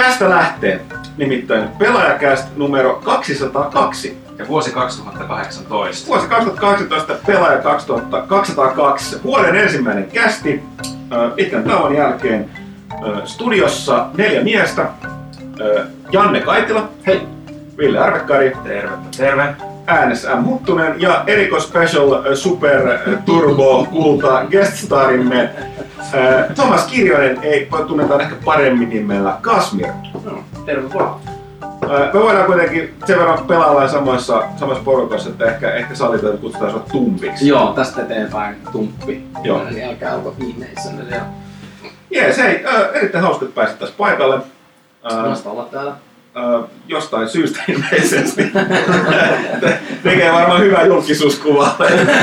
tästä lähtee nimittäin Pelaajakäst numero 202. Ja vuosi 2018. Vuosi 2018, Pelaaja 2202. Vuoden ensimmäinen kästi. Pitkän tauon jälkeen studiossa 4 miestä. Janne Kaitila. Hei. Ville Arvekkari. Terve. Äänessä M. Huttunen ja Special Super Turbo Kulta gueststarimme Thomas Kirjonen, tunnetaan ehkä paremmin nimellä Kasmir. No, terve vaan. Me voidaan kuitenkin sen verran pelailla samassa porukassa, että ehkä sallitaan kutsutaan sinua Tumpiksi. Joo, tästä eteenpäin Tumppi. Joo. Eli älkää olko ihmeissänne siellä. Jees, hei, erittäin hauska, että pääsit tässä paikalle. Vasta olla täällä. Jostain syystä ilmeisesti. Tekee varmaan hyvää julkisuuskuvaa.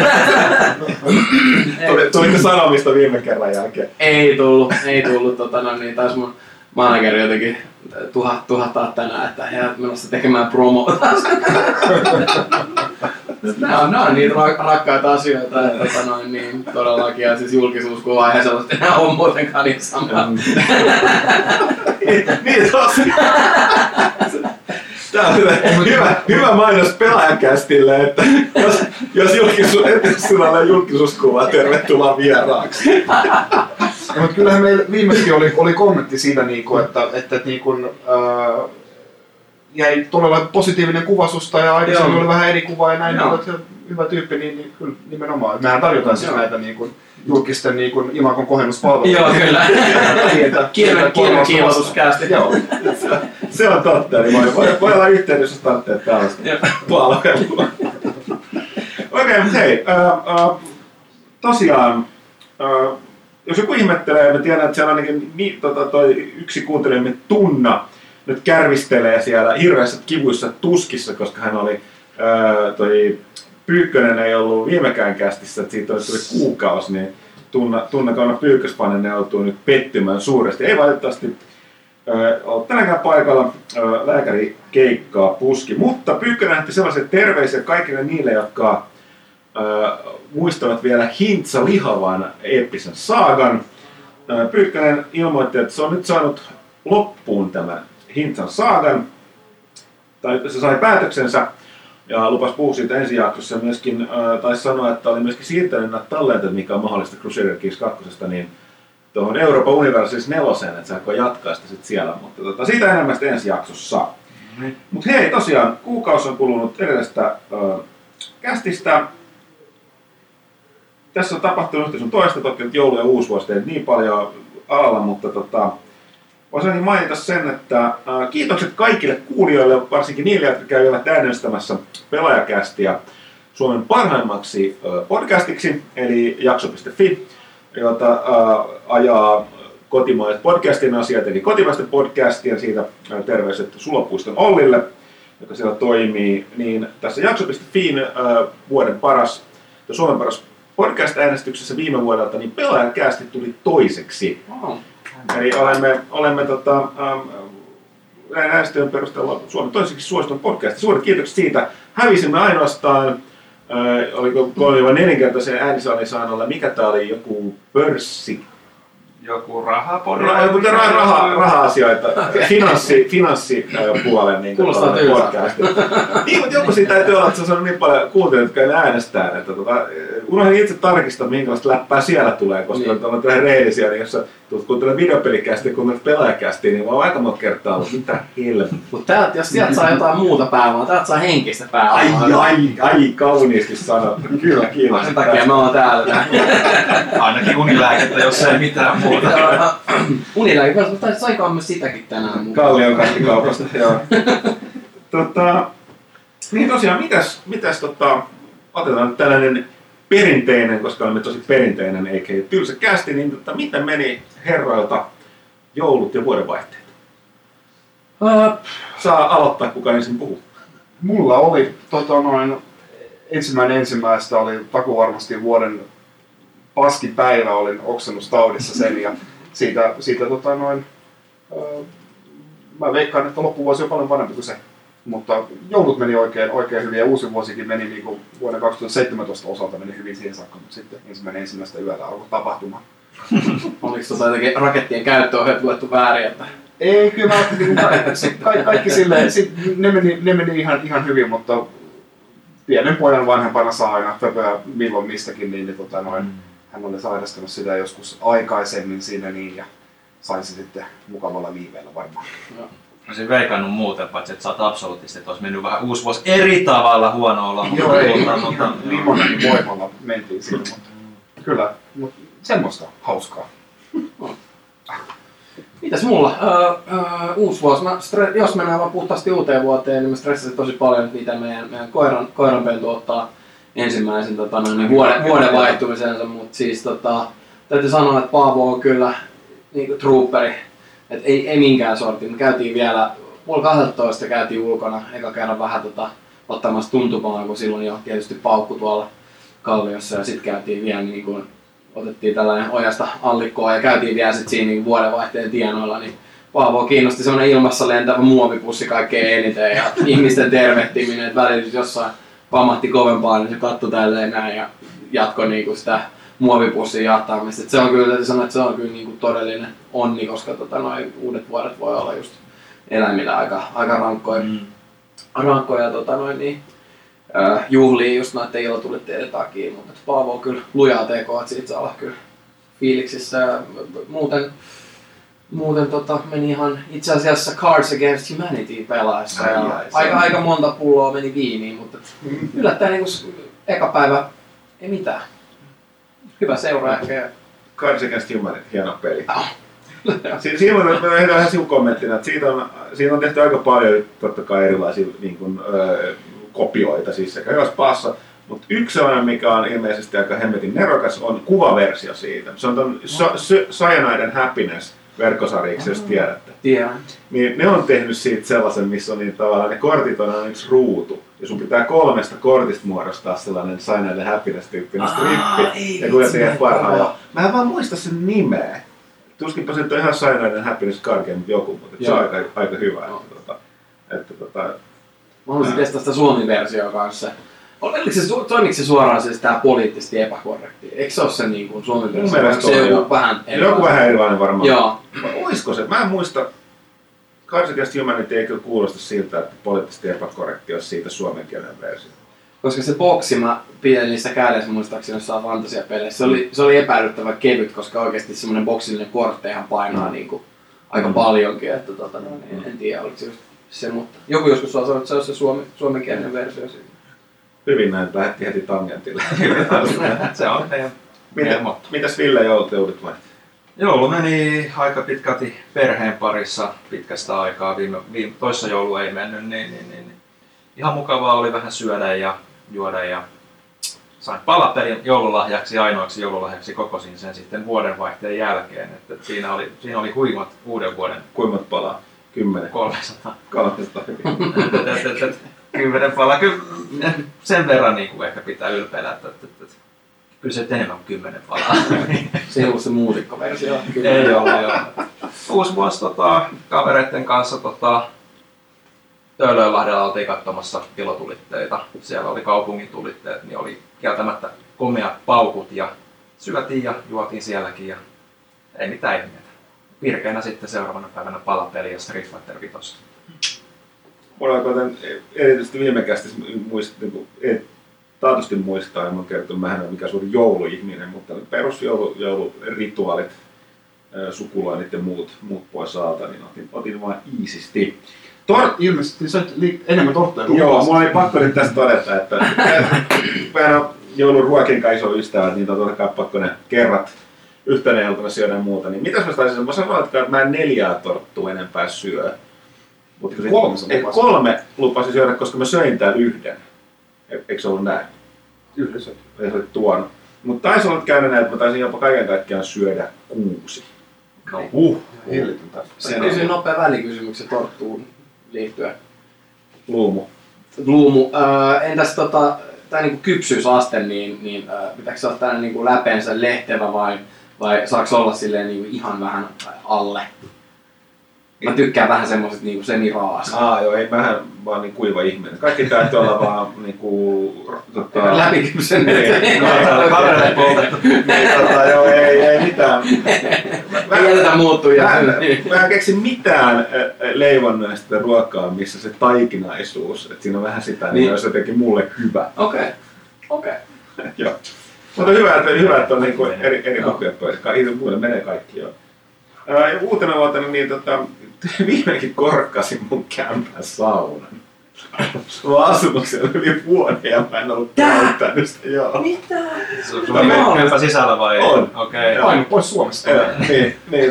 Tuliko sanomista viime kerran jälkeen? Ei tullut. Taisi mun manageri jotenkin tuhattaa tänään, että he ovat menossa tekemään promoota. Nämä on niin rakkaita asioita, että niin todellakin, ja siis julkisuuskuva ja sellaista enää on muutenkaan niin samaa. Niin tosiaan. Tää on hyvä mainos Pelaajakästille, että jos sinulla on julkisuuskuvaa, tervetuloa vieraaksi. Mutta kyllähän meillä viimeksi oli kommentti siitä, että jäi todella positiivinen kuva susta ja aikaisemmin oli vähän eri kuvaa ja näin, että hyvä tyyppi, niin kyllä nimenomaan. Mehän tarjotaan siis näitä julkisten imakon kohennuspalveluja. Joo, kyllä. Kiilotuskäästi. Joo. Se on totta, niin voi olla yhteydessä, jos tarvitsee tällaista palvelua. Okei, mutta hei, tosiaan, jos joku ihmettelee, me tiedän, että siellä ainakin toi yksi kuuntelijamme Tunna nyt kärvistelee siellä hirveässä kivuissa tuskissa, koska hän oli, toi Pyykkönen ei ollut viimekään kästissä, että siitä tuli kuukausi, niin Tunna Kauna Pyykköspanen joutuu nyt pettymään suuresti. Ei valitettavasti ole tänäkään paikalla, lääkäri keikkaa puski, mutta Pyykkönen nähti sellaisia terveisiä kaikille niille, jotka muistavat vielä Hintsa Lihavan eeppisen saagan. Pyykkönen ilmoitti, että se on nyt saanut loppuun tämän Hintsan saagan, tai se sai päätöksensä ja lupasi puhua siitä ensi jaksossa. Myöskin taisi sanoa, että oli myöskin siirtänyt nämä tallenteet, mikä on mahdollista Crusader Kings 2, niin tuohon Euroopan Universalis 4, että sä aikoo jatkaa sitä sit siellä, mutta siitä enemmän sitten ensi jaksossa. Mutta hei, tosiaan kuukausi on kulunut edellisestä kästistä. Tässä on tapahtunut yhtä sun toista, toki nyt joulu ja uusivuosi teet niin paljon alalla, mutta voisin mainita sen, että kiitokset kaikille kuulijoille, varsinkin niille, jotka käyvät äänestämässä Pelaajakästiä Suomen parhaimmaksi podcastiksi, eli jakso.fi, jota ajaa kotimaiset podcastien asiat, eli kotimaisten podcastien, siitä terveiset Sulopuiston Ollille, joka siellä toimii, niin tässä jakso.fiin vuoden paras ja Suomen paras podcast-äänestyksessä viime vuodelta, niin Pelaajakästi tuli toiseksi. Oh. Eli olemme äänestyön perusteella Suomen toiseksi suositun podcast. Suuret kiitokset siitä. Hävisimme ainoastaan, oliko 3-4-kertaisen äänisaalisaannolla, mikä tää oli, joku pörssi? Joku rahapodi? Raha-asioita, finanssipuolen niin podcast. Niin, mutta joku siitä täytyy olla, että se on saanut niin paljon kuuntelijoita, jotka ei äänestää. Että unohdin itse tarkistaa, minkälaista läppää siellä tulee, koska on vähän rehellisiä, niin jos sä tulet kuuntelemaan videopelikästiä ja kuuntelet Pelaajakästiä, niin vaan aika monta kertaa ollut, mitä helvettiä. Mutta jos sieltä saa jotain muuta pääomaa, täältä saa henkistä pääomaa. Ai, kauniisti sanottu. Kyllä, kiitos. Sen takia me ollaan täällä. Ainakin unilääkettä, jos ei mitään muuta. Unilääke, mutta saikohan me sitäkin tänään mukaan. Kallion kattikaupasta, joo. Niin tosiaan, mitäs otetaan nyt tällainen perinteinen, koska olemme tosi perinteinen eikä tylsä kästi, niin miten meni herroilta joulut ja vuodenvaihteet? Saa aloittaa, kuka ensin puhuu. Mulla oli ensimmäistä oli takuvarmasti vuoden paskin päivä, olin oksennustaudissa sen ja siitä mä veikkaan, että loppuvuosi on paljon parempi kuin se. Mutta joulut meni oikein hyvin ja uusi vuosikin meni niin kuin vuoden 2017 osalta meni hyvin siihen saakka, mutta sitten ensimmäistä yöllä alkoi tapahtumaan. Oliko jotenkin rakettien käyttöohjeet luettu väärin, että Ei, kyllä mä, niin kaikki silleen, ne meni ihan hyvin, mutta pienen pojan vanhempana saa aina pöpöä milloin mistäkin, niin hän oli sairastunut sitä joskus aikaisemmin siinä niin, ja sain se sitten mukavalla viiveellä varmaan. Olisin veikannut muuten, paitsi että sä oot absoluuttisesti, että olisi mennyt vähän uusi vuosi eri tavalla huonolla. Joo, ei, niin monen voimalla mentiin siinä, mutta kyllä, mutta semmoista hauskaa. Mitäs mulla? Uusi vuosi. Jos mennään vaan puhtaasti uuteen vuoteen, niin mä stressasin tosi paljon, että mitä meidän koiranpentu ottaa ensimmäisen vuoden vaihtumisensa, mutta siis täytyy sanoa, että Paavo on kyllä niinku trooperi. Et ei minkään sortin. Me käytiin vielä 11:30 käytiin ulkona eka kerran vähän ottamassa tuntumaan, kun silloin jo tietysti paukku tuolla kalliossa, ja sitten käytiin vielä niin kun, otettiin tällainen ojasta allikkoa ja käytiin vielä sit siinä niin vuodenvaihteen tienoilla, niin Paavoa kiinnosti semmoinen ilmassa lentävä muovipussi kaikkein eniten ja ihmisten tervehtiminen, että välillä jossain pamahti kovempaa, niin se katsoi tälleen näin ja jatkoi niin sitä muovipussin jahtaamista. Se on kyllä, täytyy sanoa, että se on kyllä niin kuin todellinen onni, koska uudet vuodet voi olla just eläimillä aika rankkoja. Rankkoja juhlia just noiden ilotulitteiden takia, mutta Paavo on kyllä lujaa tekoa, että siitä saa olla kyllä fiiliksissä. Muuten meni ihan itse asiassa Cards Against Humanity pelaessa ja aika monta pulloa meni viiniin, mutta yllättäen niin eka päivä ei mitään. Hyvä seura ehkä. Cards Against Humanity, hieno peli. Siinä on vähän sivukommenttina, että siitä on tehty aika paljon totta kai erilaisia niin kuin, kopioita siis sekä hyvässä pahassa, mutta yksi sellainen, mikä on ilmeisesti aika hemmetin nerokas, on kuvaversio siitä. Se on ton Cyanide and Happiness verkkosarjiksi, jos tiedätte. Tiedän. Niin ne on tehnyt siitä sellaisen, missä on niin tavallaan ne kortit on yksi ruutu. Ja sun pitää 3 kortista muodostaa sellainen Cyanide and Happiness-tyyppinen strippi. Ja kun teet parhaillaan. Mä en vaan muista sen nimeä. Tuskinpa se on ihan Cyanide and Happiness card game joku, mutta se on aika hyvä. Mä haluaisin testaa sitä Suomi-versioa kanssa. Toimiko se suoraan siis tää poliittisesti epäkorrekti? Eikö se ole se niin kuin Suomi-versio? Se joku vähän erilainen? Joku vähän erilainen varmaan. Joo. Oisko se? Mä en muista. Cards Against Humanity ei kyllä kuulosta siltä, että poliittisesti epäkorrekti olisi siitä suomenkielinen versio. Koska se boksi mä pidän niissä kädessä muistaakseni jossain fantasiapeleissä. Se oli epäilyttävän kevyt, koska oikeasti semmoinen boksillinen korttehan painaa niin kuin aika paljonkin. Että en tiedä oliko se just se, mutta joku joskus saa sanoa, että se on se suomenkielinen versio siitä. Hyvin näin, lähdettiin heti tangentille. Se on meidän motto. Mitäs Ville joulut vai? Joulu meni aika pitkälti perheen parissa pitkästä aikaa. Toissa joulu ei mennyt, niin ihan mukavaa oli vähän syödä ja juoda ja sain palapelin joululahjaksi, ainoaksi joululahjaksi kokosin sen sitten vuodenvaihteen jälkeen. Että siinä oli huimat uuden vuoden. Kuimmat palaa? 10. 300. 300. 10 palaa. Kyllä sen verran niin kuin ehkä pitää ylpeillä, että kyllä se enemmän kuin 10 palaa. Se ei ollut se muutikkoversio. Ei ole, joo. Uusi vuosi kavereiden kanssa Töölönlahdella oltiin katsomassa ilotulitteita. Siellä oli kaupungin tulitteet, niin oli kieltämättä komeat paukut ja syötiin ja juotiin sielläkin ja ei mitään ihmeitä. Virkeänä sitten seuraavana päivänä palapeli ja Street Fighter 5. Mulla on erityisesti viime kästissä taatusti muistaa, ja mä oon kertonut, mä en ole mikään suuri jouluihminen, mutta perusjoulurituaalit, sukulaanit ja muut pois alta, niin otin vaan iisisti. Ilmeisesti sä enemmän tortteja kuin joo, mulla oli pakko nyt tästä todeta, että mä en ole jouluruokinkaan iso ystävä, että niitä on totta kai pakko ne kerrat yhtenä iltana syödä ja muuta. Niin mitäs mä taisin, mä sanoin, että mä en 4 torttua enempää syö. Mutta 3 lupasin syödä, koska mä söin täällä 1. Eikö se ollut näin? Yhdessä. Ja se oli tuonut. Mutta taisi olla käynyt näin, että mä taisin jopa kaiken kaikkiaan syödä 6. No, hillitöntä. Kysyin nopea välikysymyksen torttuun liittyen. Luumu. Entäs tää niinku kypsyysaste, niin pitääkö se olla tällainen niinku läpeensä lehtevä vai saako olla silleen niinku ihan vähän alle? Mä tykkään vähän semmoset niinku semiraasta. Joo, ei mähän vaan niin kuiva ihminen. Kaikki täytyy olla vaan niinku läpikypsen. Joo, ei mitään. Ei jätetä muuttuja. Mä en keksi mitään leivonnaista ruokaa, missä se taikinaisuus, että siinä on vähän sitä, niin olisi jotenkin mulle hyvä. Okei. Joo. Mutta hyvä, että on niinku eri makuja pöydässä. Muille menee kaikki jo. Ja uutena vuotena niin viimeinkin korkkasin mun kämpän saunan. Mä oon asunut siellä yli vuoden ja mä en ollut käyttänyt sitä. Joo. Mitä? Sulla on kämpä sisällä vai? On. Okei. Painu pois Suomesta. Niin.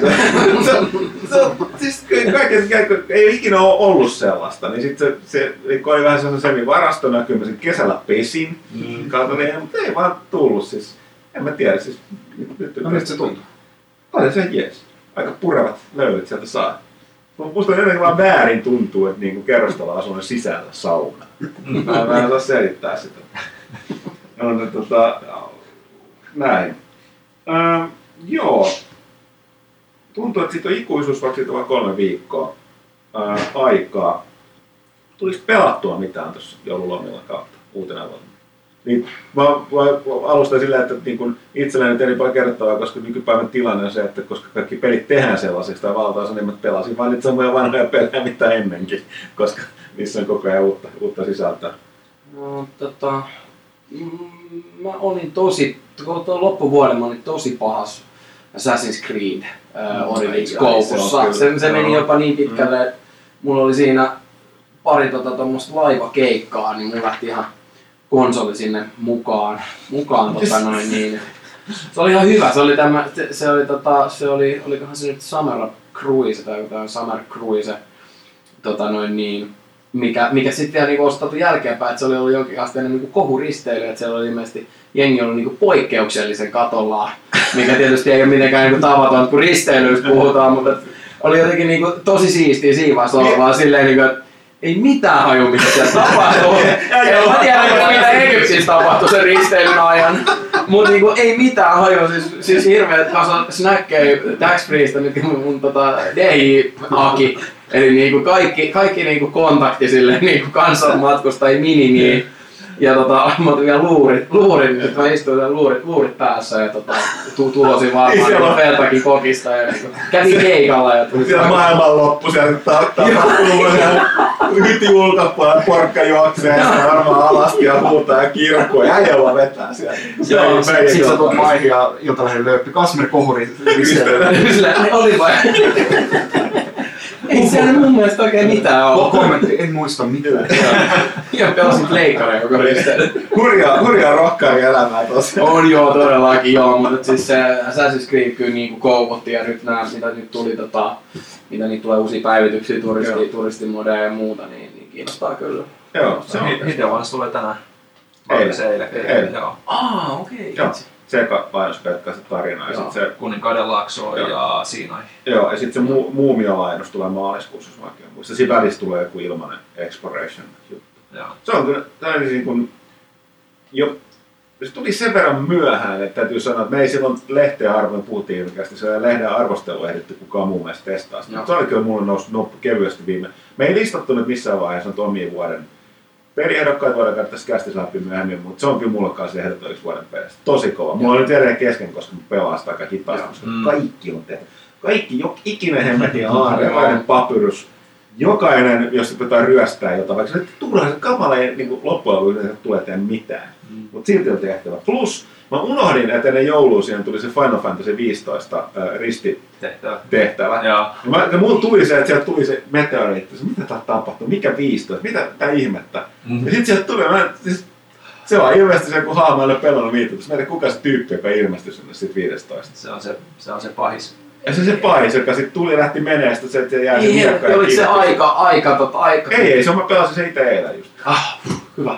Siis ei ole ikinä ollut sellaista, niin sitten se oli vähän sellaisen semivarastona, kyllä mä sen kesällä pesin. Mutta ei vaan tullut siis. En mä tiedä siis. No miltä se tuntuu? Oli se jees. Aika purevat löydyt sieltä saa. Musta jotenkin vaan väärin tuntuu, että niinku kerrostaloasunnon sisällä sauna. Mä en osaa selittää sitä. Näin. Joo. Tuntuu, että siitä on ikuisuus, vaikka siitä on vain 3 viikkoa aikaa. Tuliko pelattua mitään tuossa joululomilla kautta uutena vuonna? Niin, mä alustan sillä, että niin itselleen ei niin paljon kerrottavaa, koska nykypäivän tilanne on se, että koska kaikki pelit tehdään sellaiseksi tai valtaosa, niin mä pelasin vain niitä samoja vanhoja pelejä mitä ennenkin, koska niissä on koko ajan uutta sisältöä. No, mä olin loppuvuoden mä olin tosi pahas Assassin's Creed Origins koukussa. Se meni jopa niin pitkälle, että mulla oli siinä pari tommoista laivakeikkaa, niin mulla lähti ihan konsoli sinne mukaan niin. Se oli ihan hyvä. Olikohan se nyt Summer Cruise tai jotain Summer Cruise mikä sitten vielä niinku ostettu jälkeenpäin, että se oli ollut jonkin asteinen niinku kohuristeily, että siellä oli ilmeisesti jengi ollut niinku poikkeuksellisen katollaan, mikä tietysti ei ole mitenkään niinku tavaton, kun risteilyistä puhutaan, mutta oli jotenkin niinku tosi siistiä siinä vaiheessa olla vaan silleen niinku, että ei mitään haju, mitä siellä tapahtuu. Mä tiedän, mitä Egyptissä tapahtui sen risteilyn ajan. Mut niinku ei mitään haju, siis hirveet kasa snäkkejä tax-freeista nyt mun DI-aki. Eli niinku kaikki niinku kontakti sille niinku kansanmatkustajia minimiin. Ja mä otin vielä luurin, nyt mä istuin siellä luurit päässä ja tulosin varmaan niinku Feltakin kokista ja niinku kävin keikalla ja tuli siellä maailmanloppu siellä tapahtuu ja hyti ulkopuolella porkka juoksee ja varmaan alasti ja huutaa ja kirkkuu ja äijällä vetää siellä. Joo, sit sä tuot maihin ja Iltalehden lööppi Kasmer Kohuri risteillä. Oli vai? Ei siellä mun mielestä oikein mitään ole. Kommentti, en muista mitään. Ja pelasit leikkaria koko risteily. Hurjaa rokkaaria elämää tosiaan. On joo, todellakin joo, mutta siis se Assassin's Creed kyllä niinku koukutti ja nyt nää, mitä nyt tuli mitä niitä tulee uusia päivityksiä, turistimodeja ja muuta, niin kiinnostaa kyllä. Joo, se Hideo Ones tulee tänään. Eilen. Joo. Okei. Joo. Seka lainauspelkkaa se tarina. Ja sit se Kuninkaiden laakso ja Siinai. Joo, ja sitten se Muumio-lainus tulee maaliskuussa, jos mä oikein muistan. Siinä välissä tulee joku ilmanen Exploration juttu. Joo. Se on kyllä tällainen niin kuin, se tuli sen verran myöhään, että täytyy sanoa, että me ei silloin lehteen arvoin puhuttiin ilmeisesti, se oli lehden arvostelu ehditty kukaan muun mielestä testaa. Se oli kyllä mulle noussut kevyesti viime. Me ei listattu nyt missään vaiheessa nyt omia vuoden peliehdokkaita voidaan käydä tässä kästissä läpi myöhemmin, mutta se on kyllä mulle kanssa ehdoton yksi vuoden pelistä. Tosi kova. Mulla on nyt edelleen kesken, koska mä pelaan sitä aika hitaasti, koska kaikki on tehty. Kaikki, ikinen hemmetin aare, jokainen papyrus, jokainen, jos se pitää ryöstää jotain, vaikka se turhaa se kamala ei niin loppujen lopuksi tule tehdä mitään. Mutta silti on tehtävä. Plus, mä unohdin, että ennen joulua siihen tuli se Final Fantasy 15 ristitehtävä. Ja mulla tuli se, että sieltä tuli se meteoriitti, mitä tää tapahtuu, mikä 15, mitä tää ihmettä. Ja sit sieltä tuli, se vaan ilmestyi se, kun Haama ei ole pelannut 15. Mä en tiedä, kuka se tyyppi, joka ilmestyi sinne sit 15. Se on se pahis. Ja se pahis, joka sit tuli ja lähti menee, sit se jäi se miekka ja oliko se aika? Ei, se mä pelasin se ite eilen just. Hyvä.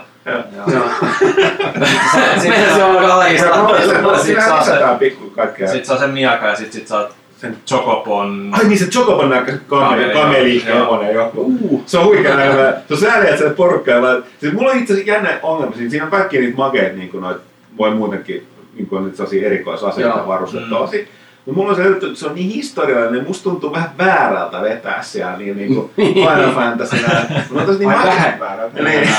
Mehän se on aika lajista. Sit saa sen miakan ja sit saat sen Chocobon. Ai niin, se Chocobon näköiset kameli-hevonen joku. Se on huikea näköinen. Se on sääli, että se porukkaa. Siis mulla on itse asiassa jännä ongelma. Siinä on kaikki niitä makeet, niin kuin noit, voi muutenkin, niin kuin nyt sellaisia erikoisaseita varustettu osi. Mutta mulla on se juttu, että se on niin historiallinen, niin musta tuntuu vähän väärältä vetää siellä niin kuin Final Fantasynä. Niin vähän väärältä.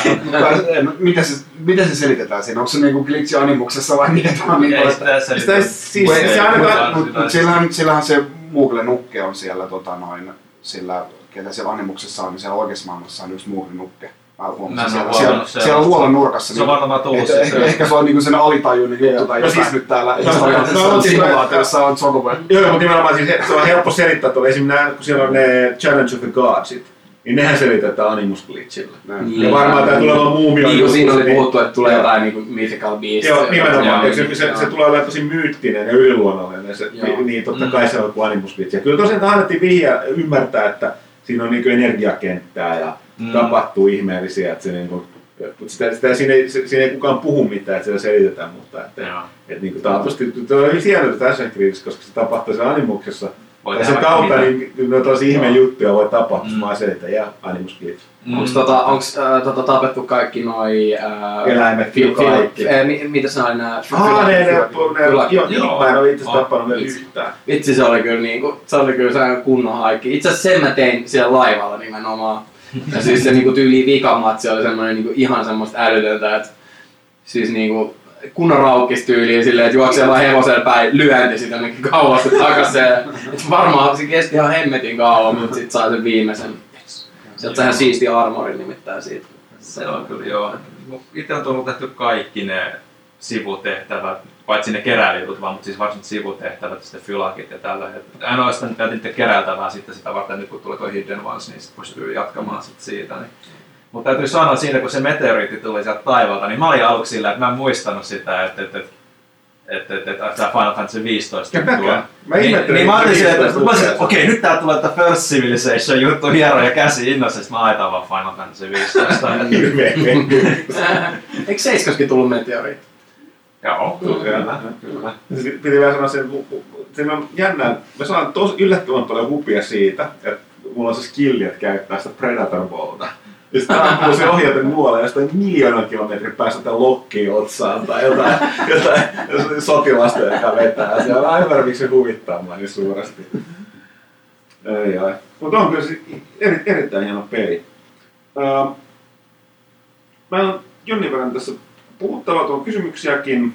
Miten se selitetään siinä? Onko se niinku glitchi-animuksessa vai mitä? Sillähän se Moogle Nukke on siellä, sillä ketä siellä animuksessa on, niin siellä oikeassa maailmassa on yksi Moogle Nukke. Siellä on huollon nurkassa. Se on varmaan tullut ehkä se on niinku sen alitajuinen juttu tai jotain nyt täällä simulaatiossa on Chocobo. Joo, mutta nimenomaan siis se on helppo selittää tuolla. Esimerkiksi kun siellä on ne Challenge of the Godsit, niin nehän selitetään Animus Glitchillä. Ja varmaan tää tulee vaan muumio. Niin kuin siinä oli puhuttu, että tulee jotain niinku mythical beast. Joo, nimenomaan. Se tulee olemaan tosi myyttinen ja yliluonnollinen. Niin totta kai se on kuin Animus Glitch. Ja kyllä tosiaan annettiin vihjaa ymmärtää, että siinä on niinku energiakenttää ja tapahtuu ihmeellisiä, että se niinku, siinä ei kukaan puhu mitään, että siellä selitetään, mutta että niinku taatusti on hyvin hienoa tässä kriisissä, koska se tapahtuu sen animuksessa. Ja sen kautta niin tällaisia ihmejuttuja voi tapahtua, mä oon selitän, ja Animus Glitch. Onko tapettu kaikki noi eläimet, kaikki. Mitä se oli nää? Joo, mä en ole itse tappanut vielä yhtään. Vitsi, se oli kyllä se kunnon haikki. Itse asiassa sen mä tein siellä laivalla nimenomaan. Ja siis se niinku tyyliin vikamatsi oli semmoinen niinku ihan semmoista älytöntä, että siis niinku kunnon raukkistyyliin silleen, että juoksee vaan hevosella päin, lyönti sitä jonnekin kauasta takaisin. Varmaan se kesti ihan hemmetin kauan, mutta sit sai sen viimeisen. Sieltä ihan siisti armori nimittäin siitä. Se on kyllä joo. Itse on tullut tehty kaikki ne sivutehtävät, paitsi ne keräilijutut vaan, mutta siis varsinkin sivutehtävät, sitten fylakit ja tällä. Ainoastaan jätin keräiltävää sitten sitä varten, nyt kun tulee tuo Hidden Ones, niin sitten pystyy jatkamaan sitten siitä. Niin. Mutta täytyy sanoa siinä, kun se meteoriitti tuli sieltä taivaalta, niin mä olin aluksi sillä, että mä en muistanut sitä, että tämä Final Fantasy 15 tuo. Niin mä olin sillä, että okei, nyt tää tulee tämä First Civilization juttu hiero ja käsi innossa, että mä aitan vaan Final Fantasy 15. Eikö 7 tullut meteoriitti? Joo, kyllä. Piti vielä sanoa sen, se on jännää, mä saan yllättävän paljon hupia siitä, että mulla on se skilli, että käyttää sitä Predator Bowlta. Ja sitten ampuu se ohjata muualle jostain 1 000 000 kilometrin päästä jotain lokkiin otsaan tai jotain sotilasta, joka vetää. Se on aivan miksi se huvittaa mua niin suuresti. Mutta on kyllä erittäin hieno peli. Meillä on jonnin verran tässä puhuttavaa, tuon kysymyksiäkin.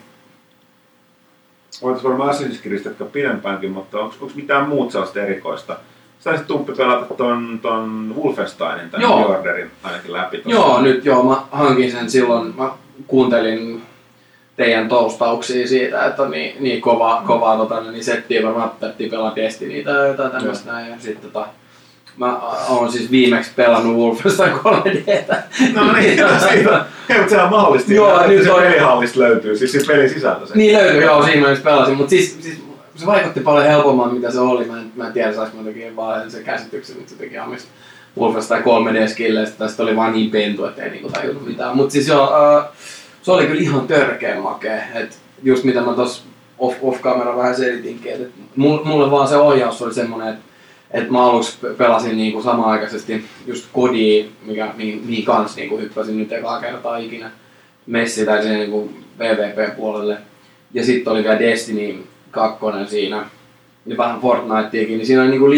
Voitaisiin varmaan Assassin's Creed jatkaa pidempäänkin, mutta onko mitään muuta sellaista erikoista? Sä olisit Tumppi pelata ton Wolfensteinin tai Orderin ainakin läpi tossa. Joo, mä hankin sen silloin, mä kuuntelin teidän toustauksia siitä, että on niin kovaa niin settiä, varmaan päättiin pelaa Destinytä tai jotain tämmöstä näin. Ja sitten mä oon siis viimeksi pelannut Wolfenstein 3D:tä. No niin, siitä. Mutta sehän on mahdollisesti. Joo, nyt se pelihallista löytyy, siis se pelin sisältö. Niin löytyy, joo, siinä mä pelasin, mutta siis se vaikutti paljon helpommin, mitä se oli. Mä en tiedä, saanko mä jotenkin vaan sen käsityksen, että se teki omista Wolfenstein 3D-skilleistä. Tästä oli vaan niin pentu, ettei niinku tajunnut mitään. Mutta siis joo, se oli kyllä ihan törkeä makea. Et just mitä mä tossa off-camera vähän selitinkin, että mulle vaan se ohjaus oli semmonen, että mä aluksi pelasin niinku samanaikaisesti just Kodia, mihin kans niinku hyppäsin nyt ekaa kertaa ikinä messi tai sen niinku PvP-puolelle. Ja sitten oli vielä Destiny 2 siinä ja vähän Fortniteakin, niin siinä on niinku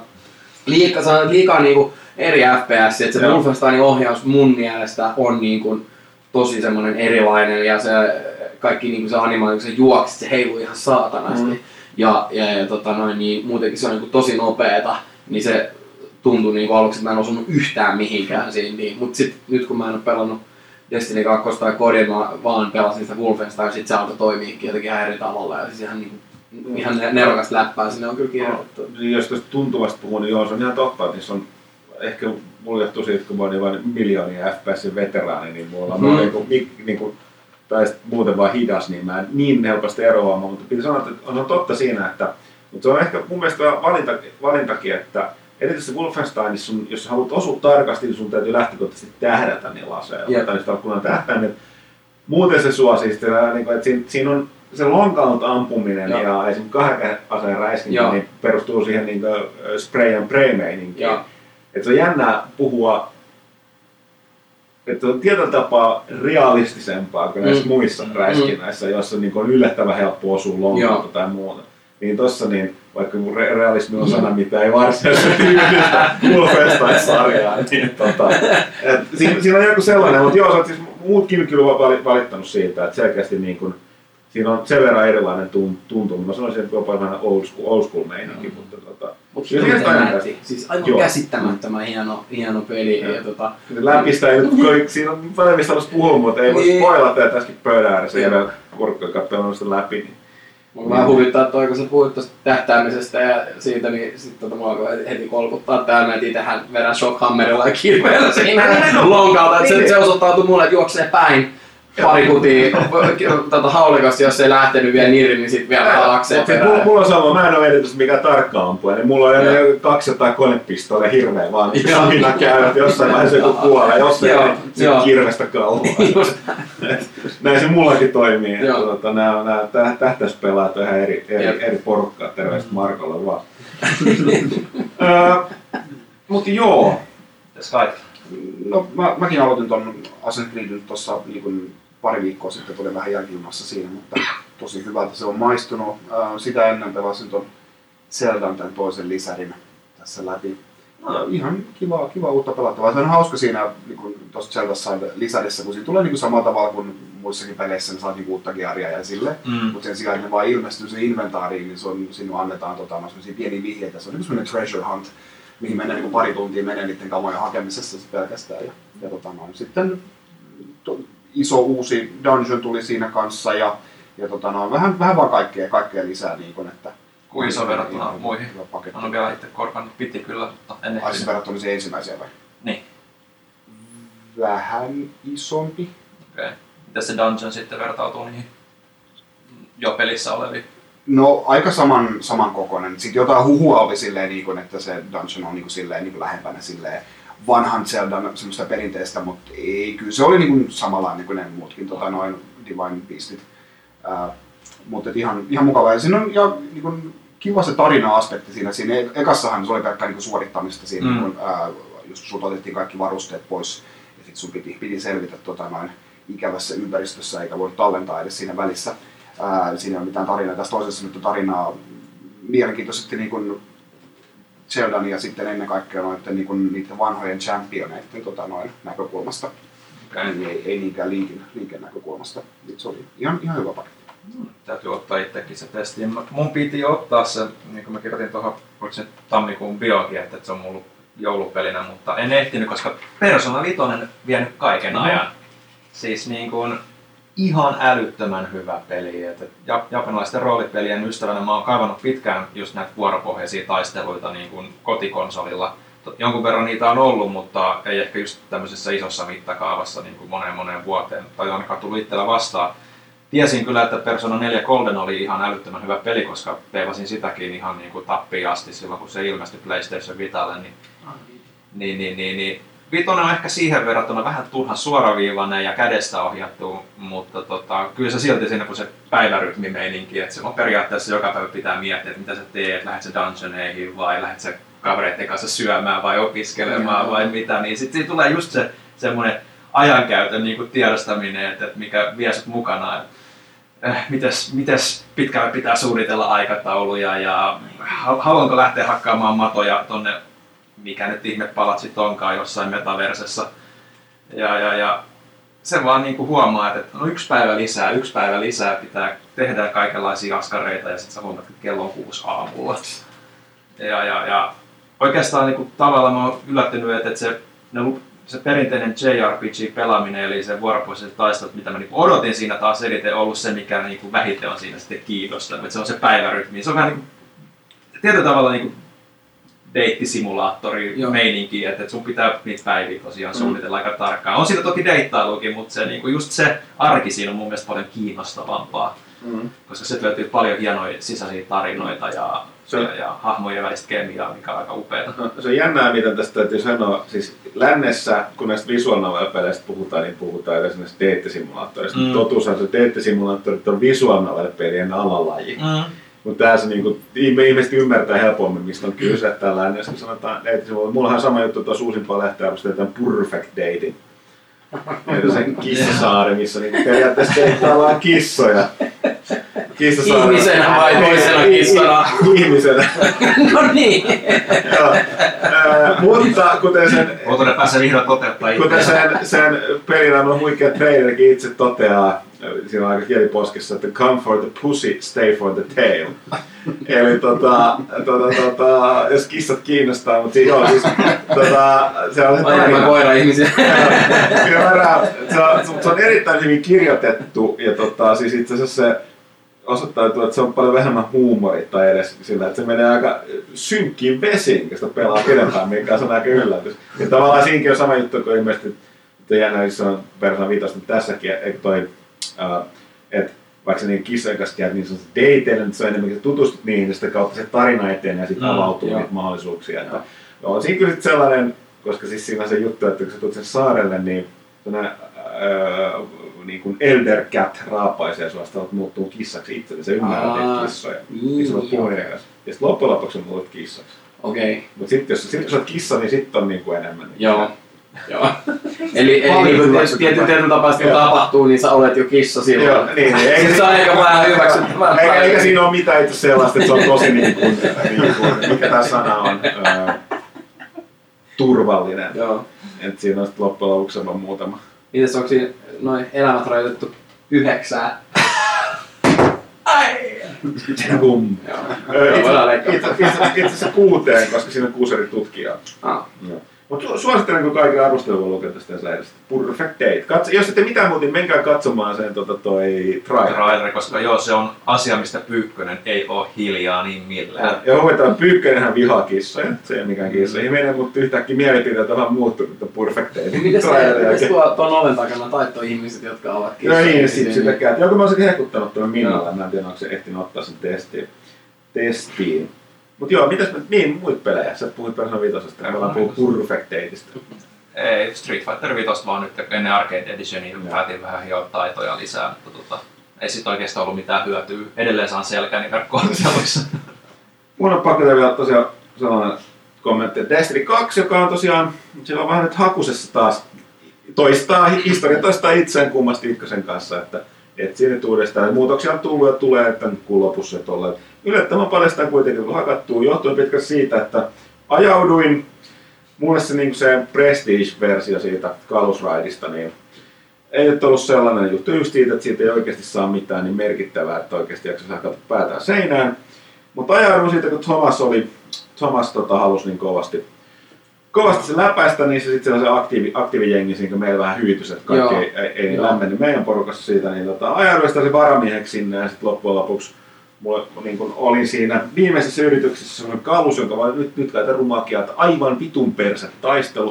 liikaa niinku eri FPS, että se Wolfensteinin ohjaus mun mielestä on niinku tosi semmoinen erilainen ja se kaikki niinku se animaatio, kun se juoksi, se heiluu ihan saatanasti. Niin muutenkin se on niinku tosi nopeeta, niin se tuntui niinku aluksi, että mä en osunut yhtään mihinkään siinä. Niin. Mut sit nyt kun mä en oo pelannut Destiny 2 tai Kodin, mä vaan pelasin sitä Wolfenstein, sit se auto toimiikin jotenkin ihan eri tavalla ja siis ihan nerokasta läppää sinne on kyllä kierretty. Jos tästä tuntuvasta puhuu, niin joo, se on ihan totta, että se on ehkä mulla johtuu siitä, kun mä olin vain miljoonia FPS:n veteraani, niin mulla on niinku tai muuten vaan hidas, niin mä en niin helposti eroa, mutta pitää sanoa, että on totta siinä, että mutta se on ehkä mun mielestä valintakin, että erityisesti Wolfensteinissa, jos sä haluat osua tarkasti, niin sun täytyy lähtökohtaisesti tähdätä niillä aseilla, tai niistä kunnan tähtäimet. Muuten se suosii sitä, että siinä on se lonkalta ampuminen ja esimerkiksi 2 aseen räiskintä niin perustuu siihen niin spray and pray meininkiin. Että se on jännää puhua, että on tietyllä tapaa realistisempaa kuin näissä muissa räiskinnäissä, joissa on yllättävän helppo osua lonkalta tai muuta. Niin tossa, vaikka mun realismi on sana, mitä ei varsinaisesti yhdistä Wolfenstein-sarjaa, niin siinä on joku sellainen, mutta joo, siis muutkin kyllä valittanut siitä, että selkeästi niin kuin siinä on sen verran erilainen tuntuma. Mä sanoisin, että jopa vähän old school meininki, mutta Mutta nätti. Siis aivan käsittämättömän hieno peli. Ja läpistä ei nyt, siinä on paljon mistä haluaisi puhua, mutta ei voi spoilata, että tässäkin pöydän ääressä ei vielä korkkoja katsoa läpi. Niin. Mulla vähän huvittaa toi, kun sä puhuit tuosta tähtäämisestä ja siitä, niin sitten mulla alkoi heti kolkuttaa täällä, että itsehän vedän shockhammerilla ja kirveellä siinä lonkalta, että se osoittautui mulle, että juoksee päin pari kutia haulikasta, jos ei lähtenyt vielä nirin, niin sitten vielä alakseen perään. Mulla on sama, mä en ole erityisesti mikään tarkka ampuja, niin mulla on 200 konepistooleja hirveän vaan siinä käyvät jossain vaiheessa joku kuolee, jossain kirvestä kauan. Näin se mullakin toimii. Nämä tähtäyspelaajat on ihan eri porukkaa, terveistä Markolle vaan. Mutta joo. No mäkin aloitin ton Assassin's Creedin tuossa niin pari viikkoa sitten, tuli vähän jälkijunassa siinä, mutta tosi hyvältä se on maistunut. Sitä ennen pelasin ton Zeldan tämän toisen lisärin tässä läpi. Ja ihan kiva uutta pelattavaa. Se on hauska siinä niin tuossa Zeldassa lisärissä, kun siinä tulee niin samalla tavalla kuin muissakin peleissä, niin saat niin uutta gearia ja silleen. Mutta sen sijaan, että ne vaan ilmestyy sen inventaariin, niin sinun annetaan sellaisia pieniä vihjeitä. Se on niin semmoinen treasure hunt, mihin menee niin pari tuntia niiden kamojen hakemisessa pelkästään. Sitten iso uusi dungeon tuli siinä kanssa ja vähän vaan kaikkea lisää. Niin kuin, että kuin iso verrattuna muihin? On vielä itse korkannut, piti kyllä, mutta ennen. Ai siis verrattuna siihen ensimmäiseen vai? Niin. Vähän isompi. Okei. Miten se dungeon sitten vertautuu niihin jo pelissä oleviin? No aika saman kokoinen. Sitten jotain huhua oli silleen, niin kuin, että se dungeon on niin lähempänä silleen vanhan Zeldan semmoista perinteistä, mutta ei, kyllä se oli niin samanlainen kuin ne muutkin noin Divine Beastit. Mutta ihan mukava. Ja siinä on niin kiva se tarina-aspekti siinä. Siinä ekassahan se oli pelkkää niin suorittamista siinä, kun just sulta otettiin kaikki varusteet pois ja sitten sun piti selvitä ikävässä ympäristössä eikä voi tallentaa edes siinä välissä. Siinä ei ole mitään tarinaa. Tässä toisessa nyt tarinaa mielenkiintoisesti niin kuin Zeldan ja sitten ennen kaikkea niiden vanhojen championeiden näkökulmasta. Okay. Ei niinkään liiken näkökulmasta. Se oli ihan hyvä paketti. Täytyy ottaa itsekin se testi. Mun piti ottaa se, niin kuin mä kirjoitin tuohon tammikuun biokin, että se on mulla joulupelinä, mutta en ehtinyt, koska Persona 5 on vienyt kaiken ajan. Siis niin kuin ihan älyttömän hyvä peli. Japanilaisten roolipelien ystävänä mä oon kaivannut pitkään just näitä vuoropohjaisia taisteluita niin kuin kotikonsolilla. Jonkun verran niitä on ollut, mutta ei ehkä just tämmöisessä isossa mittakaavassa niin kuin moneen vuoteen, tai ainakaan tullut itsellä vastaan. Tiesin kyllä, että Persona 4 Golden oli ihan älyttömän hyvä peli, koska peilasin sitäkin ihan niin kuin tappiin asti silloin, kun se ilmestyi PlayStation Vitalle. Niin. Vitonen on ehkä siihen verrattuna vähän turhan suoraviivainen ja kädestä ohjattu, mutta kyllä se silti siinä, kun se päivärytmimeininki, että se on periaatteessa joka päivä pitää miettiä, että mitä sä teet, lähdet sä dungeoneihin vai lähdet sä kavereiden kanssa syömään vai opiskelemaan vai mitä, niin sitten tulee just se semmoinen ajankäytön niin kuin tiedostaminen, että mikä vie sut mukana. Mites pitkälle pitää suunnitella aikatauluja ja haluanko lähteä hakkaamaan matoja tonne, mikä nyt ihmepalat sit onkaan jossain metaversessa. Ja se vaan niinku huomaa, että no yksi päivä lisää pitää tehdä kaikenlaisia askareita ja sit sä huomaat, että kello on 6 aamulla. Ja oikeastaan niinku tavallaan mä oon yllättynyt, että se perinteinen JRPG-pelaaminen, eli se vuoropuoliset taistelut, mitä mä niinku odotin siinä taas eniten, ollut se, mikä niinku vähiten on siinä sitten kiinnostanut. Että se on se päivärytmi. Se on vähän niinku, tietyllä tavalla niinku deittisimulaattori-meininki, että sun pitää niitä päiviä tosiaan suunnitella aika tarkkaan. On siinä toki deittailukin, mutta se, niinku just se arki siinä on mun mielestä paljon kiinnostavampaa. Koska se löytyy paljon hienoja sisäisiä tarinoita ja hahmojen välistä kemiaa, mikä on aika upeaa. Se on jännää, miten tästä täytyy sanoa. Siis lännessä, kun näistä visual novel-peleistä puhutaan, niin puhutaan edes näistä deittisimulaattoreista. Totuus on, että deittisimulaattorit on visual novel-pelien alalaji. Mutta tässä niinku, ihmiset ymmärtää helpommin, mistä on kyse tällainen. Ja sitten sanotaan deittisimulaattori. Mullahan on sama juttu tuossa uusimpaa lehteä, kun tehdään Perfect Dating. Eli se kissasaari, missä niinku periaatteessa deittaillaan kissoja. Ihmisenä vai toisena kissana? Ihmisenä. No niin. Mutta kuten sen... pääsee vihdoin toteuttaa kuten sen pelin on huikea trailerikin itse toteaa, siinä on aika kieliposkessa, että come for the pussy, stay for the tail. Eli jos kissat kiinnostaa, mutta joo, siis se on se tarina. Koira-ihmisiä. Se on erittäin hyvin kirjoitettu ja siis itse asiassa se osoittautuu, että se on paljon vähemmän huumoria edes sillä, että se menee aika synkkiin vesiin, kun sitä pelaa pidempään, mikä on aika yllätys. Ja tavallaan siinäkin on sama juttu, kun ilmeisesti jännä, se on Persona 5 tässäkin, että vaikka se niin kissojen kanssa käyt niin sanotusti dateille, niin se on enemmänkin, että tutustut niihin ja sitä kautta se tarina eteen ja sitten avautuu niitä mahdollisuuksia. Että, on siinä kyllä sellainen, koska siis siinä on se juttu, että kun sä tulet sen saarelle, niin niin kuin Elder Cat raapaisee sua, että muuttuu kissaksi itselle, se ymmärrät niitä kissoja. Niin se on puolirekas. Ja sitten loppujen lopuksi muutut kissaksi. Okei. Mutta sitten jos olet kissa, niin sitten on niin kuin enemmän. Joo. Eli jos tietyn tapausta tapahtuu, niin sä olet jo kissa silloin. Joo, niin. Se on aika vähän hyväksyttävää. Eikä siinä ole mitään itse sellaista, että se on tosi niin kuin mikä tämä sana on, turvallinen. Joo. Että siinä on sitten loppujen lopuksi vaan muutama. Mites onko siinä noin elämät rajoitettu 9? Ai! Bum! Itse asiassa 6, koska siinä on 6 eri tutkijaa. Mutta suosittelen kaikille arvostelua lukea tästä lehdestä. Perfect Date. Jos ette mitään muuta, niin menkää katsomaan sen toi trailer. Koska joo, se on asia, mistä Pyykkönen ei oo hiljaa niin millään. Ja huomataan, että Pyykkönenhän vihaa kissoja. Se ei ole mikään kissa. Ei mene, mutta yhtäkkiä mielipiteet on vähän muuttunut Perfect Date. Mites tuon oven takana taittoi ihmiset, jotka ovat kissoja? No niin, sitä käy. Joku mä olisin hehkuttanut tuon Minnalle. Mä en tiedä, onko se ehtinyt ottaa sen testiin. Mut joo, mitäs niin muita pelejä? Sä puhuit Persona 5:sta, me ollaan puhut Perfect Dateista. Ei, Street Fighter 5 vaan nyt ennen Arcade Editionia päätin vähän hioa taitoja lisää, mutta ei sit oikeastaan ollut mitään hyötyä. Edelleen saan selkäni verkko-otteluissa. Mun on pakko vielä tosiaan sellainen kommentti, että Destiny 2, joka on tosiaan, siellä on vähän nyt hakusessa taas, historia toistaa itseään kummasti ykkösen kanssa, että siinä nyt uudestaan. Muutoksia on tullut ja tulee tämän kuun lopussa. Yllättävän paljon sitä kuitenkin tullut hakattua, johtuen pitkälti siitä, että ajauduin, mulle se Prestige-versio siitä Galus Rideista, niin ei nyt ollut sellainen juttu just siitä, että siitä ei oikeasti saa mitään niin merkittävää, että oikeasti jaksaisi hakata päätään seinään. Mutta ajauduin siitä, kun Thomas halusi niin kovasti se läpäistä, niin se sitten se aktiivijengi, siinä meillä vähän hyytys, että kaikki ei lämmennyt meidän porukassa siitä, niin ajauduin sitä se varamieheksi sinne ja sitten loppujen lopuksi mulla niin olin siinä viimeisessä yrityksessä sellainen Galus, jonka vaan nyt käytän rumakia, että aivan vitun perset taistelu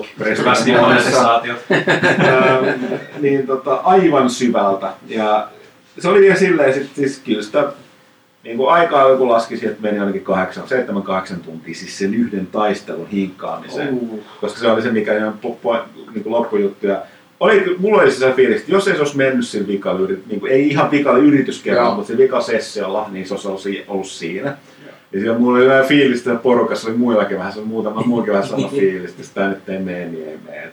niin aivan syvältä. Ja se oli vielä silleen, siis kyllä sitä niin aikaa joku laskisi, että meni ainakin 7-8 tuntia siis sen yhden taistelun hinkkaamiseen. Koska se oli se, mikä ihan niin loppujuttu. Ja mulla oli se fiilis, että jos ei se olisi mennyt sillä vikalla, niin ei ihan vikalla yrityskerralla, mutta sillä vikasessiolla, niin se olisi ollut siinä. Ja siellä mulla oli vähän fiilistä porukassa, oli muillakin vähän, muutama muukin vähän sama fiilistä, että sitä nyt ei mene, niin ei mene.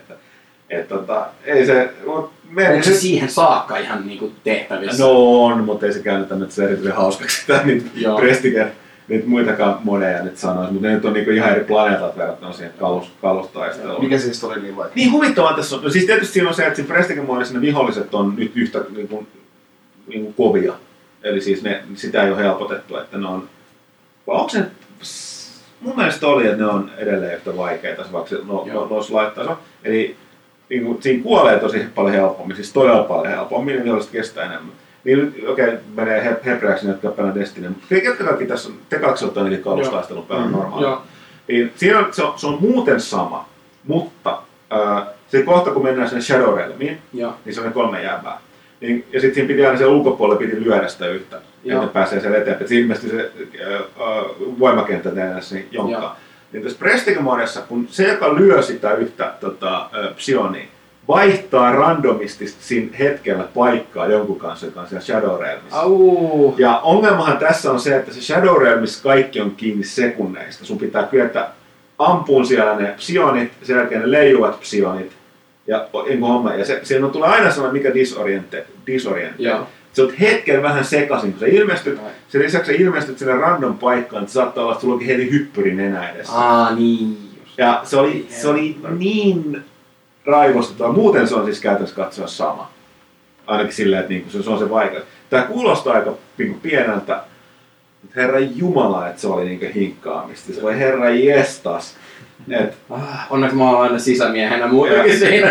Ei se... Onko se siihen saakka ihan niinku tehtävissä? No on, mutta ei se käännetä nyt se erityisen hauskaksi, että niitä Prestige, niitä muitakaan moneja nyt sanoisi, mutta ne nyt on niinku ihan eri planeetat verrattuna siihen kalustaisteluun. Mikä siis oli niin vaikea? Niin huvittavaa tässä on. No siis tietysti siinä on se, että siinä Prestige-modissa ne viholliset on nyt yhtä niinku kovia. Eli siis sitä ei ole helpotettu, että ne on... Vai onko se... Mun mielestä oli, että ne on edelleen yhtä vaikeita, vaikka se noissa laittaisi. Eli niin siinä kuolee tosi paljon helpommin, siis todella paljon helpommin, niin viholliset kestää enemmän. Niin okei, menee hebreaksi, jotka pelaa Destiny. Ketkä kaikki tässä on, te kaksi olette ainakin kalustaistelun pelaa normaali. Niin siinä se on muuten sama, mutta se kohta kun mennään sinne Shadow Realmiin, niin se on ne 3 jäävää. Niin, ja sitten siinä piti aina sen ulkopuolella piti lyödä sitä yhtä, että pääsee siellä eteenpäin. Siinä ilmeisesti se voimakenttä tehdään niin jonkkaan. Niin tässä Prestige-modessa, kun se, joka lyö sitä yhtä psionia, vaihtaa randomisti siinä hetkellä paikkaa jonkun kanssa, joka on siellä Shadow Realmissa. Ja ongelmahan tässä on se, että se Shadow Realmissa kaikki on kiinni sekunneista. Sun pitää kyetä ampuun siellä ne psionit, sen jälkeen ne leijuvat psionit. Ja siinä tulee aina sellainen, mikä disoriente. Sä oot hetken vähän sekaisin, kun sä ilmestyt. Sen lisäksi sä ilmestyt sinne random paikkaan, että saattaa olla, että sulla onkin heti hyppyri nenä edessä. Niin. Ja se oli niin raivostuttava. Muuten se on siis käytännössä katsoa sama. ainakin silleen, että niinku se on se vaikea. Tää kuulostaa aika niinku pieneltä, mutta herra jumala, että se oli niinku hinkkaamista. Se oli herra jestas. Onneksi mä oon aina sisämiehenä muutenkin siinä.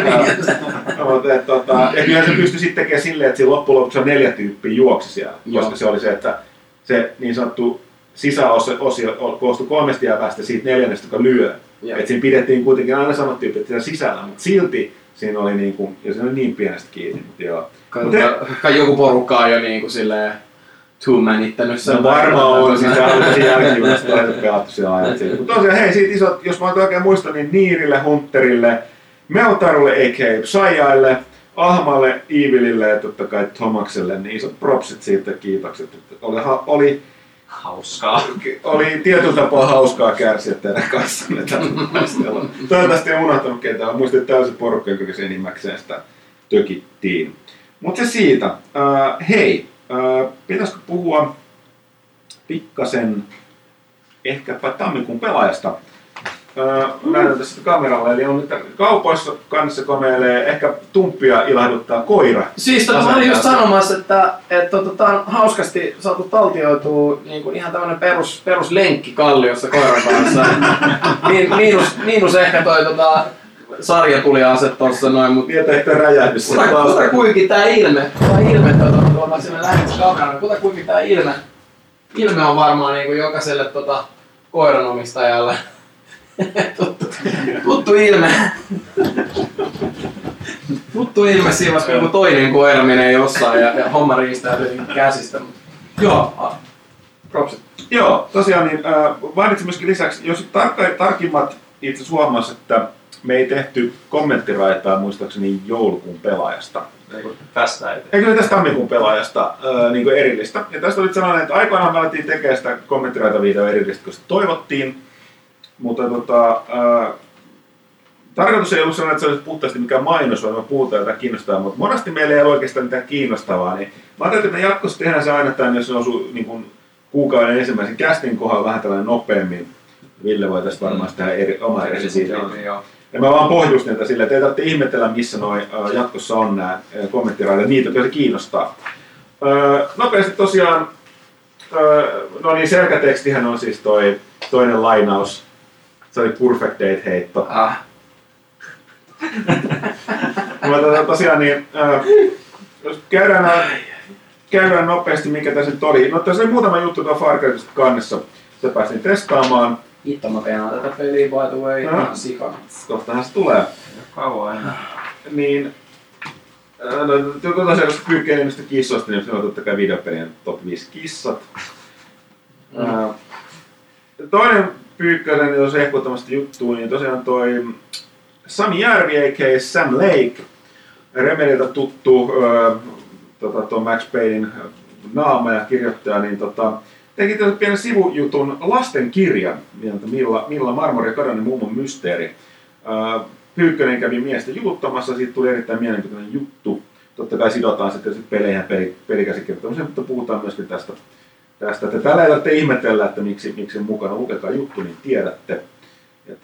Ja kyllä se pystyi sitten tekemään silleen, että siinä loppujen lopuksi 4 tyyppiä juoksi siellä. Koska se oli se, että se niin sanottu sisäosio koostui 3 jäävästä siitä 4, joka lyö. Että siinä pidettiin kuitenkin, aina sanottiin, että siellä sisällä, mutta silti siinä oli niinku, ja se oli niin pienestä kiinni. Kai joku porukka on jo niinku silleen two-manittänyt sen. No varmaan on, siis tää oli tosi jälkijunasta toiset pelattu siellä ajat. Mutta tosiaan hei, siitä isot, jos mä oikein muistan, niin Niirille, Hunterille, Meotarulle a.k.a. Psyaille, Ahmalle, Evilille ja totta kai Tomakselle, niin isot propsit siitä ja kiitokset. Oli hauskaa. Oli tietyllä tapaa hauskaa kärsiä teidän kanssanne tällä taistelua. Toivottavasti en unohtanut ketään. Muistin, että täysin porukka, joka enimmäkseen sitä tökittiin. Mutta se siitä. Hei, pitäisikö puhua pikkasen ehkäpä tammikuun pelaajasta? Näytän tässä kameralla, eli on nyt kaupoissa kanssa komeilee, ehkä tumppia ilahduttaa koira. Siis mä olin just sanomassa, että tää on hauskasti saatu taltioitua niin ihan tämmönen perus lenkki kalliossa koiran kanssa. Miinus ehkä toi sarja tuli aset tossa noin, mut Mietä räjähdys. Kutakuinkin tää ilme tuolla sinne lähes kameraan, kutakuinkin tää ilme on varmaan niinku jokaiselle koiranomistajalle tuttu ilme. Tuttu ilme siinä vaiheessa, kun joku toinen koira menee jossain ja homma riistää jotenkin käsistä. Joo, propsit. Joo, tosiaan niin mainitsin myöskin lisäksi, jos tarkimmat itse asiassa huomasi, että me ei tehty kommenttiraitaa muistaakseni joulukuun pelaajasta. Eikö se tästä tammikuun pelaajasta niin kuin erillistä? Ja tästä oli sellainen, että aikoinaan me alettiin tekemään sitä kommenttiraita-videoa erillistä, koska toivottiin. Mutta tarkoitus ei ollut sellainen, että se olisi puhtaasti mikään mainos, vaan me puhutaan jotain kiinnostavaa, mutta monesti meillä ei ole oikeastaan mitään kiinnostavaa. Niin mä ajattelin, että me jatkossa tehdään se aina tämän, jos se osuu niin kuin kuukauden ensimmäisen castin kohdalla vähän tällainen nopeammin. Ville voi tästä varmaan tehdä oma eri siitä. Ja mä vaan pohjustin niitä silleen, että ei tarvitse ihmetellä, missä noi jatkossa on nämä kommenttiraidat, niitä, jotka se kiinnostaa. Nopeasti tosiaan, no niin, selkätekstihän on siis toi toinen lainaus. Se oli Perfect Date-heitto. Mutta tosiaan niin, jos käydään nopeasti, mikä tässä nyt oli. No tässä oli muutama juttu tuon Far Cry kannessa, sitä päästiin testaamaan. Hitto mä peenaan tätä peliä, by the way, ihan sikana. Kohtahan se tulee. Kauan enää. Niin, tosiaan jos pyykkää niistä kissoista, niin se on totta kai videopelien top 5 kissat. Toinen pyykkäinen, jos ehkuuttamasta juttua, niin tosiaan toi Sami Järvi, a.k.a. Sam Lake, Remediltä tuttu tuo Max Paynein naama ja kirjoittaja, niin teki tällaisen pienen sivujutun lastenkirjan nimeltä Milla Marmori ja kadonnut mummon mysteeri. Pyykkönen kävi miestä jututtamassa, siitä tuli erittäin mielenkiintoinen juttu. Totta kai sidotaan sitten peleihin ja pelikäsikirjoittamiseen, mutta puhutaan myöskin tästä. Että täällä ei tarvitse ihmetellä, että miksi mukana. Lukekaa juttu, niin tiedätte. Ja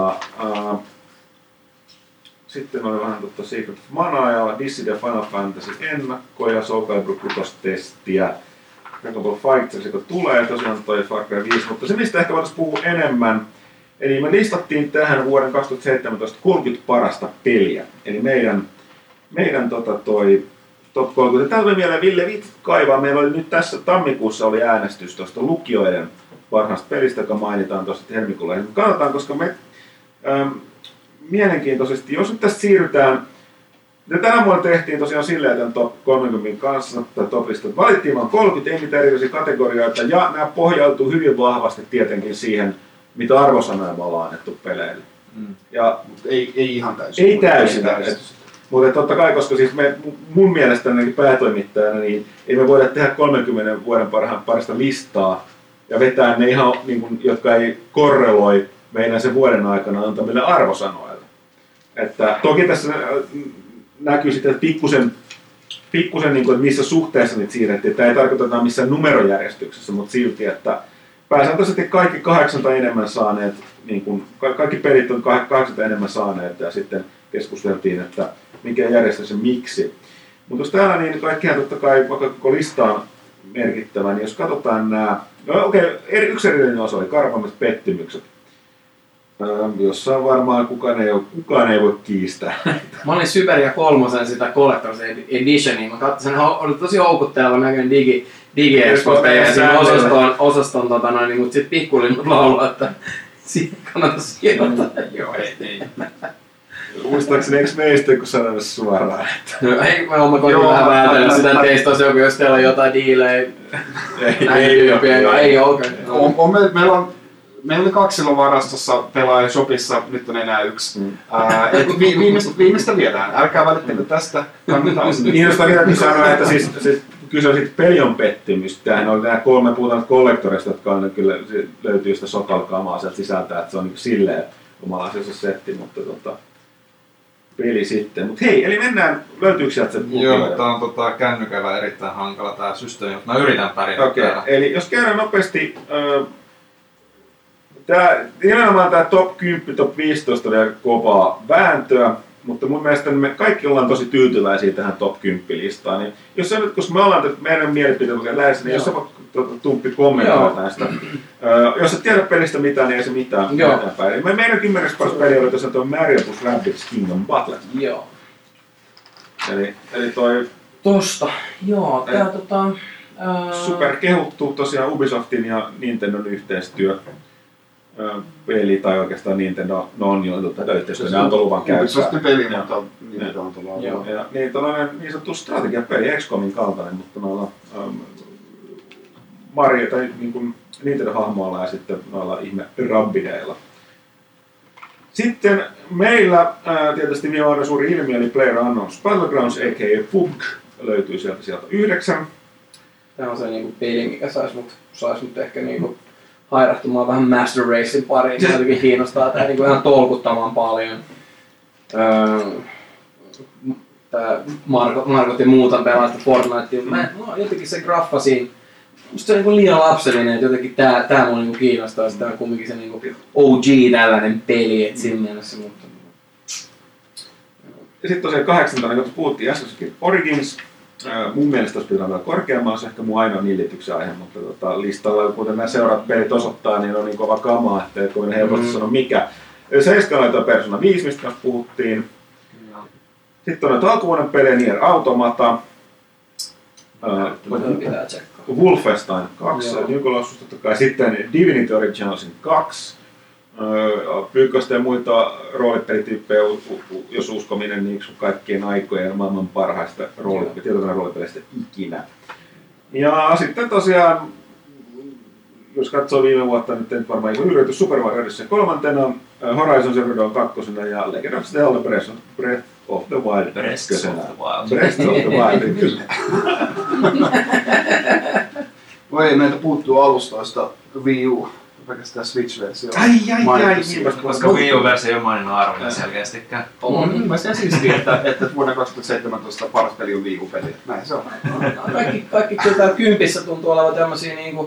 sitten oli vähän Secret of Mana ja Dissidia ja Final Fantasy ennakkoja, Soul Calibur 6-testiä. Rainbow Fighters, joka tulee, tosiaan toi Far Cry 5, mutta se mistä ehkä voitaisiin puhua enemmän, eli me listattiin tähän vuoden 2017 30 parasta peliä, eli meidän toi top 30. Täällä oli vielä Ville Vitt kaivaa, meillä oli nyt tässä tammikuussa oli äänestys tuosta lukijoiden parhaasta pelistä, joka mainitaan tuossa helmikuulla. Katsotaan, koska me mielenkiintoisesti, jos nyt tästä siirrytään. Ja tänä vuonna tehtiin tosiaan silleen tämän top 30 kanssa, tai top-listat. Valittiin vain 30, ei mitään erilaisia kategorioita, ja nämä pohjautuu hyvin vahvasti tietenkin siihen, mitä arvosanoja me ollaan annettu peleille. Ja ei ihan täysin. Ei täysin. Mutta totta kai, koska siis mun mielestä päätoimittajana, niin ei me voida tehdä 30 vuoden parasta listaa, ja vetää ne ihan, niin kuin, jotka ei korreloi meidän sen vuoden aikana antamille arvosanoille. Että toki tässä näkyy sitten, että pikkusen niin kuin, että missä suhteessa niitä siirrettiin. Tämä ei tarkoita missään numerojärjestyksessä, mutta silti, että pääsääntöisesti kaikki 8 tai enemmän saaneet, niin kuin, kaikki pelit on 8 tai enemmän saaneet, ja sitten keskusteltiin, että mikä järjestys ja miksi. Mutta jos täällä niin kaikkihan totta kai, vaikka koko lista on merkittävä, niin jos katsotaan nämä, yksi erillinen osa oli karvaimet pettymykset. Jossain varmaan kukaan ei voi kiistää. Mä olin Syberia 3 sitä Collector's Editionia. Mä katsoin, se oli tosi houkutteleva näköinen digi-exposta ja siinä osaston mutta sit pikkulinnut laulaa, että siihen kannattaa sijoittaa. Joo, ei. Muistaakseni eikö meistä kun sanoa suoraan? No ei, mä koitin vähän päätellä sitä, että teistä olisi joku, jos teillä on jotain diilejä. Ei okei. Meillä oli 2 silloin varastossa pelaajan shopissa, nyt on enää 1. Viimeistä viedään, älkää välittäkö tästä. Niin jos täytyy sanoa, että siis kyse on sitten pelion pettymys. Tämähän oli nämä 3 puhutaan kollektoreista, jotka on kyllä löytyy sitä sokalkaamaa sieltä sisältä, että se on niin silleen omanlaisensa setti, mutta peli sitten. Mutta hei, eli mennään, löytyykö sieltä se puhutaan? Joo, tää on kännykällä erittäin hankala tää systeemi, mutta mä yritän pärjätä täällä. Eli jos käydään nopeasti, nimenomaan tämä top 10, top 15 oli aika kovaa vääntöä, mutta mun mielestä me kaikki ollaan tosi tyytyväisiä tähän top 10-listaan. Niin jos sä nyt, koska me ollaan meidän mielipiteet lähes, niin jos sä voit Tumppi kommentoida näistä. Jos et tiedä pelistä mitään, niin ei se mitään päin. Meidän 10. paras peli oli tosiaan tuo Mario plus Rabbids Kingdom Battle. Joo. Eli toi... Tosta, joo. Tää super kehuttu tosiaan Ubisoftin ja Nintendon yhteistyö. Peli tai oikeastaan Nintendo on jo yhteistyö, ne antoi luvan käyttää. Ubisoftin peli, mutta Nintendo antoi luvan. Joo, ja niin tällainen niin sanottu strategiapeli, XCOMin kaltainen, mutta noilla Mario tai niin kuin Nintendo-hahmoilla ja sitten noilla ihme rabbideilla. Sitten meillä tietysti viime vuonna suuri ilmiö oli PlayerUnknown's Battlegrounds a.k.a. PUBG löytyy sieltä 9. Tämä on se niinku peli, mikä sais mut ehkä niinku hairahtumaan vähän Master Racein pariin. Se jotenkin kiinnostaa tää niinku ihan tolkuttamaan paljon. Tää Margot ja muuta pelaa Fortnitea. Jotenkin se graffa siinä. Musta se on niinku liian lapsellinen, että jotenkin tää mun niinku kiinnostaa. Tää on kumminkin se niinku OG tällainen peli, et siinä mielessä. Mutta... Ja sitten tosiaan 18, kun puhuttiin Assassin's Creed Origins. Mun mielestä olisi pitänyt olla korkeammalla, se on ehkä mun ainoa nillityksen aihe, mutta listalla, kuten nämä seuraavat pelit osoittaa, niin on niin kova kamaa, että ei kovin helposti sano mikä. 7 oli tuo Persona 5, mistä puhuttiin. Sitten on näitä alkuvuoden pelejä, Nier Automata. Wolfenstein 2, New Colossus totta kai. Sitten Divinity Originalsin 2. Pyykköstä ja muita roolipelityyppejä, jos uskominen niin kaikkien aikojen ja maailman parhaista tietokoneen roolipeleistä ikinä. Ja sitten tosiaan, jos katsoo viime vuotta, nyt en varmaan ihan yritys Super Mario Odyssey 3, Horizon Zero Dawn 2 ja Legend of Zelda Breath of the Wild. Breath of the Wild, kyllä. Voi, meiltä puuttuu alustoista Wii U. Pelkästään Switch-versio. Koska Wii U-versio ei ole maininnan arvoinen selkeästikään. Mä sen siistiä, että vuonna 2017 paras peli on Wii U-peli. Näin se on. Kaikki kyllä täällä 10 tuntuu olevan tämmösiä niinku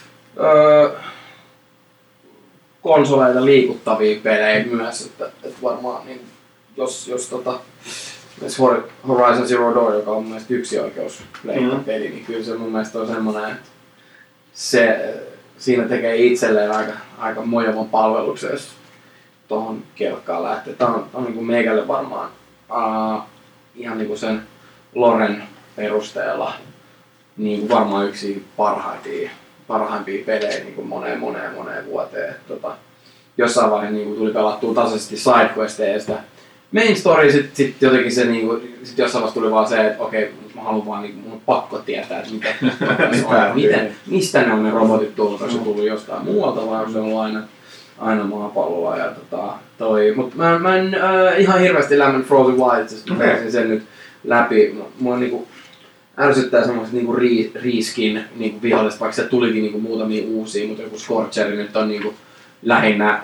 konsoleita liikuttavia pelejä myös, että varmaan niin, jos Horizon Zero Dawn, joka on mun mielestä yksioikeus-peli, niin kyllä se mun mielestä on semmoinen, että siinä tekee itselleen aika mojovan palveluksen, jos tuohon kelkkaan lähtee. Tämä on niin kuin meikälle varmaan ihan niin kuin sen Loren perusteella niin kuin varmaan yksi parhaimpia pelejä niin kuin moneen vuoteen. Jossain vaiheessa niin kuin tuli pelattua tasaisesti sidequesteja ja sitä main story, sit jotenkin se niinku, sit jossain vaiheessa tuli vaan se, että okei, mä haluan vaan niinku, mun on pakko tietää, että mistä ne on ne robotit tullut, onko se tullut jostain muualta vai onko se ollut aina maapallolla ja mut mä en ihan hirveästi lämmän Frozen Wilds, mä pääsin sen nyt läpi, mua niinku ärsyttää semmoiset niinku Riiskin niinku viholliset, vaikka se tulikin niinku muutamia uusia, mutta joku Scorcheri nyt on niinku lähinnä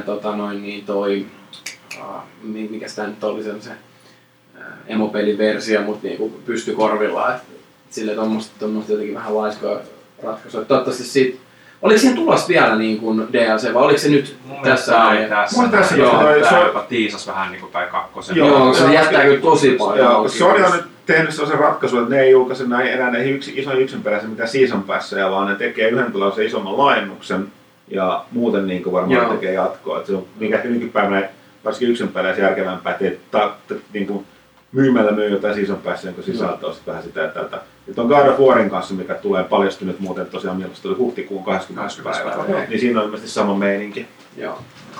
mikäs tää nyt oli se emopeliversio, mutta niinku pystykorvilla, että sille tommoista jotenkin vähän laiskoa ratkaisua. Toivottavasti siitä, oliko siihen tulossa vielä niin kuin DLC vai oliko se nyt tässä? Tässä jopa tiisas vähän niinku päin kakkosen. Joo, se jättää kyllä tosi paljon. Sony on nyt tehnyt sellaisen ratkaisun, että ne ei julkaise enää näihin isoin yksinperäisen mitään season passeja, vaan ne tekee yhden tällaisen isomman laajennuksen ja muuten niin varmaan tekee jatkoa. Että se on mikä nykypäivänä varsinkin yksinperäisen järkevämpää, että niin myymällä myy jotain season passia, jonka sisältö on vähän sitä ja tätä. Nyt on God of Warin kanssa, mikä tulee paljastunut muuten tosiaan mielestäni oli huhtikuun 20. päivä. Niin siinä on ilmeisesti sama meininki. Joo.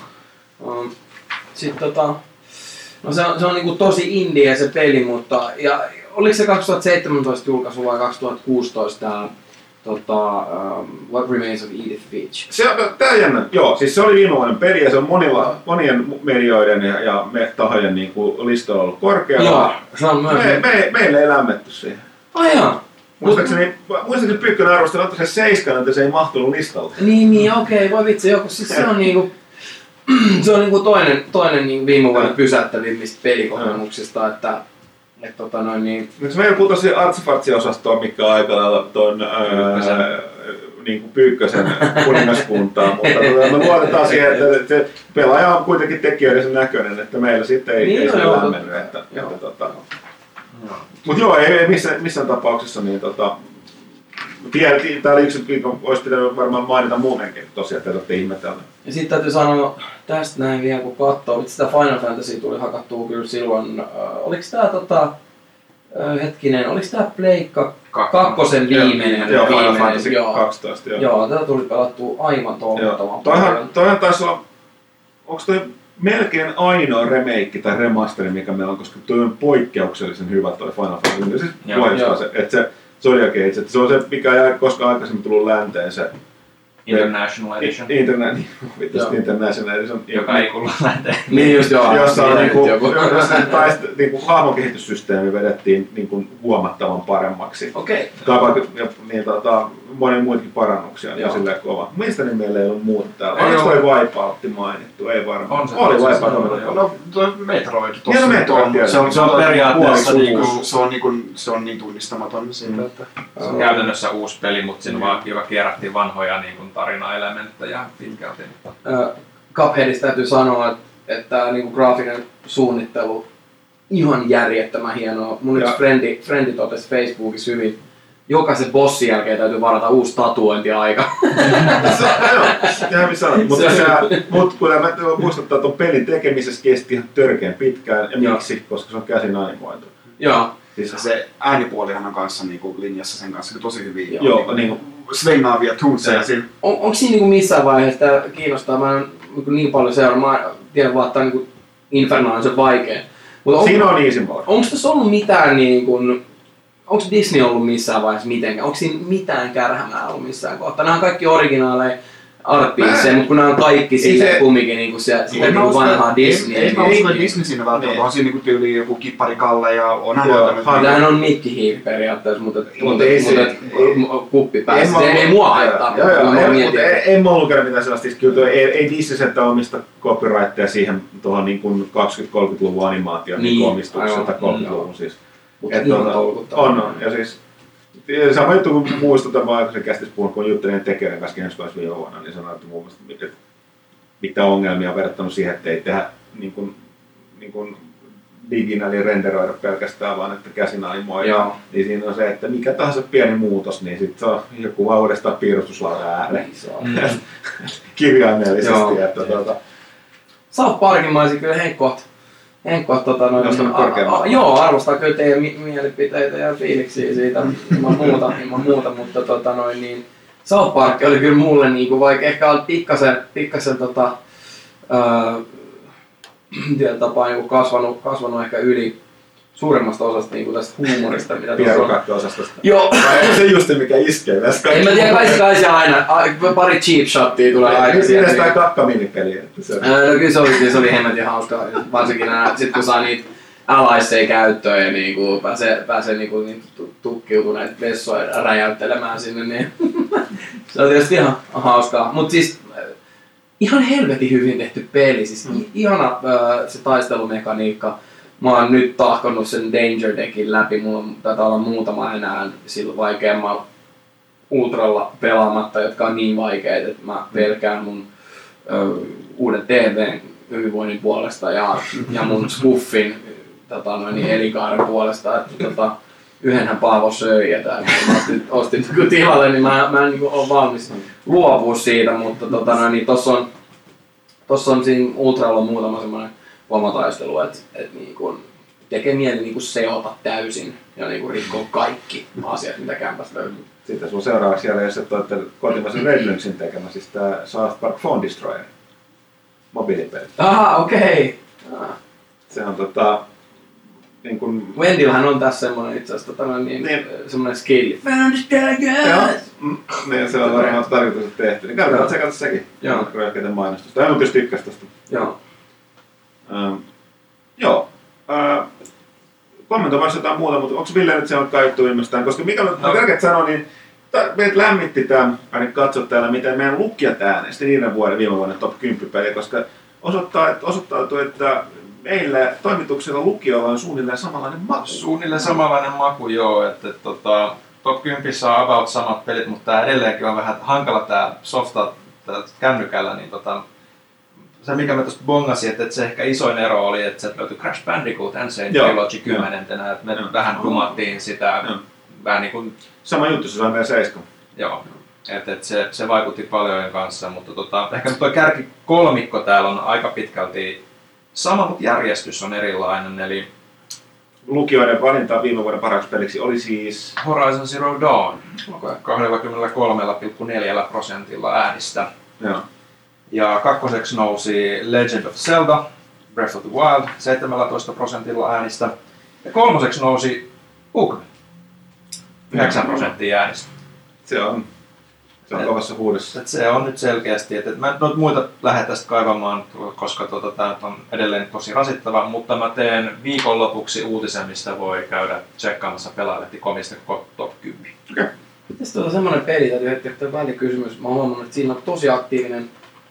Sitten no se on niinku tosi indie se peli, mutta ja oliko se 2017 julkaisu vai 2016 tää What Remains of Edith Finch? Tää on jännä. Joo, siis se oli viime vuoden peli ja se on monien medioiden ja tahojen niinku listoilla ollut korkealla. Joo, se on myös. Meille ei lämmetty siihen. Ai jaa. Muistaakseni Pyykkönen arvosteli, että se 7, että se ei mahtunut listalle. Niin, okei, voi vitsi, joku siis se on niinku se on niinku toinen niinku viime vuoden pysäyttävimmistä pelikokemuksista, että niin. Meillä putosi Artsifartsi-osastoon, mikä on aika lailla tuon niinku Pyykkösen kuningaskuntaa, mutta me luotetaan siihen, että se pelaaja on kuitenkin tekijöiden näköinen, että meillä sitten ei se lämmennyt. Mutta joo, ei missään tapauksessa niin täällä yksi olisi pitänyt varmaan mainita muutenkin tosiaan, että olette ihmetellä. Ja sitten täytyy sanoa tästä näin vielä kun katsoo, että sitä Final Fantasy tuli hakattua kyllä silloin, oliko tää hetkinen, oliko tää Pleikka 2 viimeinen? Joo, Final Fantasy 12, joo. Joo, tätä tuli pelattua aivan tolkuttavan paljon. Toihan taisi olla, onko toi melkein ainoa remake tai remasteri, mikä meillä on, koska toi on poikkeuksellisen hyvä toi Final Fantasy. Siis pohjastaa se, että se Zodiac Age, että se on se, mikä ei koskaan aikaisemmin tullut länteen se International Edition. International Edition. Joka ei kuulu länteen. Niin just joo. Jossa on niinku hahmon kehityssysteemi vedettiin niinku huomattavan paremmaksi. Okei. Monen muitakin parannuksia niin silleen kova. Mielestäni meillä ei ollut muuta täällä. Oliko toi Wipeout mainittu? Ei varmaan. On se. Oli Wipeout. No toi Metroid tossa. Se on periaatteessa se on niin tunnistamaton siitä, että se on käytännössä uusi peli, mutta siinä vaan joka kierrätti vanhoja niin tarinaelementtejä pitkälti. Cupheadista täytyy sanoa, että niin graafinen suunnittelu ihan järjettömän hienoa. Mun yksi frendi totesi Facebookissa hyvin, jokaisen bossin jälkeen täytyy varata uusi tatuointiaika. Mutta kun muistuttaa, että pelin tekemisessä kesti ihan törkeän pitkään. Ja miksi? Koska se on käsin animoitu. Joo. Siis se äänipuolihan on kanssa niinku linjassa sen kanssa tosi hyvin. Joo, niinku svengaavia tuneseja siinä. Onko siinä niinku missään vaiheessa tämä kiinnostaa? Mä en niin paljon seuraa. Mä tiedän vaan, että niinku infernaalisen vaikea. Siinä on easy mode. Onko tässä ollut mitään niinku... Onko Disney ollut missään vaiheessa mitenkään? Onko siinä mitään kärhämää ollut missään kohtaa? Nämä on kaikki originaaleja art-piecejä, mutta kun nämä on kaikki silleen kumminkin niinku sitä niinku vanhaa Disneyä. Ei mä usko, että Disney siinä välttämättä on siinä niinku tyyliin joku Kippari Kalle ja onhan tämähän on Mikki Hiiri periaatteessa, mutta kuppi päässä. Se ei mua haittaa. Ei mä lukenut mitään sellaista. Kyllä ei Disney sen omista copyrightteja siihen tuohon 20-30-luvun animaatioon omistuksessa tai 30-luvun siis. On. Ja siis sama juttu kun muistutan vaan, kun se kästis puhun, kun juttelin tekijöiden kanssa ensi viime vuonna, niin sanoin, että mun mielestä mitä ongelmia on verrattuna siihen, että ei tehdä niin kuin diginä eli renderoida pelkästään, vaan että käsin animoidaan. Niin siinä on se, että mikä tahansa pieni muutos, niin sitten se on joku vaan uudestaan piirustuslaudan ääreen. Kirjaimellisesti. South Parkin mä olisin kyllä henkkoht arvostaa kyllä teidän mielipiteitä ja fiiliksiä siitä ilman muuta, mutta South Park oli kyllä mulle niinku, vaikka ehkä on pikkasen tietyllä tapaa niinku kasvanut ehkä yli suuremmasta osasta niinku tästä huumorista, mitä Pierukakka-osastosta. Joo. Se just se, mikä iskee tässä. En mä tiedä, kai se aina, pari cheap shottia tulee aina sieltä. Mielestäni kakka-minipeliä. No kyllä se oli hemmetin hauskaa, varsinkin sit kun saa niitä alaisseja käyttöön ja niinku pääsee niinku tukkiutuneet vessoja räjäyttelemään sinne, niin se on tietysti ihan hauskaa. Mut siis ihan helvetin hyvin tehty peli, siis ihana se taistelumekaniikka. Mä oon nyt tahkonnut sen Danger Deckin läpi, mulla taitaa olla muutama enää sillä vaikeammalla ultralla pelaamatta, jotka on niin vaikeita, että mä pelkään mun uuden TVn hyvinvoinnin puolesta ja mun Scuffin elinkaaren puolesta, että yhdenhän Paavo söi ja ostin tilalle, niin mä en niin ole valmis luopua siitä, mutta tossa on siinä Ultralla on muutama semmoinen voimataistelu, että niin kuin tekee mieli niin kuin seota täysin ja niin kuin rikkoa kaikki asiat, mitä kämpästä löytyy. Sitten sun seuraavaksi jälleen, jos et olette kotimaisen Red Lynxin tekemä, siis tää South Park Phone Destroyer. Mobiilipeli. Aha, okei. Se on niin kun... Wendyllähän on tässä semmonen itse asiassa semmonen skill. Niin, se on varmaan tarkoitus tehty. Niin kannattaa tsekata sekin. Joo. Röyhkeiden mainostusta. Tämä on tietysti tykkäs tosta. Joo. Joo. Kommentoimassa jotain muuta, mutta onko Ville nyt se on kaiuttu viimeistään? Koska mikä Terket sanoi, niin meitä lämmitti tämä, ainakin katsot täällä, miten meidän lukijat äänesti viime vuoden top 10 peliä, koska osoittautui, että meillä toimituksella lukijoilla on suunnilleen samanlainen maku. Suunnilleen samanlainen maku, joo. Että top 10 on about samat pelit, mutta tää edelleenkin on vähän hankala tää softa kännykällä, niin se mikä mä tuosta bongasin, että se ehkä isoin ero oli, että se löytyi Crash Bandicoot Insane Trilogy 10. Että me vähän dumattiin sitä. Vähän niin kuin... Sama juttu, se sai meidän 7. Joo. Se vaikutti paljon kanssa, mutta ehkä tuo kärkikolmikko täällä on aika pitkälti sama, mutta järjestys on erilainen. Eli lukijoiden valinta viime vuoden parhaaksi peliksi oli siis Horizon Zero Dawn 23,4% äänistä. Joo. Ja kakkoseksi nousi Legend of Zelda Breath of the Wild 17% äänistä. Ja kolmoseksi nousi Pugme 9% äänistä. Se on kovassa huudessa. Se on nyt selkeästi, että mä en muita lähde tästä kaivamaan, koska tämä on edelleen tosi rasittava, mutta mä teen viikonlopuksi uutisen, mistä voi käydä tsekkaamassa Pelaajalehti.comista koko top 10. Okay. Tässä on semmoinen peli, täytyy heittää välikysymys. Mä oon huomannut, että siinä on tosi aktiivinen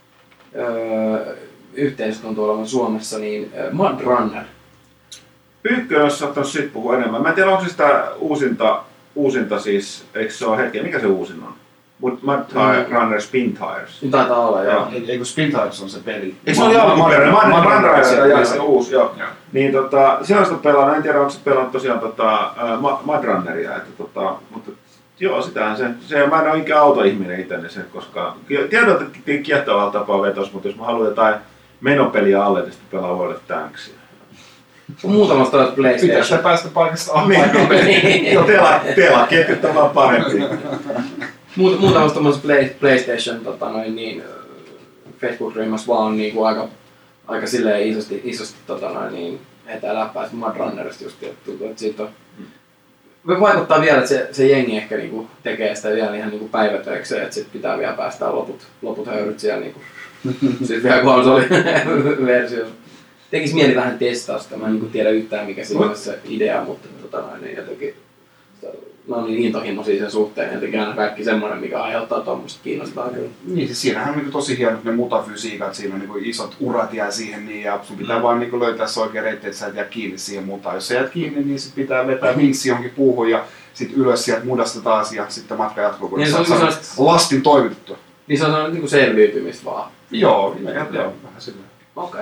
yhteisö on tuolla Suomessa, niin Mud Runner. Ykkönen olisi saattanut siitä puhua enemmän. Mä en tiedä, onko se sitä uusinta siis, eikö se ole hetki, mikä se uusin on? Mud Runner Spin Tires. Niin taitaa olla, joo. Eikö Spin Tires on se peli? Eikö se ole alkuperäinen? Mud Runner ja se uusi, joo. Niin se on sitä pelannut, en tiedä, onko se pelannut tosiaan Mud Runneria, mutta joo, sitähän se mä en ole ikään autoihminen itse, se, koska tiedän, että kiehtovalla tapaa vetos, mutta jos mä haluan jotain menopeliä alle, niin sitten pelaa World of Tanksia. Muutamasta olisi PlayStation. Pitäisi sitä päästä paikasta niin. Joo, tela ketjut on vaan parempi. Muutamasta PlayStation Facebook-ryhmässä vaan on niinku aika silleen isosti hetää läppää Mud Runnerista just tuntuu, että siitä on vaikuttaa vielä, että se jengi ehkä niinku tekee sitä vielä ihan niinku päivätöikseen, että sit pitää vielä päästää loput höyryt siellä niinku sit vielä konsoliversiossa. Tekis mieli vähän testaa sitä, mä en niinku tiedä yhtään mikä siinä on se idea, mutta jotenkin mä oon niin intohimoisia sen suhteen, jotenkin aina kaikki semmoinen, mikä aiheuttaa tuommoista kiinnostaa kyllä. Niin, siis siinähän on niin tosi hienot ne mutafysiikat, siinä on niin isot urat jää siihen niin, ja sun pitää vaan niin löytää se oikea reitti, että sä et jää kiinni siihen mutaan. Jos sä jäät kiinni, niin sit pitää vetää vinssi johonkin puuhun ja sit ylös sieltä mudasta taas ja sitten matka jatkuu, kun sä lastin toimitettua. Niin se on niin selviytymistä vaan? Joo, vähän silleen. Okei.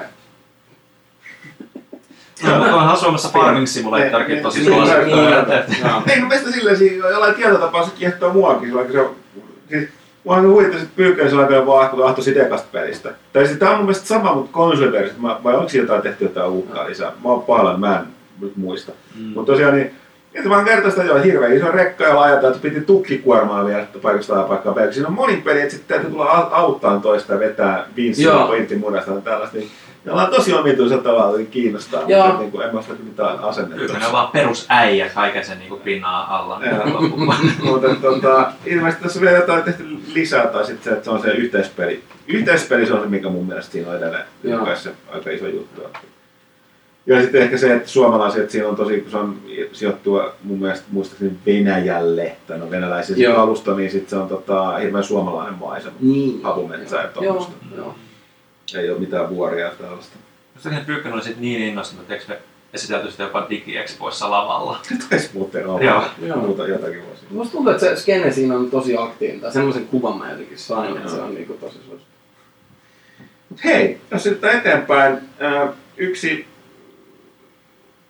Onhan Suomessa Farming Simulatorkin tosi suosittu. Ei, no meistä silleen jollain tietotapaa se kiehtoo muakin. Siis muahan huvitti sit Pyykkönen sillä aikaa vaan ahto sitekasta pelistä. Tai siis tää on mun mielestä sama, mutta konsoliversiot. Vai onko jotain tehty jotain uukkaa lisää? Mä oon pahoillani, mä en nyt muista. Mutta tosiaan niin, että mä kertaan sitä jo hirveän iso rekka ja laajata, että piti tukkikuormaa vielä paikasta paikkaa pelkästään. Siinä on monin peli, että sitten täytyy tulla auttaa toista ja vetää vinssiä irti mudasta ja tällaista. Ja ollaan tosi omituisella tavalla kiinnostaa, mutta niin kuin, en mä sitä mitään asennetta. Kyllä on vaan perusäijä kaiken sen niin pinnaa alla. Mutta ilmeisesti tässä on vielä jotain tehty lisää, tai sitten se, että se on se yhteispeli. Yhteispeli se on se, mikä mun mielestä siinä on edelleen se aika iso juttu. Ja sitten ehkä se, että suomalaiset siinä on tosi, kun se on sijoittua mun mielestä muistaakseni Venäjälle, tai no venäläisen alusta, niin sitten se on hirveän suomalainen maisema. Havumetsä ja tuommoista. Ei ole mitään vuoria ja tällaista. Muistaakseni Pyykkönen oli niin innostunut, että me esitelty sitä jopa Digi-Expoissa lavalla. Taisi muuten olla muuta jotakin vuosia. Musta tuntuu, että se skene siinä on tosi aktiivinen, tai semmoisen kuvan mä jotenkin sain, että se on niinku tosi suosittu. Hei, jos sitten eteenpäin, yksi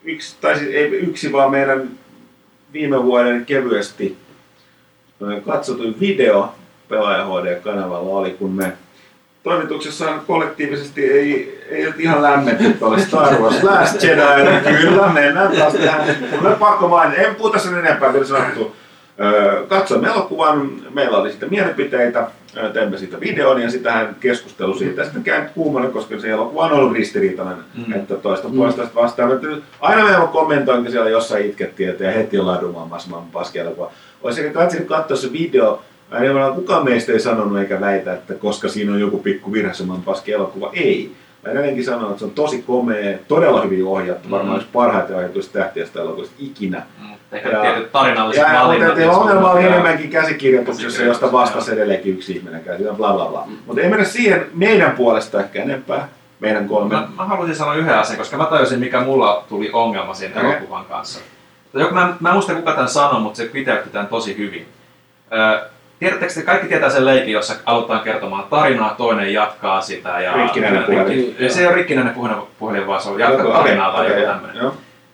yksi vaan meidän viime vuoden kevyesti katsotuin video Pelaaja HD-kanavalla oli, kun me toimituksessa kollektiivisesti ei ihan lämmenty tuolle Star Wars Last Jedi. Kyllä, mennään taas tähän. Mulla on pakko mainita, en puhuta sen enempää, kun sanottu. Katsoimme elokuvan, meillä oli sitten mielipiteitä, teimme siitä videon ja sitähän keskustelu siitä sitten käy kuumana, koska se elokuva on ollut ristiriitainen, että toista puolesta vastaan. Aina meillä on kommentointi siellä jossain itkettiin, että heti ollaan dumaamassa paski-elokuva. Olisi katsonut katsoa se video, kukaan meistä ei sanonut eikä väitä, että koska siinä on joku pikku virhe se paski-elokuva. Ei. Mä edelleenkin sanon, että se on tosi komea, todella hyvin ohjattu, varmaan yksi parhaiten ohjatuista tähtiöstä elokuvista ikinä. Ehkä tietyt tarinalliset valinnat. Ja ongelma oli enemmänkin käsikirjoituksessa, josta vastasi edelleenkin yksi ihminen käsitään, bla bla bla. Mutta ei mennä siihen meidän puolesta ehkä enempää, meidän kolme. Mä haluaisin sanoa yhden asian, koska mä tajusin, mikä mulla tuli ongelma siinä elokuvan kanssa. Mä en muista kuka tämän sanoi, mutta se kiteytti tämän tosi hyvin. Tiedättekö, että kaikki tietää sen leikin, jossa aloitetaan kertomaan tarinaa, toinen jatkaa sitä. Ja rikkinäinen puhelin. Se ei ole rikkinäinen puhelin, vaan se on jatkaa tarinaa tai joku tämmöinen.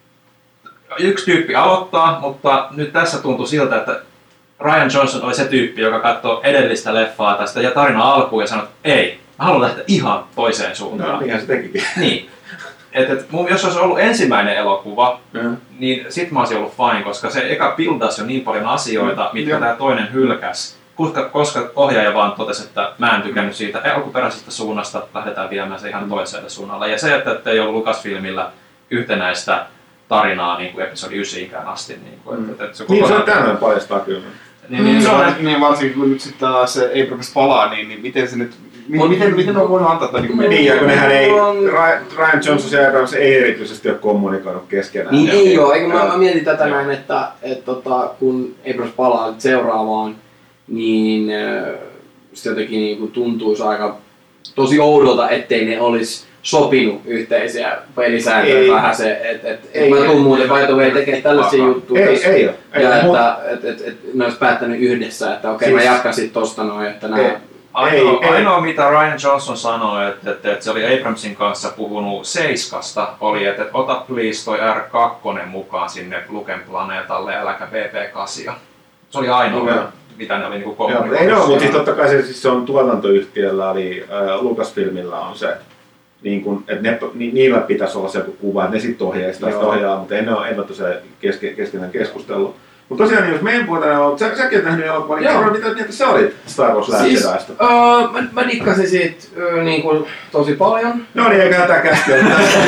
Yksi tyyppi aloittaa, mutta nyt tässä tuntui siltä, että Rian Johnson oli se tyyppi, joka katsoi edellistä leffaa tästä ja tarinaa alkuun ja sanoi, että ei, mä haluan lähteä ihan toiseen suuntaan. No, niinhän se tekikin. Niin. Jos olisi ollut ensimmäinen elokuva, niin sit mä olisin ollut fine, koska se eka buildasi jo niin paljon asioita, mitkä tämä toinen hylkäsi. Koska ohjaaja vaan totesi, että mä en tykännyt siitä alkuperäisestä suunnasta, lähdetään viemään se ihan toiselle suunnalle. Ja se, että ei ollut Lucasfilmillä yhtenäistä tarinaa niin kuin episodi 9 ikään asti. Niin se on tämmöinen paljastaa kyllä. Niin varsinkin kun nyt sitten se Abrams palaa, niin miten se nyt... Miten on voinut antaa tätä niin niin, ja kun nehän ei, Rian Johnson ja Abrams ei erityisesti ole kommunikoinut keskenään. Niin ei oo, eikö mä mietin tätä näin, että kun Abrams palaa seuraavaan, niin se jotenkin niin kuin tuntuisi aika tosi oudolta, ettei ne olisi sopinut yhteisiä pelisääntöjä vähän se, että mä tuun muuten by the way tekemään tällaisia juttuja. Ei ole. Ja että ne olisi päättänyt yhdessä, että okei, mä jatkan sit tosta noin, että nää... Ainoa mitä Rian Johnson sanoi, että se oli Abramsin kanssa puhunut 7, oli, että ota please toi R2 mukaan sinne Luken planeetalle, äläkä BP8. Se oli ainoa, mitä ne oli niinku kommunikoinut. Ei ole, mutta siis totta kai se on tuotantoyhtiöllä, eli Lucasfilmilla on se, niin kun, että niillä pitäisi olla se joku kuva, että ne sitten ohjaa, mutta en ole tosiaan keskenään keskustellut. Mutta tosiaan, jos meidän puolella on, säkin olet nähnyt elokuvan, niin mitä mieltä sä olit Star Wars Last Jediista? Mä dikkasin siitä niin kuin, tosi paljon. No niin, eiköhän tää kästi ole tässä.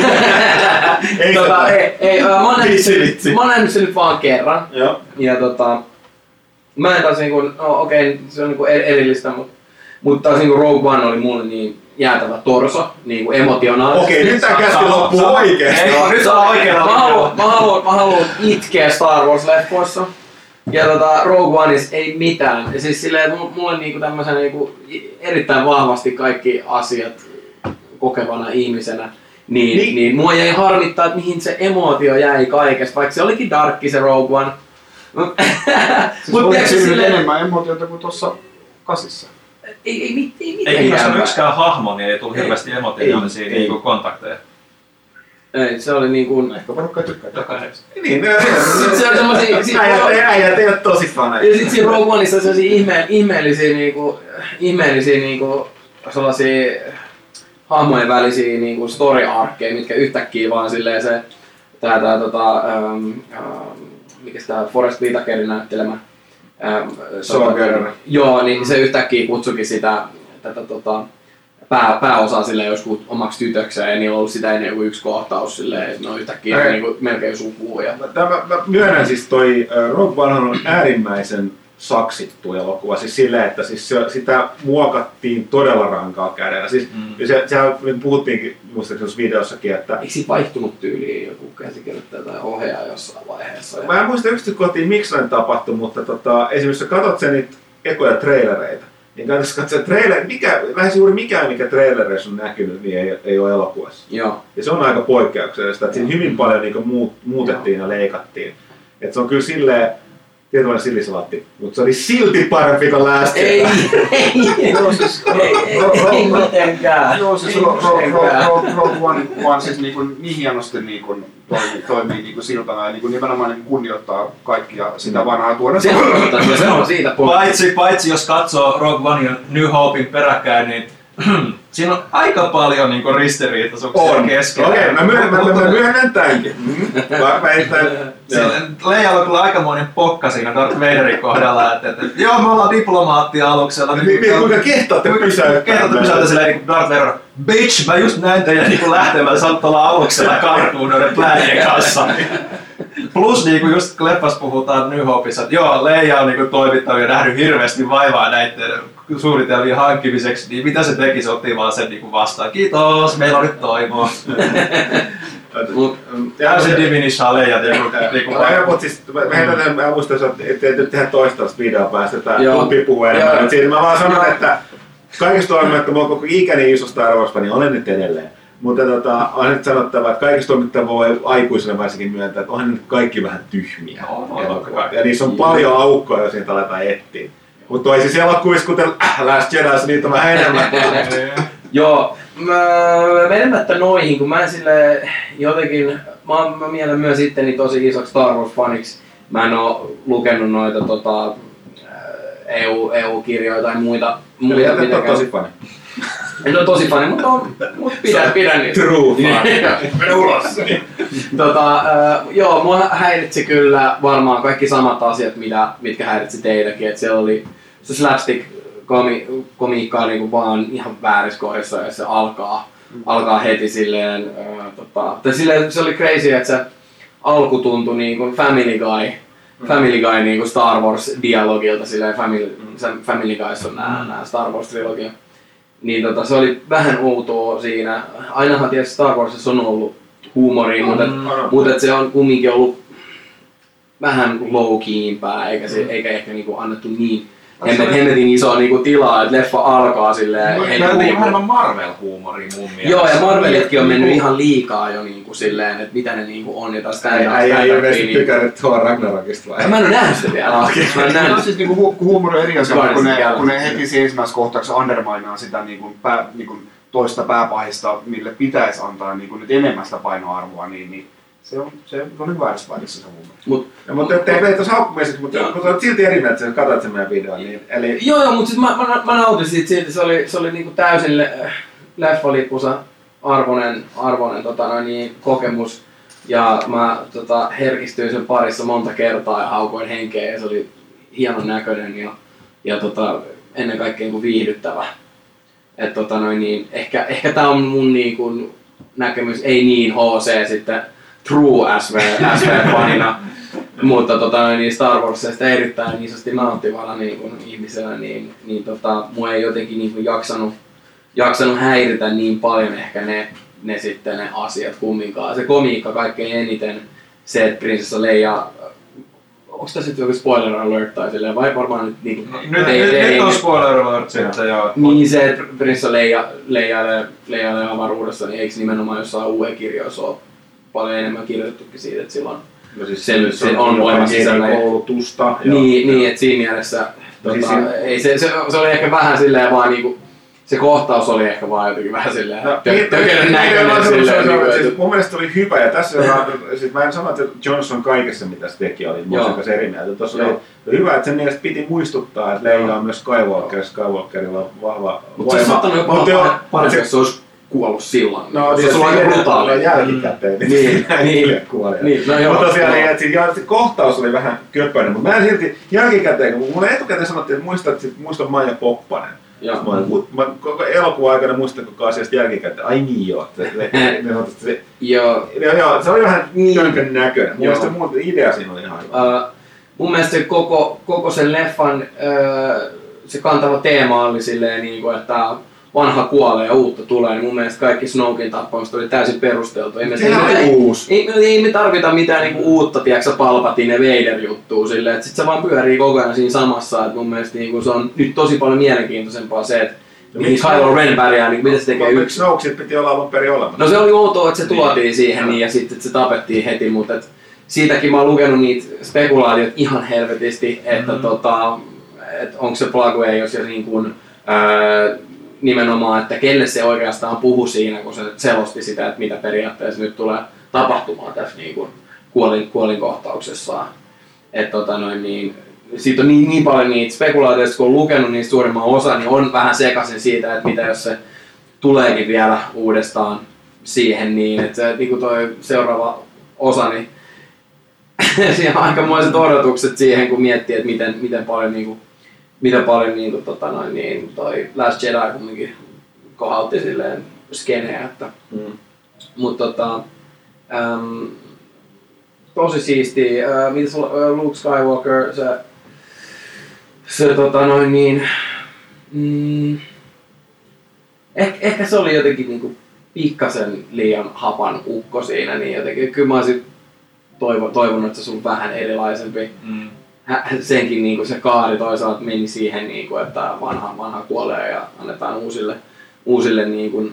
Mä oon nähnyt sen nyt vaan kerran. Joo. Ja mä en taas niinku, se on niinku erillistä, mutta taas niinku Rogue One oli mulle niin jäätävä torso, niinku emotionaalisesti. Okei, nyt tää kästi loppuu oikeesti. Nyt on oikein. Mä haluan itkeä Star Wars-leffoissa. Ja Rogue Oneissa ei mitään. Ja siis silleen, että mulle niinku tämmösen niinku erittäin vahvasti kaikki asiat kokevana ihmisenä, niin mua jäi harmittaa, että mihin se emootio jäi kaikesta, vaikka se olikin darkki se Rogue One. Mutta siinä enemmän emotiota kuin tuossa 8. Ei ei mitenkään. Yksikään hahmo, niin ei tullut hirveästi emotionaalisia niinku kontakteja. Ei, se oli niinku... Ehkä porukka tykkää jokaisesta. Niin, se on semmosia... Äijät ei oo tosi faneja. Ja sit siinä Rogue Oneissa on semmosia ihmeellisiä niinku sellaisia hahmojen välisiä niinku story-arkkeja, mitkä yhtäkkiä vaan silleen se... mikäs tää Forest Whitakerin näyttelemä? Joo, niin se yhtäkkiä kutsukin tätä pääosaa silleen joskus omaksi tytökseen ja niillä on ollut sitä ennen kuin yksi kohtaus silleen, että ne on yhtäkkiä niinku melkein sukua. Mä myönnän siis toi Rogue One on äärimmäisen saksittu elokuva, siis silleen, että siis sitä muokattiin todella rankaa kädellä. Siis sehän puhuttiinkin muistaakseni videossakin, että... Eikö siitä vaihtunut tyyliin joku käsikirjoittaja tai ohjaaja jossain vaiheessa? Mä en muista yksityiskohtiin miksi näin tapahtui, mutta esimerkiksi jos katsot sen niitä ekoja trailereita, niin kannattaa katsoa lähes juuri mikään, mikä trailereissa on näkynyt, niin ei ole elokuvassa. Joo. Ja se on aika poikkeuksellista, että siinä hyvin paljon niin muutettiin ja leikattiin. Että se on kyllä silleen, tietynlainen sillisalaatti, mutta se oli silti parempi kuin Last Jedi. Ei mitenkään. Joo, siis Rogue One siis niin hienosti toimii siltana ja nimenomaan kunnioittaa kaikkia sitä vanhaa tuoda. Se on siitä paitsi jos katsoo Rogue One ja New Hopein peräkkäin, niin siinä on aika paljon ristiriitaisuuksia keskellä. Okei, mä myönnän tämänkin. Leijalla on kyllä aikamoinen pokka siinä Darth Vaderin kohdalla, että joo, me ollaan diplomaattia-aluksella. Kuinka kehtaatte pysäyttää? Kehtaatte pysäyttää silleen niin Darth Vader, bitch, mä just näin teidän lähtemään, sä oot tuolla aluksella karkuun noiden pläänien kanssa. Plus just kun leffassa puhutaan New Hopeissa, että joo, Leija on toimittanut ja nähnyt hirveästi vaivaa näiden suunnitelmien hankkimiseksi, niin mitä se teki, se otti vaan sen vastaan. Kiitos, meillä on nyt toivoa. Täysin diminishaa Leijat. Mutta siis mä muistan, että ei nyt tehdä toista videoa päästetään, kumpi puhuu enemmän. Mä vaan sanon, että kaikista on, että mä oon koko ikäni iso Star Wars-fani, olen nyt edelleen. Mutta on nyt sanottava, että kaikista toimittajia voi aikuisena varsinkin myöntää, että onhan nyt kaikki vähän tyhmiä. Ja niissä on paljon aukkoja, jos niitä aletaan etsiä. Mutta toisissa elokuvissa, kuten Last Jedi, niitä on vähän enemmän. Joo, menemättä noihin, kun mä sille jotenkin, mä mielen myös itteni tosi isoksi Star Wars-faniksi. Mä en oo lukenut noita EU-kirjoja tai muita. Eli et ole tosi fani. En ole tosi fani, mutta pidän niitä. True fan. Mene ulos. Joo, mua häiritsi kyllä varmaan kaikki samat asiat, mitkä häiritsi teidäkin. Et siellä oli se slapstick-komiikka oli vaan ihan väärissä kohdissa ja se alkaa heti silleen. Se oli crazy, että se alku tuntui niin kuin Family Guy niin kuin Star Wars-dialogilta, silleen Family Guys on nämä Star Wars-trilogia. Niin se oli vähän outoa siinä. Ainahan tietysti Star Warsissa on ollut huumoria, mutta se on kumminkin ollut vähän low-keympää, eikä ehkä niinku annettu niin hemmetin isoa niinku tilaa, että leffa alkaa silleen. Tämä on vähän Marvel-huumoria mun mielestä. Joo, ja Marvelitkin on mennyt ihan liikaa jo niinku silleen, että mitä ne niinku on, jota Ei ilmeisesti tykännyt Thor Ragnarokista vai? Mä en oo nähnyt sitä vielä. Tämä on siis huumori eri asia, kun ne heti siinä ensimmäisessä kohtauksessa underminaa sitä toista pääpahista, mille pitäisi antaa nyt enemmän sitä painoarvoa, niin se on väärässä paikassa se huumori. Mutta ettei meitä tuossa haukkumiseksi, mutta olet silti eri mieltä, että katsoit sen meidän videon. Joo, mutta mä nautin siitä, se oli niinku täysin leffalippunsa arvoinen kokemus. Ja mä herkistyin sen parissa monta kertaa ja haukoin henkeä ja se oli hienon näköinen ja ennen kaikkea niinku viihdyttävä. Et ehkä tää on mun niinku näkemys, ei niin HC sitten true SV-fanina, mutta Star Warsista erittäin isosti nauttivalla ihmisenä, niin mua ei jotenkin jaksanut häiritä niin paljon ehkä ne sitten ne asiat kumminkaan. Se komiikka kaikkein eniten, se että prinsessa Leia, onko tässä joku spoiler alert tai silleen, vai varmaan nyt niinku... Nyt on spoiler alert sitten, joo. Niin se, että prinsessa Leijailee avaruudessa, niin eikö nimenomaan jossain UE-kirjoissa ole paljon enemmän kirjoitettukin siitä, että silloin no siis se on voima sisällä. Koulutusta. Niin, että siinä mielessä se oli ehkä vähän silleen vaan niinku, se kohtaus oli ehkä vaan jotenkin vähän silleen tökelen näköinen silleen. Mun mielestä oli hyvä ja tässä siis mä en sano, että Johnson kaikessa mitä se teki oli muusikas eri mieltä. Tuossa oli hyvä, että sen mielestä piti muistuttaa, että Leija on myös Skywalkerilla on vahva voima. Mutta se on saattanut jopa paremmin, jos se olisi kuollut silloin. No, se on aika brutaali. Jälkikäteen. Niin. Mutta tosiaan se kohtaus oli vähän köppöinen, mutta mä en silti jälkikäteen, kun mulle etukäteen sanottiin, että muista Maija Poppanen. Mä koko elokuvan aikana muistan koko asiasta jälkikäteen. Ai niin joo. Se oli vähän tölkön näköinen. Mun mielestä idea siinä oli ihan hyvä. Mun mielestä se koko sen leffan se kantava teema oli silleen, että vanha kuolee ja uutta tulee, niin mun mielestä kaikki Snoken tappamiset oli täysin perusteltu. Ei me tarvita mitään niinku uutta, tiiäksä, Palpatine Vader-juttua silleen, että sit se vaan pyörii koko ajan siinä samassa, että mun mielestä niinku se on nyt tosi paljon mielenkiintoisempaa se, että mihin Kylo Ren pärjää, niin mitä se tekee yksin. Snokes piti olla alun perin olemassa. No se oli outoa, että se tuotiin siihen niin, ja sitten se tapettiin heti, mutta siitäkin mä oon lukenut niitä spekulaatioita ihan helvetisti, että et onko se Plugway, jos se niin kuin, nimenomaan, että kelle se oikeastaan puhui siinä, kun se selosti sitä, että mitä periaatteessa nyt tulee tapahtumaan tässä niin kuin kuolinkohtauksessaan. Että niin, siitä on niin paljon niitä spekulaatioita, kun on lukenut niistä suurimman osa, niin on vähän sekaisin siitä, että mitä jos se tuleekin vielä uudestaan siihen niin, että se, niin kuin toi seuraava osa, niin siinä on aikamoiset odotukset siihen, kun miettii, että miten paljon toi Last Jedi kumminkin kohautti silleen skeneä, että mutta tosi siistiä, mitä Luke Skywalker, ehkä se oli jotenkin niinku pikkasen liian hapan ukko siinä, niin jotenkin kyllä mä olisin toivonut, että se on vähän erilaisempi. Senkin niinku se kaari toisaalta meni siihen, niinku, että vanha kuolee ja annetaan uusille niinku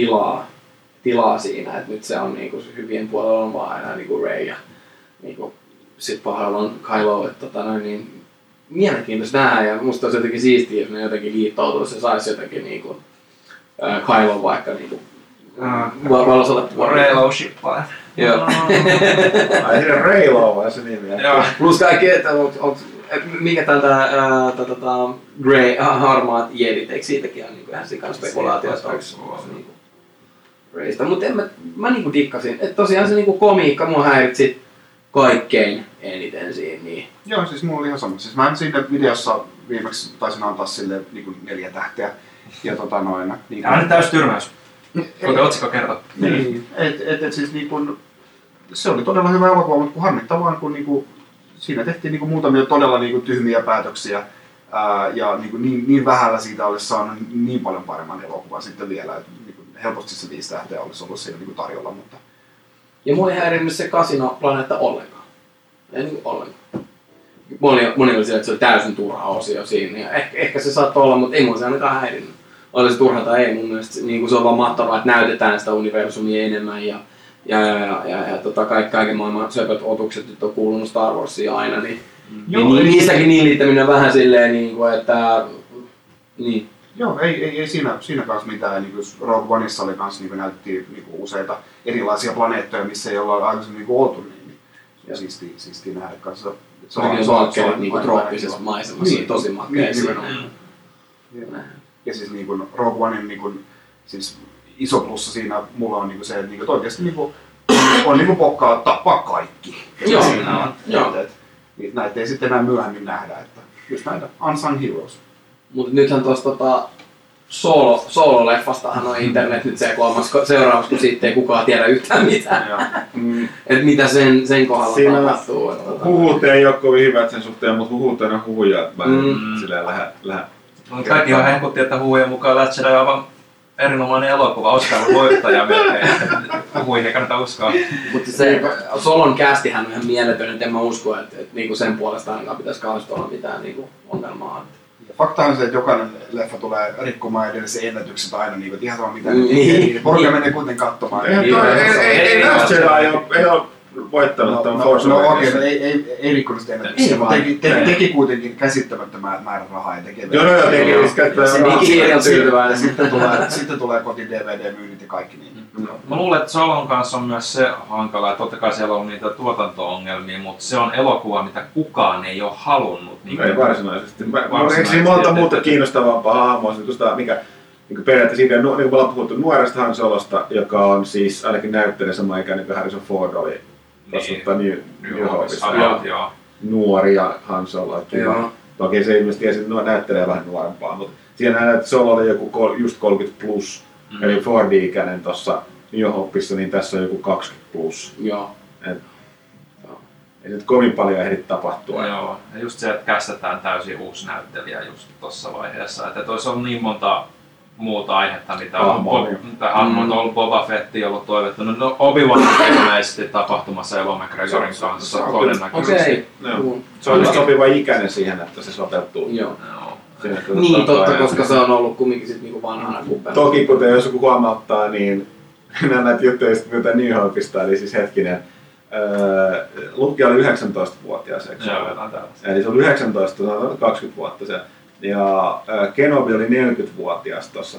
tilaa siinä, että nyt se on niinku se hyvien puolella on vaan enää niinku Rey ja niinku sit pahalla on Kylo, että niin mielenkiintoista nähdä ja musta olisi jotenkin siistiä, jos ne jotenkin liittoutuisi ja saisi jotenkin niinku Kylo vaikka niinku valosalle puolella. Reylo-shippaa. Joo. Ai siinä Reylo vai se nimi? Joo. Plus kaikki, että mikä tältä Grey, harmaat jedit, eikö siitäkin ole niinku ihan sikan spekulaatioista? Niinku Reystä, mutta mä niinku dikkasin, että tosiaan se niinku komiikka mua häiritsi kaikkein eniten siinä. Niin. Joo, siis mulla oli ihan sama. Siis mä siinä videossa viimeksi taisin antaa sille niinku 4 tähteä. Ja niin tämä on nyt täys tyrmäys. Kuten otsikko kertoo. Niin, siis niinku, se oli todella hyvä elokuva, mutta kun harmittavaa, kun niinku, siinä tehtiin niinku muutamia todella niinku tyhmiä päätöksiä. Ja niinku, niin vähällä siitä olisi saanut niin paljon paremman elokuvan sitten vielä. Että, niinku, helposti se 5 tähteä olisi ollut siinä niinku tarjolla. Mutta... Ja mua ei häirinnyt se Casino-planeetta ollenkaan. Ei niinku ollenkaan. Moni oli siellä, että se oli täysin turha osio siinä. Ja ehkä se saattoi olla, mutta ei mua se ainakaan häirinnyt. Oli se turha tai ei, mun mielestä niin se on vaan mahtavaa, että näytetään sitä universumia enemmän ja kaiken maailman söpöt otukset nyt on kuulunut Star Warsiin aina, niin niistäkin niin liittäminen vähän silleen, niin kuin, että niin. Joo, ei siinä kanssa mitään. Niin Rogue Oneissa oli kanssa niin näytettiin niin useita erilaisia planeettoja, missä ei olla aikaisemmin niin oltu. Ja siistiä nähdä kanssa. Se on valkkeet niin trooppisessa maisemassa, niin, tosi makkeisia. Ja siis niin kuin Rogue Onein niin kuin, siis iso plussa siinä mulla on niin kuin se, että niin oikeasti niin kuin, on niin kuin pokkaa tappaa kaikki. Joo. Siinä on. Näitä ei sitten enää myöhemmin nähdä, että just näitä unsung heroes. Mutta nythän tuosta Solo-leffastahan on internet nyt seuraavaksi, kun siitä ei kukaan tiedä yhtään mitään. Et mitä sen kohdalla siinä tapahtuu. Huhut ei ole kovin hyvät sen suhteen, mutta huhut on huhuja. Silleen kaikki on hehkutti, että huhujen mukaan Last Jedi on aivan erinomainen elokuva, Oscar-voittaja melkein. Huhuihin ei kannata uskoa. Mutta se Solon kästihän on ihan mieletön, että en mä usko, että niinku sen puolesta ainakaan pitäisi kauheasti olla mitään niinku ongelmaa. Fakta on se, että jokainen leffa tulee rikkomaan edellisen ennätykset aina, niin ihan sama mitä niin. Porukka menee kuitenkin katsomaan. Ei Last Jedi ei ole voittanut tämän Force Awakens. Ei rikkonut sitä ennätyksiä, mutta teki kuitenkin käsittämättömän määrän rahaa. Joo, teki. Sitten tulee koti DVD-myynnit ja kaikki niin. Mä luulen, että Solon kanssa on myös se hankala, että totta kai siellä on niitä tuotanto-ongelmia, mutta se on elokuva, mitä kukaan ei ole halunnut. Niin ei varsinaisesti. Eikö siinä monta muuta kiinnostavampaa hahmoa, mikä niin periaatteessa siitä, niin kuin me ollaan puhuttu nuoresta Han Solosta, joka on siis ainakin näyttelijä sama ikäinen kuin Harrison Ford oli New Hopeissa. Nuori ja Han Solo. Toki se ilmeisesti näyttelee vähän nuorempaa, mutta siinä nähdään, että Solo oli joku just 30 plus. Eli Fordi-ikäinen tuossa New Hopeissa, niin tässä on joku 20 plus. Joo. Ei nyt kovin paljon ehdi tapahtua. Joo, ja just se, että kästetään täysin uusi näyttelijä just tuossa vaiheessa. Että olisi ollut niin monta muuta aihetta, mitä on ollut Boba Fett ollut toivottu. No Obi-Wan ilmeisesti tapahtumassa Ewan McGregorin kanssa todennäköisesti. Se on sopiva ikäinen siihen, että se sopeutuu. Joo. Niin totta, koska se on ollut kumminkin sit niinku vanhana kuppena. Toki kuten jos joku huomauttaa, niin näitä juttuja, mitä New Hopeista, eli siis hetkinen, Luke oli 19-vuotias, eikö se Joo, ole? jotain tällaista. Eli se oli 19, 20 vuotta se. Ja Kenobi oli 40-vuotias tuossa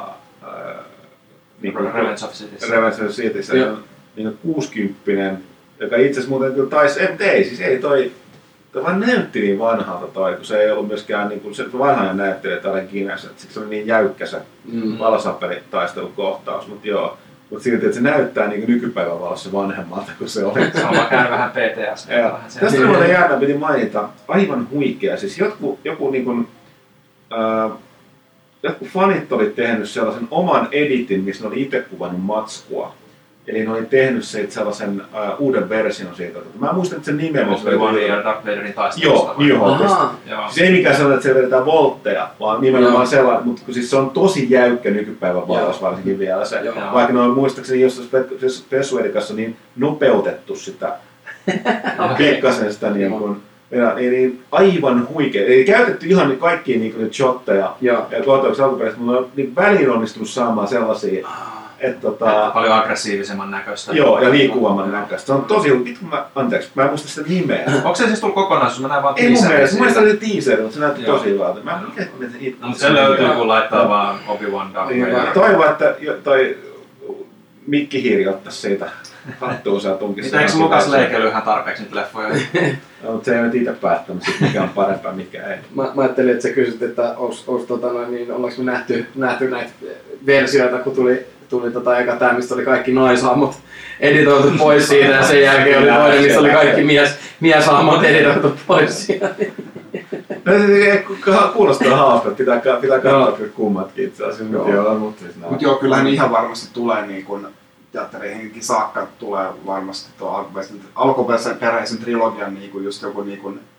Revenge of Cityssä. Revenge of Cityssä. Niin 60, joka itse asiassa muuten kyllä taisi, toi vaan näytti niin vanhalta toi, kun se ei ollut myöskään niin kuin, se vanhainen näyttelijä Alec Guinness, että siksi oli niin jäykkä se valosapelitaistelukohtaus, mutta joo. Mutta silti, että se näyttää niin nykypäivän valossa vanhemmalta kuin se oli. Se on vaan käynyt vähän PTS. Tästä on muuten jäädä, piti mainita, aivan huikea. Siis joku fanit oli tehnyt sellaisen oman editin, missä ne oli itse kuvannut matskua. Eli ne oli tehnyt siitä sellaisen uuden version siitä. Mä muistan, että sen nimen on... Obi-Wan ja Darth Vaderin taistelusta. Joo. Se ei mikään sellainen, että se vedetään voltteja, vaan nimenomaan sellainen, mutta siis se on tosi jäykkä nykypäivän valossa varsinkin vielä se. Vaikka ne on muistaakseni jossain Spessuedikassa niin nopeutettu sitä pikkasen sitä niin kuin... Niin aivan huikea. Eli käytetty ihan kaikkia niin shotteja ja kohtauksia alkuperäisesti, mutta on niin väliin onnistunut saamaan sellaisia, että paljon aggressiivisemman näköistä. Joo, ja liikkuvamman näköistä. Se on tosi anteeksi, mä en muista sitä nimeä. Onko se siis tullut kokonaisuus? Mä näin vaan teaserin. Ei mun mielestä, siitä. Oli teaseri, mutta se näytti tosi hyvältä. Mä en tiedä, miten se no, mutta se löytyy, kun laittaa vaan Obi-Wan Darth Vader. Toivon, että toi mikkihiiri ottaisi siitä hattuunsa ja tunkisi. Mitä eikö Lukas leikely ihan tarpeeksi nyt leffoja? No, mutta se ei ole itse päättänyt, mikä on parempaa, mikä ei. Mä ajattelin, että sä kysyt, että ollaanko me nähty näitä versioita, kun tuli eka tää, mistä oli kaikki naishahmot editoitu pois siitä, ja sen jälkeen oli toinen, missä oli kaikki mieshahmot editoitu pois siitä. No, se kuulostaa hauska, pitää katsoa kyllä kummatkin itse asiassa. Mutta joo, kyllähän ihan varmasti tulee niin kun teattereihinkin saakka tulee varmasti tuo alkuperäisen trilogian niin kun just joku niin kun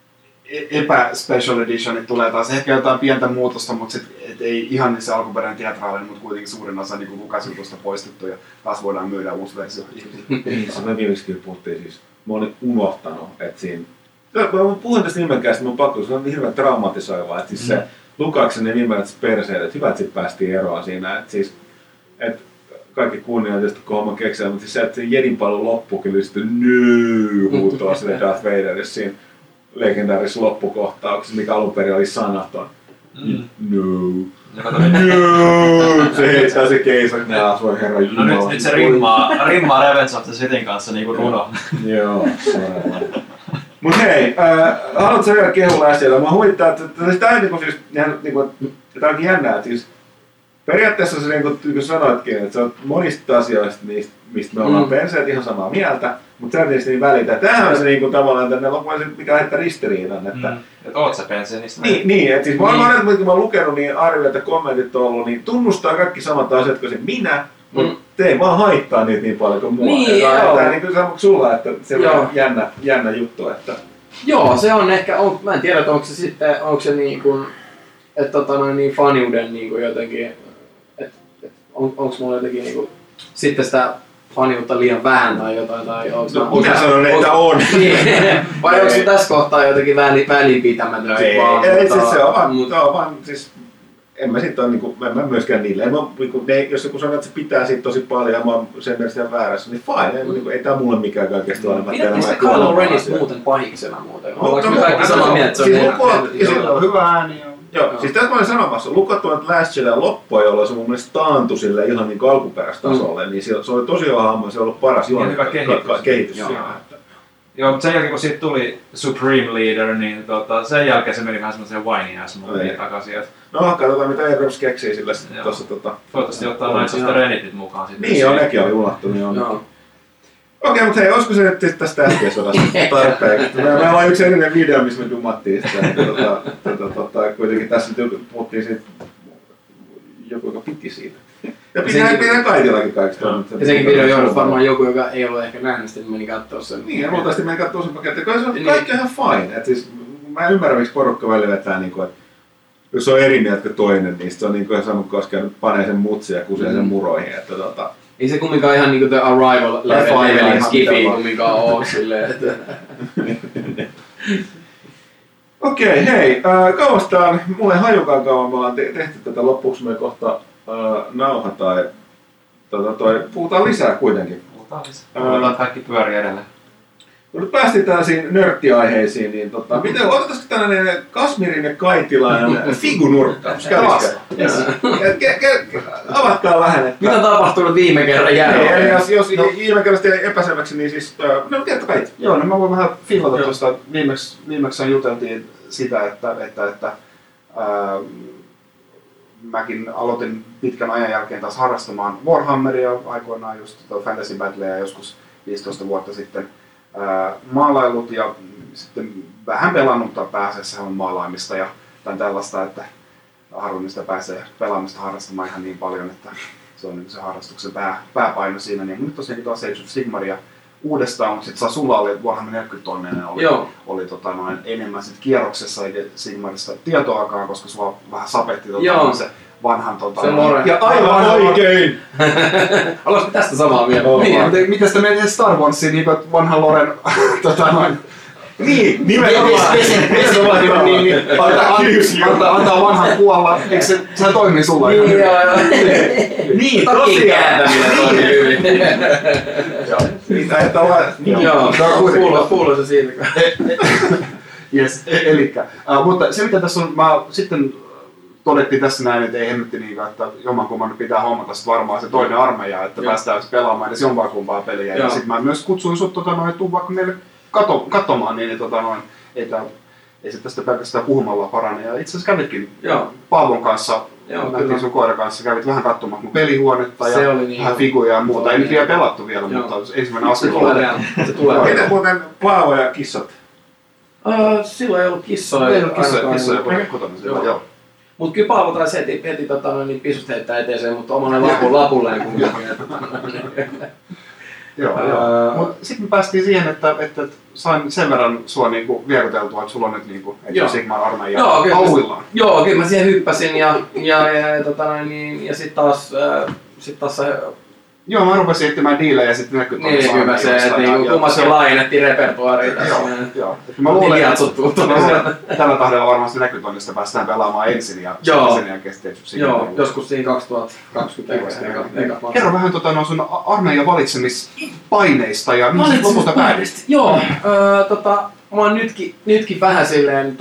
special editionit tulee taas ehkä jotain pientä muutosta, mutta sit, ei ihan niin se alkuperäinen teatraalinen, mutta kuitenkin suurin osa niin Lucas-jutusta poistettu ja taas voidaan myydä uusi versio. Niin, me viimeksi puhuttiin siis, mä olin unohtanut, että siinä mä puhuin tästä nimenkäästä, mun pakko, se on hirveän traumatisoivaa, että siis se Lukaksen ne nimet perseet, että hyvä, että siitä päästiin eroon siinä, että siis, että kaikki kunnioitusta, kun homma keksää, mutta siis se, että se Jedin pallo loppuu kyllä sitten huutoa sille Darth Vaderissa siinä legendaarisessa loppukohtauksessa, mikä alun perin oli sanaton. No. Se heittää se keisarin taas, voi herra jumala. No nyt se rimmaa Revenge of the Cityn kanssa niinku runo. Joo, mut hei, haluatko sä vielä kehulla asioita? Mä huvittaa, että tää onkin jännää, että siis periaatteessa se niin kuin sanoitkin, että se on monista asioista, mistä me ollaan perseet ihan samaa mieltä, mutta sä niistä niin välitä. Tämähän on se niin kuin, tavallaan, että mikä lähettää ristiriidan. Että oot sä penseenistä? Niin, että siis mä oon kun mä oon lukenut niin arvioita ja kommentit on ollut, niin tunnustaa kaikki samat asiat kuin se minä, mutta te ei vaan haittaa niitä niin paljon kuin mua. Niin, Tämä niin kuin sama sulla, että se on jännä juttu. Että joo, se on ehkä, mä en tiedä, että onko se sitten, onko se niin kuin, että niin faniuden niin kuin jotenkin, onko mulla jotenkin niin kuin, sitten sitä faniutta liian vähän tai jotain, tai onko no, minä sanon, että on. Vai onko se tässä kohtaa jotenkin välinpitämätön? No ei, siis se on vaan, siis en mä sitten ole, niin mä myöskään niille. Jos joku sanoo, että se pitää siitä tosi paljon ja mä oon sen mielestä väärässä, niin fine, ei tää mulle mikään kaikesta ole. Pidätkö se Kylo Renista muuten pahiksena muuten? Ollaanko me kaikki samaa mieltä, että se on hyvä ääni? Joo, siis tässä mä olin sanomassa, lukattu, että Last Jedi loppua, jolla se mun mielestä taantui sille ihan niin alkuperäistasolle, niin se oli tosi hyvä hahmo, se on ollut paras kehitys siinä. Joo, mutta sen jälkeen kun siitä tuli Supreme Leader, niin sen jälkeen se meni vähän semmoiseen whiny ass moodiin takaisin. No, katsotaan mitä Abrams keksii sille tuossa toivottavasti ottaa Knights of the Renitit mukaan sitten. Niin, joo, nekin oli unohtunut, joo. Okei, mutta hei, olisiko se nyt tästä FP-sodasta tarpeeksi? Meillä on yksi erillinen video, missä me dumattiin sitä. Kuitenkin tässä puhuttiin siitä, joku joka piti siitä. Ja pitää kaikillakin kaikista. Ja senkin video johdus varmaan joku, joka ei ollut ehkä nähnyt sitä, niin meni kattoo sen. Niin, ja luultavasti meni kattoo sen paketti. Kaikki on ihan fine. Et siis, mä ymmärrän, miksi porukka välillä vetää, että jos on eri mieltä kuin toinen, niin se on ihan saanut koskaan panee sen mutsia ja kusee sen muroihin. Ei se kumminkaan ihan niinku The Arrival-levelin skifi kumminkaan oo silleen, että Okei, hei. Kauastaan, mulle ei hajukaan kauan, me ollaan tehty tätä loppuksi me kohta nauha tai puhutaan lisää kuitenkin. Otetaan kaikki pyörii edelleen. Kun nyt päästiin tällaisiin nörttiaiheisiin, niin miten otetaanko tällainen Kasmirin ja Kaitilan figunurkkaus? Avatkaa vähän, että... Mitä on tapahtunut viime kerran jälkeen? Jos viime kerrasta jäi epäselväksi, niin siis... No kerta kaikki. Joo, no mä voin vähän fillata tuosta. Viimeksi juteltiin sitä, että mäkin aloitin pitkän ajan jälkeen taas harrastamaan Warhammeria aikoinaan just Fantasy Battleja joskus 15 vuotta sitten. Maalailut ja sitten vähän pelannut tai pääasiassa on maalaamista ja tällaista, että harvoin sitä pääsee pelaamista harrastamaan ihan niin paljon, että se on se harrastuksen pääpaino siinä. Niin nyt tosiaankin taas Age of Sigmaria uudestaan, mutta sitten sulla oli Warhammer 40 tonneinen oli enemmän sit kierroksessa eikä Sigmarista tietoakaan, koska sua vähän sapetti se vanhan ja aivan oikein! Olisiko tästä samaa mieltä? Niin, miten sitä menee Star Warsiin, niin vanhan Loren Niin, nimenomaan. Antaa vanhan kuolla, eikö se toimii sulla? Niin, tosiaan. Kuuluu se siitä. Yes, elikkä. Mutta se mitä tässä on, sitten todettiin tässä näin, että ei hemmetti niinkään, että jommankumman pitää hommata sit varmaan se toinen armeija, että päästään pelaamaan edes jompakumpaa peliä. Ja sit mä myös kutsuin sut, tuu vaikka meille katsomaan, niin että ei se tästä pelkästään puhumalla parane. Ja itse asiassa kävitkin Paavon kanssa, nähtiin sun koiran kanssa, kävit vähän katsomaan mun pelihuonetta ja vähän figuja ja muuta. Ei nyt vielä pelattu vielä, mutta ensimmäinen askel on. Se tulee. Miten muuten Paavo ja kissat? Silloin ei ollut kissoja. Ei ollut kissoja kotona silloin, joo. Mut kyllä Paavo taisi heti niin pisut heittää eteeseen, mutta omalle lapulleen kumminkin. Joo. Mut sitten me päästiin siihen, että sain sen verran sua niinku vieroteltua, että sulla on nyt niinku Sigmar armeija auillaan. Joo, kyllä mä siihen hyppäsin ja sit taas Joo, mä rupesin etsimään diilejä ja sitten näkyy tuolla niin, hyvä se, että kummaskin laajennettiin repertuaaria tässä. Joo. Mä luulen, että tällä tahdella varmasti näkyy tuonne, että päästään pelaamaan ensin ja sen jälkeen sitten Joo, joskus siinä 2020. Kerro vähän sun armeijan valitsemispaineista ja mihin lopulta päädyt. Joo, mä oon nytkin vähän silleen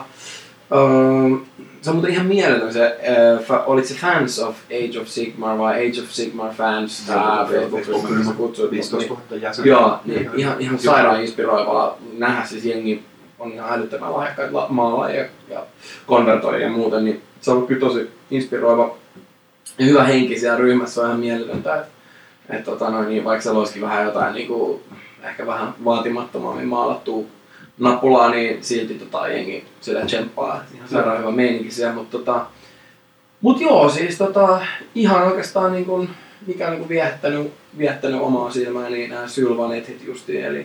se on muuten ihan mieletön se, olit se Fans of Age of Sigmar vai Age of Sigmar Fans Facebookissa, missä sä kutsuit. 15 000 jäsentä. Joo, niin ihan sairaan inspiroivaa nähdä, siis jengi on ihan älyttömän lahjakkaita maalaajia ja konvertoijia ja muuta, niin se on ollut kyllä tosi inspiroiva ja hyvä henki siellä ryhmässä, on ihan mieletöntä, että vaikka siellä olisikin vähän jotain niinku, ehkä vähän vaatimattomammin maalattua nappulaa, niin silti jengi sitä tsemppaa. Ihan sairaan hyvä meininki siellä, mut joo, siis ihan oikeastaan niin mikä on viettänyt omaa silmää, niin nämä Sylvanetit justiin, eli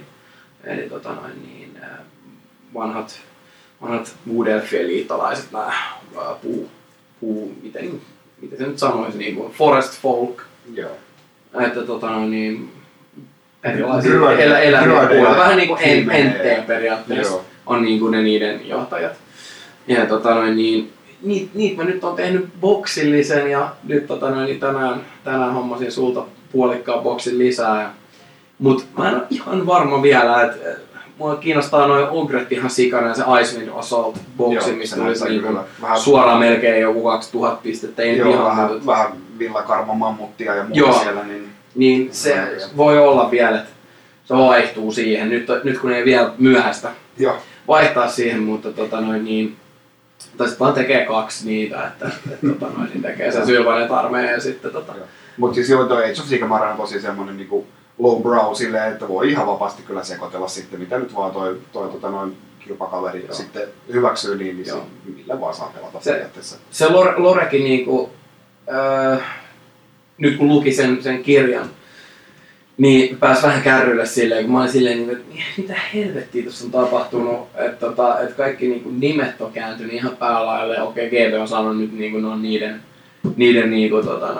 vanhat Wood Elfien liittolaiset, nämä miten se nyt sanoisi, niin kuin Forest Folk. Joo. Että erilaisia eläimiä puolella. Vähän niin kuin Entteen periaatteessa on niin kuin ne niiden johtajat. Ja niitä mä nyt on tehnyt boksillisen ja nyt tänään hommasin sulta puolikkaan boksin lisää. Mut mä en ole ihan varma vielä, että mua kiinnostaa noin Ogret ihan sikana ja se Icewind Assault boksi, mistä olisi niinku suoraan melkein joku 2000 pistettä. Vähän villakarma mammuttia ja muuta siellä. Niin se voi olla vielä, että se vaihtuu siihen. Nyt kun ei vielä myöhäistä vaihtaa siihen, mutta tai sitten vaan tekee 2 niitä, että niin tekee sen Sylvanet armeija ja sitten Mutta siis joo, toi Age of Sigmar on tosi semmonen niinku low brow silleen, että voi ihan vapaasti kyllä sekoitella sitten, mitä nyt vaan toi kilpakaveri sitten hyväksyy, niin millä vaan saa pelata periaatteessa. Se Lorekin niinku, nyt kun luki sen kirjan, niin pääsi vähän kärrylle silleen, kun mä olin silleen, että mitä helvettiä tuossa on tapahtunut, että kaikki niinku nimet on kääntynyt ihan päälaille. Okei, GB on sanonut nyt niinku ne on niiden niinku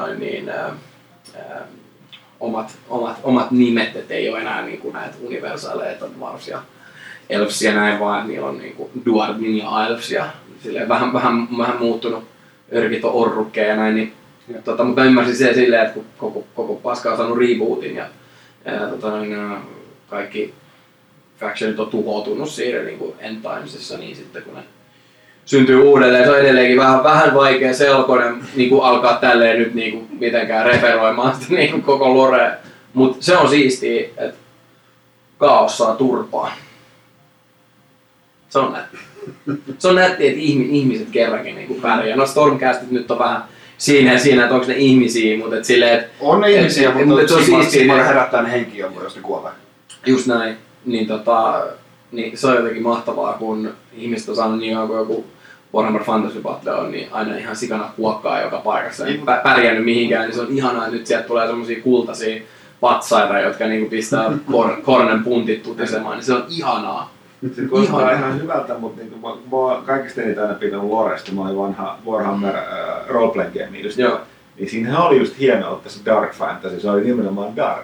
omat nimet, et ei ole enää niinku näitä universaaleja, että on Dwarfs ja Elves ja näin, vaan että niillä on niinku Dwarven ja Elves ja silleen vähän muuttunut örkit on orrukkeja ja näin, niin mutta mä ymmärsin sen silleen, että kun koko paska on saanut rebootin ja Kaikki factionit on tuhoutunut siinä niin End Timesissa, niin sitten kun ne syntyy uudelleen, se on edelleenkin vähän vaikea selkoinen niin alkaa tälleen nyt niin mitenkään referoimaan sitä niin koko lorea. Mutta se on siistiä, että kaos saa turpaa. Se on nätti. Se on nätti, että ihmiset kerrankin niin pärjää. No Stormcastit nyt on vähän siinä, että onko ne ihmisiä, mutta silleen, että on ne ihmisiä, mutta se on siistiä. Herättää ne henkiä, jos ne kuolee. Just näin. Niin se on jotenkin mahtavaa, kun ihmiset on saanut niin kauan kuin joku Warhammer Fantasy Battle on, niin aina ihan sikana kuokkaa joka paikassa. Ei pärjännyt mihinkään, niin se on ihanaa, että nyt sieltä tulee semmosia kultaisia patsaita, jotka niinku pistää kornen puntit tutisemaan, niin se on ihanaa. Se kuulostaa ihan hyvältä, mutta niin mä oon kaikista eniten aina pitänyt Loresta. Mä olin vanha Warhammer roleplaying game just. Niin siinähän oli just hienoa, että se dark fantasy, se oli nimenomaan dark.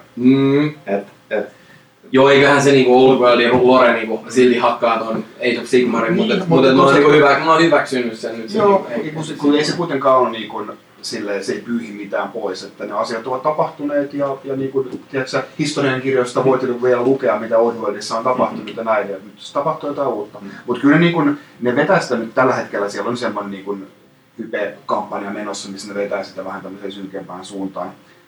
Joo, eiköhän se niinku Old Worldin lore niinku silti hakkaa ton Age of Sigmarin, mutta mä oon hyväksynyt sen nyt. Joo, ei se kuitenkaan ole niinku silleen, se ei pyyhi mitään pois, että ne asiat ovat tapahtuneet ja niinku, tiedätkö, historiankirjoista voit vielä lukea, mitä Old Worldissa on tapahtunut ja näin, ja nyt se tapahtuu jotain uutta. Mutta kyllä niinku, ne vetää sitä nyt tällä hetkellä, siellä on semmoinen niinku hype-kampanja menossa, missä ne vetää sitä vähän tämmöiseen synkempään suuntaan.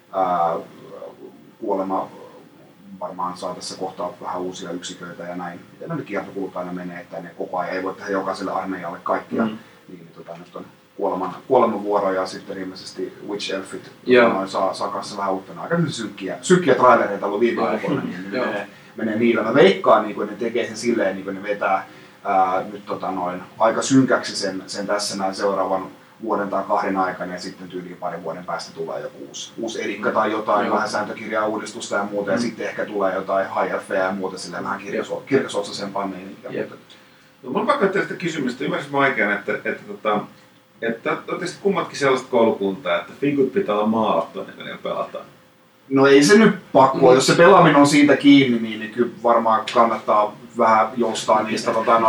Kuolema varmaan saa tässä kohtaa vähän uusia yksiköitä ja näin. Miten ne kiertokulut aina menee, että ne koko ajan ei voi tehdä jokaiselle armeijalle kaikkia. Niin, nyt on kuolemanvuoro ja sitten ilmeisesti Witch Elfit saa kanssa vähän uutta. Aika synkkiä trailereita ollut viime aikoina, niin ne menee niillä. Mä veikkaan, niin kun ne tekee sen silleen, niin kun ne vetää nyt aika synkäksi sen tässä näin seuraavan vuoden tai 2 aikana ja sitten tyyliin 2 vuoden päästä tulee joku uusi erikka tai jotain, vähän sääntökirjaa uudistusta ja muuta ja sitten ehkä tulee jotain high elfejä ja muuta silleen vähän kirkasotsaisempaa meininkiä. No, mulla on pakko tehdä sitä kysymystä. Ymmärsin oikein, että olette kummatkin sellaista koulukuntaa, että figut pitää olla maalattu ennen kuin ne pelataan. No ei se nyt pakko. Jos se pelaaminen on siitä kiinni, niin kyllä varmaan kannattaa vähän joustaa niistä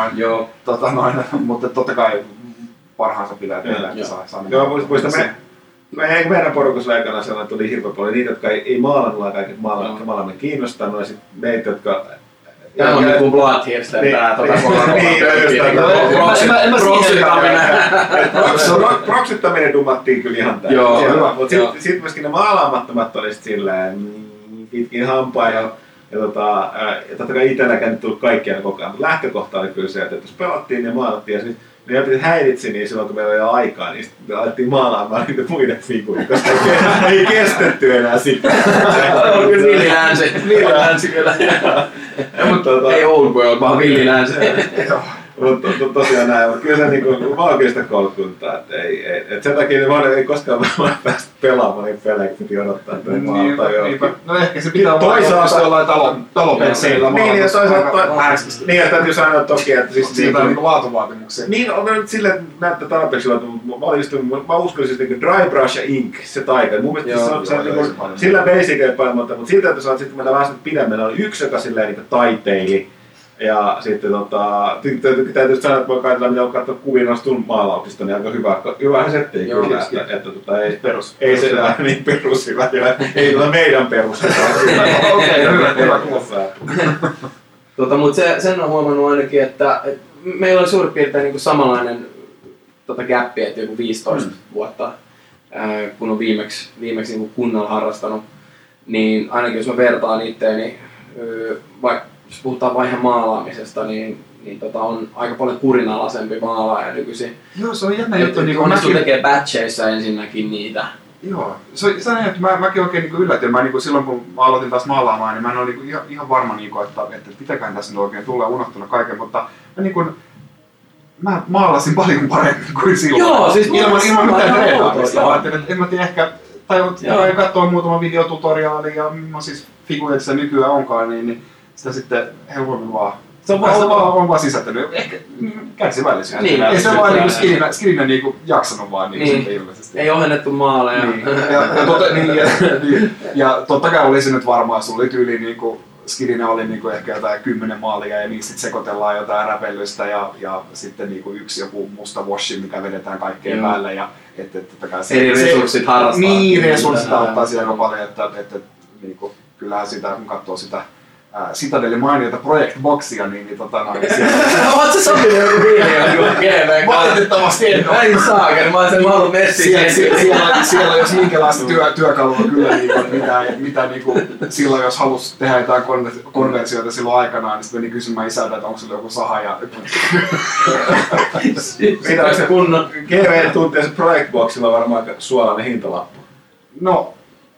mutta totta kai parhaansa pitää tehdä, että saa meidän porukassa aikana sellainen tuli hirveän paljon niitä, jotka ei maalannut kaiket maalaaminen kiinnostanut ja sitten meitä, jotka tämä on niinku Bloodthirster tää proksittaminen dummattiin kyllä ihan täysin. Mutta sitten myöskin ne maalaamattomat oli silleen pitkin hampaa ja totta kai itselläkään nyt tullut kaikkia koko ajan. Mutta lähtökohta oli kyllä se, että jos pelattiin ja maalattiin ja siis ne jotenkin häiritsi niin silloin kun meillä oli aikaa, niin sitten alettiin maalaamaan niitä muiden figuja, koska ei kestetty enää sitä. On kyllä villilänsi kyllä. Ei Old World, vaan villilänsi. Mutta tosiaan näin, mutta kyllä se niinku vaakista koulukuntaa, että sen takia ne ei koskaan vaan päästä pelaamaan niin pelejä, kun piti odottaa, että ne maaltaa johonkin. No ehkä se pitää olla jollain talopensseillä maalata. Niin, ja toisaalta, niin, ja täytyy sanoa toki, että siis siitä on laatuvaatimuksia. Niin, on nyt silleen, että näyttää tarpeeksi mä uskon siis niinku dry brush ja ink, se taika. Mun mielestä se on niinku sillä basic paljon, mutta siltä, että saat sitten mennä vähän pidemmällä, oli yksi, joka silleen niinku taiteili. Ja sitten täytyy sanoa, että voi katsella, mitä on katsoa kuvia noista maalauksista, niin aika hyvä setti kyllä, että ei se niin perushyvä, ei meidän perushyvä. Okei, hyvä kuulostaa. Mutta sen on huomannut ainakin, että meillä oli suurin piirtein niin samanlainen gappi, että joku 15 vuotta, kun on viimeksi niin kunnolla harrastanut, niin ainakin jos mä vertaan itteeni, vaikka jos puhutaan vain ihan maalaamisesta, niin on aika paljon kurinalaisempi maalaaja nykyisin. Joo, se on jännä juttu. Niin onnistuu tekee batcheissa ensinnäkin niitä. Joo, se on että mäkin oikein niin yllätyin. Silloin kun mä aloitin taas maalaamaan, niin mä en ole ihan varma, että pitäkään tässä nyt oikein tulee unohtunut kaiken, mutta mä maalasin paljon paremmin kuin silloin. Joo, siis ilman mitään treenaamista. En mä tiedä ehkä, tai katsoa muutama videotutoriaali ja siis figuja se nykyään onkaan, niin sitä sitten helpommin vaan. Se on vaan sisältänyt. Ehkä kärsivällisyys. Niin, ei se vaan skidinä niinku jaksanut vaan niin ilmeisesti. Ei ohennettu maaleja. Ja totta kai oli se nyt varmaan, sulla oli tyyli niinku skidinä oli niinku ehkä jotain 10 maalia ja niistä sekoitellaan jotain räpellystä ja sitten niinku yksi joku musta washi, mikä vedetään kaikkeen päälle ja eri resurssit harrastaa. Niin, resurssit auttaa siellä aika paljon, että niinku kyllähän sitä, kun katsoo sitä Citadelin mainiota Project Boxia, niin Oletko sä sopinut joku viimeinen valitettavasti en ole. Näin saakeli, mä olisin ollut messiin. Siellä jos minkälaista työkalua kyllä mitä niinku, silloin jos halusi tehdä jotain konversioita silloin aikanaan, niin sitten meni kysymään isältä, että onko sulla joku saha. Mitä onko se kunnon GV-tuntia se Project Boxilla varmaan aika suolainen hintalappu? No,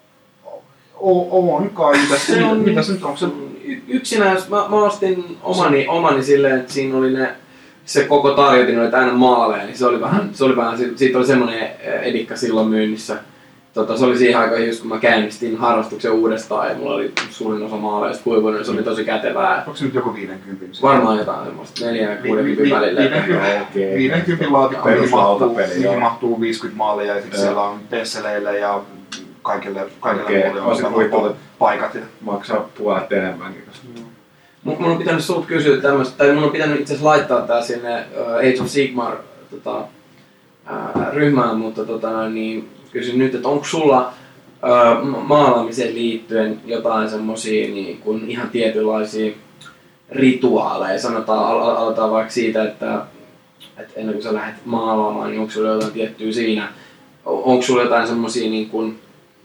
on kai. Mitä se nyt on? Yksinään, mä ostin omani silleen, että siinä oli se koko tarjotin oli täynnä maaleja, niin se oli vähän, siitä oli semmoinen edikka silloin myynnissä. Se oli siihen aikaan just kun mä käynnistin harrastuksen uudestaan ja mulla oli suurin osa maaleista kuivunut, niin se oli tosi kätevää. Onko se nyt joku 50? Varmaan jotain semmoista, 4-60 välillä. 50 laatikko, mihin mahtuu 50 maalia ja sitten siellä on penseleille ja kaikille muille on paikat. Maksaa puolet enemmänkin. Mun on pitänyt sulta kysyä tämmöstä, tai mun on pitänyt itse asiassa laittaa tää sinne Age of Sigmar ryhmään, mutta niin kysyn nyt, että onko sulla maalaamiseen liittyen jotain semmosia niin kuin ihan tietynlaisia rituaaleja? Sanotaan, aloitetaan vaikka siitä, että ennen kuin sä lähdet maalaamaan, niin onko sulla jotain tiettyä siinä? Onko sulla jotain semmosia niin kuin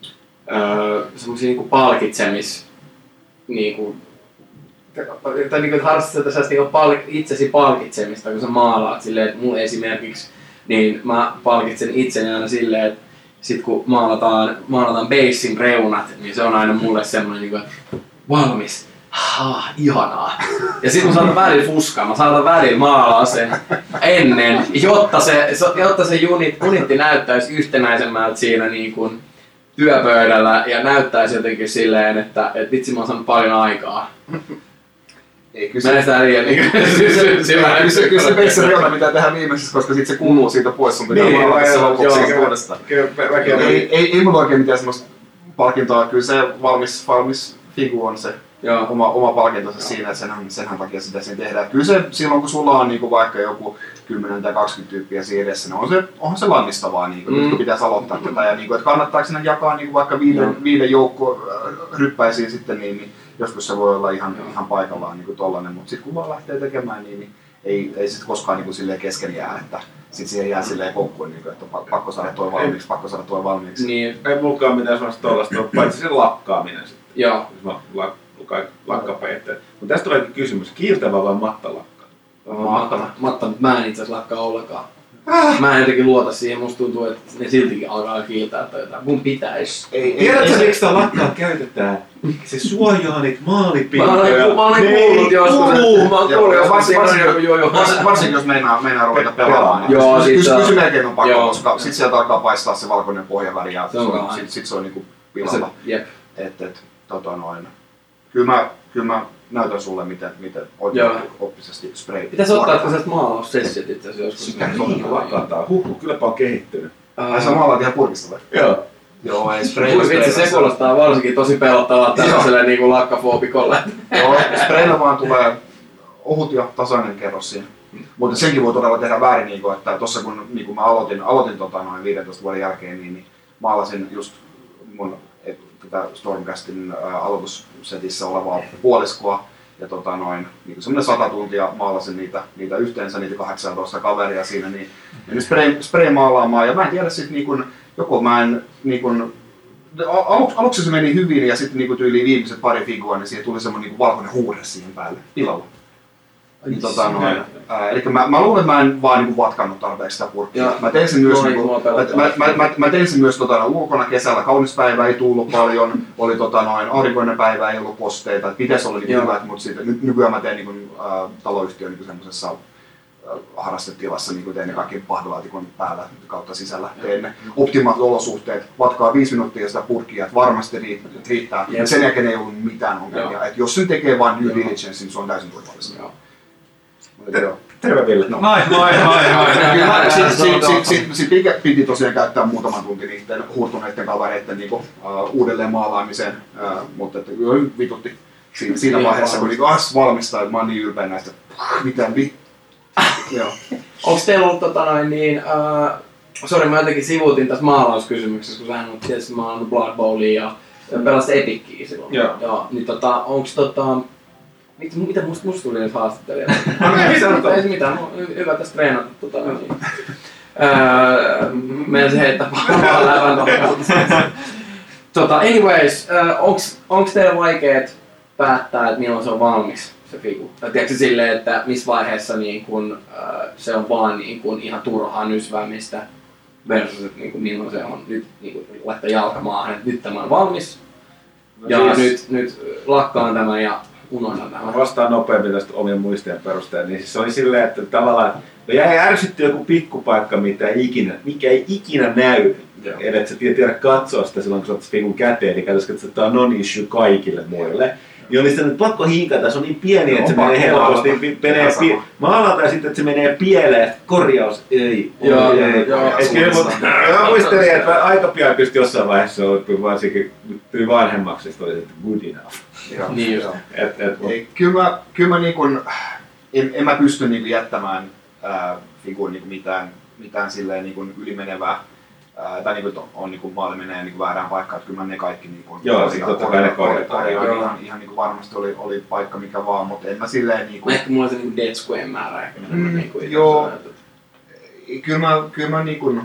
palkitsemis niinku tai niinku harrastat sä niinku itsesi palkitsemista, kun sä maalaat silleen, että mun esimerkiksi niin mä palkitsen itseni aina silleen, että sit kun maalataan basein reunat, niin se on aina mulle semmoinen niinku, valmis. Ihanaa. Ja sit mä saatan välillä fuskaa, mä saatan välillä maalaa sen ennen, jotta se unitti näyttäisi yhtenäisemmältä siinä niin kuin työpöydällä ja näyttäisi jotenkin silleen, että vitsi mä oon saanut paljon aikaa. Ei kyse. Menee sitä liian Kyllä se peissä reuna pitää tehdä viimeisessä, koska sit se kuluu siitä pois, sun pitää maalata se lopuksi uudestaan. Ei mulla oikein mitään semmoista palkintoa, kyllä se valmis figu on se oma palkintonsa siinä, että senhän takia sitä siinä tehdään. Kyllä se silloin kun sulla on niinku vaikka joku 10 tai 20 tyyppiä siinä edessä, niin onhan se lannistavaa, niinku, nyt kun pitäisi aloittaa tätä. Ja niinku, että kannattaako sinne jakaa niinku vaikka viiden joukko ryppäisiin sitten, niin joskus se voi olla ihan paikallaan niinku tollanen, mutta sitten kun vaan lähtee tekemään, niin ei sitten koskaan niinku silleen kesken jää, että sitten siihen jää silleen kokkuun, niinku, että on pakko saada toi valmiiksi. Niin, ei mullakaan mitään sellaista tollaista, paitsi se lakkaaminen sitten. Joo. Lakkapeitteet. Mutta tästä tuleekin kysymys, kiiltävä vai mattalakka? Matta, mä en itse asiassa lakkaa ollenkaan. Mä en jotenkin luota siihen, musta tuntuu, että ne siltikin alkaa kiiltää tai jotain. Mun pitäis. Tiedätkö miksi sitä lakkaa käytetään? Se suojaa niitä maalipintoja. Mä olen kuullut joskus. Varsinkin jos meinaa ruveta pelaamaan. Kyllä se melkein on pakko, koska sit sieltä alkaa paistaa se valkoinen pohjaväri ja sit se on niinku pilalla. Kyllä mä näytän sulle, miten oppisesti spray. Pitäis ottaa tällaiset maalaussessiot itse asiassa joskus. Sitä on lakataan. Kylläpä on kehittynyt. Ai sä maalaat ihan purkista vai? Joo. Joo, ei spray. Vitsi, se kuulostaa varsinkin tosi pelottavaa tällaiselle niinku lakkafoobikolle. Joo, spraylla vaan tulee ohut ja tasainen kerros siinä. Mutta senkin voi todella tehdä väärin, että tossa kun mä aloitin 15 vuoden jälkeen, niin maalasin just mun tätä Stormcastin aloitussetissä olevaa puoliskoa ja niin semmoinen 100 tuntia maalasin niitä yhteensä, niitä 18 kaveria siinä, niin menin spray maalaamaan ja mä en tiedä sit aluksi se meni hyvin ja sitten tyyliin viimeiset pari figua, niin siihen tuli semmoinen valkoinen huure siihen päälle pilalla. Eli mä luulen, että mä en vaan vatkannut tarpeeksi sitä purkkia. Mä tein sen myös ulkona kesällä, kaunis päivä ei tullut paljon, oli aurinkoinen päivä, ei ollut kosteita, pitäisi olla hyvät, mutta nykyään mä teen taloyhtiön semmoisessa harrastetilassa, teen ne kaikki pahvilaatikon päällä kautta sisällä, teen ne optimaalit olosuhteet, vatkaa 5 minuuttia sitä purkkia, että varmasti riittää, ja sen jälkeen ei ollut mitään ongelmia. Et jos sen tekee vain due diligence, niin se on täysin turvallista. Terve Ville. Moi. Sitten piti tosiaan käyttää muutaman tunti niiden huurtuneiden kavereiden uudelleen maalaamiseen, mutta vitutti siinä vaiheessa, kun valmistaa, että mä oon niin ylpeä näistä, mitään Onks teillä ollut sori mä jotenkin sivuutin tässä maalauskysymyksessä, kun sähän olet tietysti maalannut Blood Bowlia ja Se pelasi Epickiä silloin. Joo. Niin onks mitä musta tuli nyt haastattelija? Ei se mitään, hyvä tässä treenata niin. Meidän se heittää vaan läpän anyways, onks teillä vaikeet päättää, että milloin se on valmis se figu? Tai tiedätkö silleen, että missä vaiheessa niin kun, se on vaan niin kun ihan turhaa nysväämistä versus niin kun, milloin se on nyt niin kun, laittaa jalka maahan, että nyt tämä on valmis. No ja siis, nyt lakkaan tämän ja unohdan tämän. Vastaan nopeammin tästä omien muistien perusteella, niin siis se oli silleen, että tavallaan jäi ärsytty joku pikkupaikka, mikä ei ikinä näy. Et sä tiedä katsoa sitä silloin, kun sä otat figun käteen, niin katsotaan, että tämä on non-issue kaikille muille. Niin oli sitä nyt pakko hinkata, se on niin pieni, että se menee helposti. Maalata ja sitten, että se menee pieleen, korjaus, ei. Mä muistelin, että aika pian pystyi jossain vaiheessa, varsinkin tuli vanhemmaksi, että oli good enough. Niin Kyllä mä niin kun, en mä pysty niin jättämään figuun niin mitään silleen niin ylimenevää. Tai niin kuin on niin maali menee niin väärään paikkaan, että kyllä mä ne kaikki niin kuin korjaan. Ihan niin kuin varmasti oli paikka mikä vaan, mutta en mä silleen niin kuin... Ehkä mulla on se niin dead square määrä ehkä. Joo. Kyllä mä niin kuin...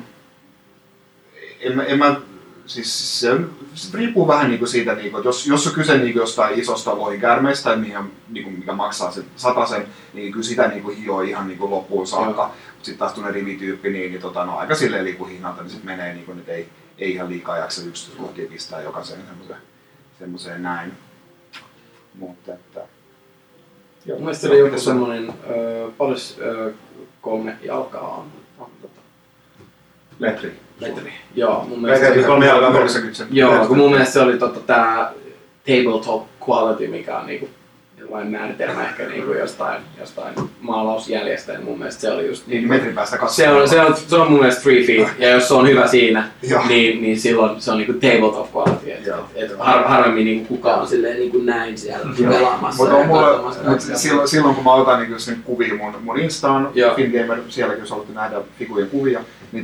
En mä... Siis se riippuu vähän niin kuin siitä, niin kuin, että jos on kyse niin kuin jostain isosta lohikäärmeestä, mikä maksaa sen 100, niin kyllä sitä niin kuin hioi ihan niin kuin loppuun saakka. Sitten taas tuonne rivityyppi, niin aika silleen liikuhihnalta, niin sitten menee, niin kuin, että ei ihan liikaa jaksa yksityiskohtia pistää jokaiseen semmoiseen näin. Mutta että... Mun mielestä se oli joku semmoinen, paljon 3 jalkaa on Metri. Joo, mun mielestä se 3 jalkaa 30. Joo, kun mun mielestä se oli tää tabletop quality, mikä on niinku jollain määritelmä ehkä niinku jostain maalausjäljestä, ja mun mielestä se oli just niin metrin päästä katsomaan. Se on mun mielestä 3 feet, ja jos se on hyvä siinä, niin silloin se on niinku tabletop quality. Harvemmin niinku kukaan on silleen niinku näin siellä pelaamassa. Mutta silloin kun mä otan niinku sen kuvia mun Instaan, Fingamer, sielläkin jos haluatte nähdä figujen kuvia, niin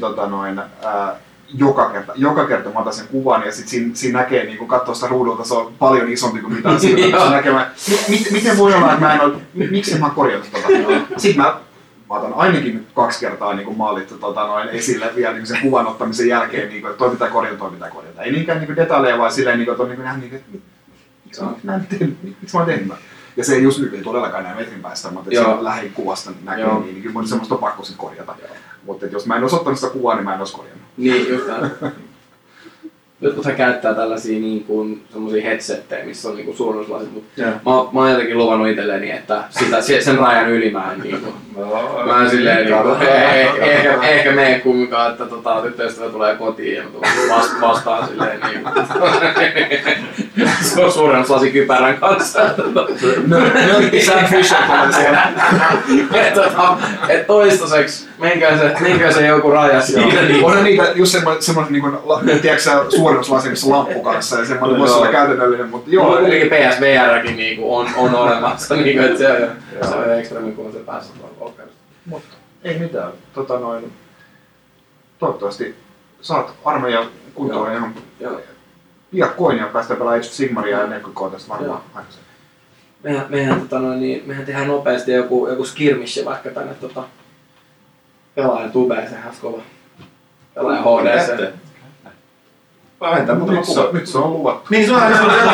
joka kerta mä otan sen kuvan ja sit siinä näkee niinku katsoo sitä ruudulta, se on paljon isompi kuin mitä siinä näkemään. Miten voi olla, että mä en ole, miksi mä oon korjannut tota? Sitten mä otan ainakin 2 kertaa niinku maallit esille vielä niinku sen kuvan ottamisen jälkeen, niinku, että toi pitää korjata. Ei niinkään niinku detaljeja, vaan silleen, niinku, että on niinku nähnyt, että miksi mä oon tehnyt näin. Ja se ei just nyt ei todellakaan näin metrin päästä, mutta se lähikuvasta näkyy, niin kyllä mun semmoista on pakko sit korjata. Mutta jos mä en olisi ottanut sitä kuvaa, niin mä en olisi korjannut. Niin, just näin. Jotkuthan käyttää tällaisia niin kuin semmosia headsettejä, missä on niinku suurennuslasit, mutta mä oon jotenkin luvannut itselleni, että sen rajan yli mä en niinku. Mä en silleen niinku, ehkä mene kumminkaan, että tyttöystävä tulee kotiin ja mä tulen vastaan silleen niinku. Se on suurennuslasi kypärän kanssa. Nörtti Sam Fisher tulee siellä. Et toistaiseksi, menkää se joku raja siinä. Onhan niitä just semmoinen niinku, tiedätkö suurennuslasi, missä lappu kanssa ja semmoinen voisi olla käytännöllinen, mutta joo. Mulla kuitenkin PSVR:kin niinku on olemassa, niinku, että se on ekstremmin kun se päässä olkaista. Mutta ei mitään. Toivottavasti saat armeijan kuntoon ihan piakkoin ja päästään pelaamaan Age of Sigmaria ja Nekko tästä varmaan aikaisemmin. Mehän tehdään nopeasti joku skirmish vaikka tänne pelaajan tubeen, sehän olisi kova. Pelaajan HDC. Vähentää muutama kuva. Nyt se on luvattu. Niin se on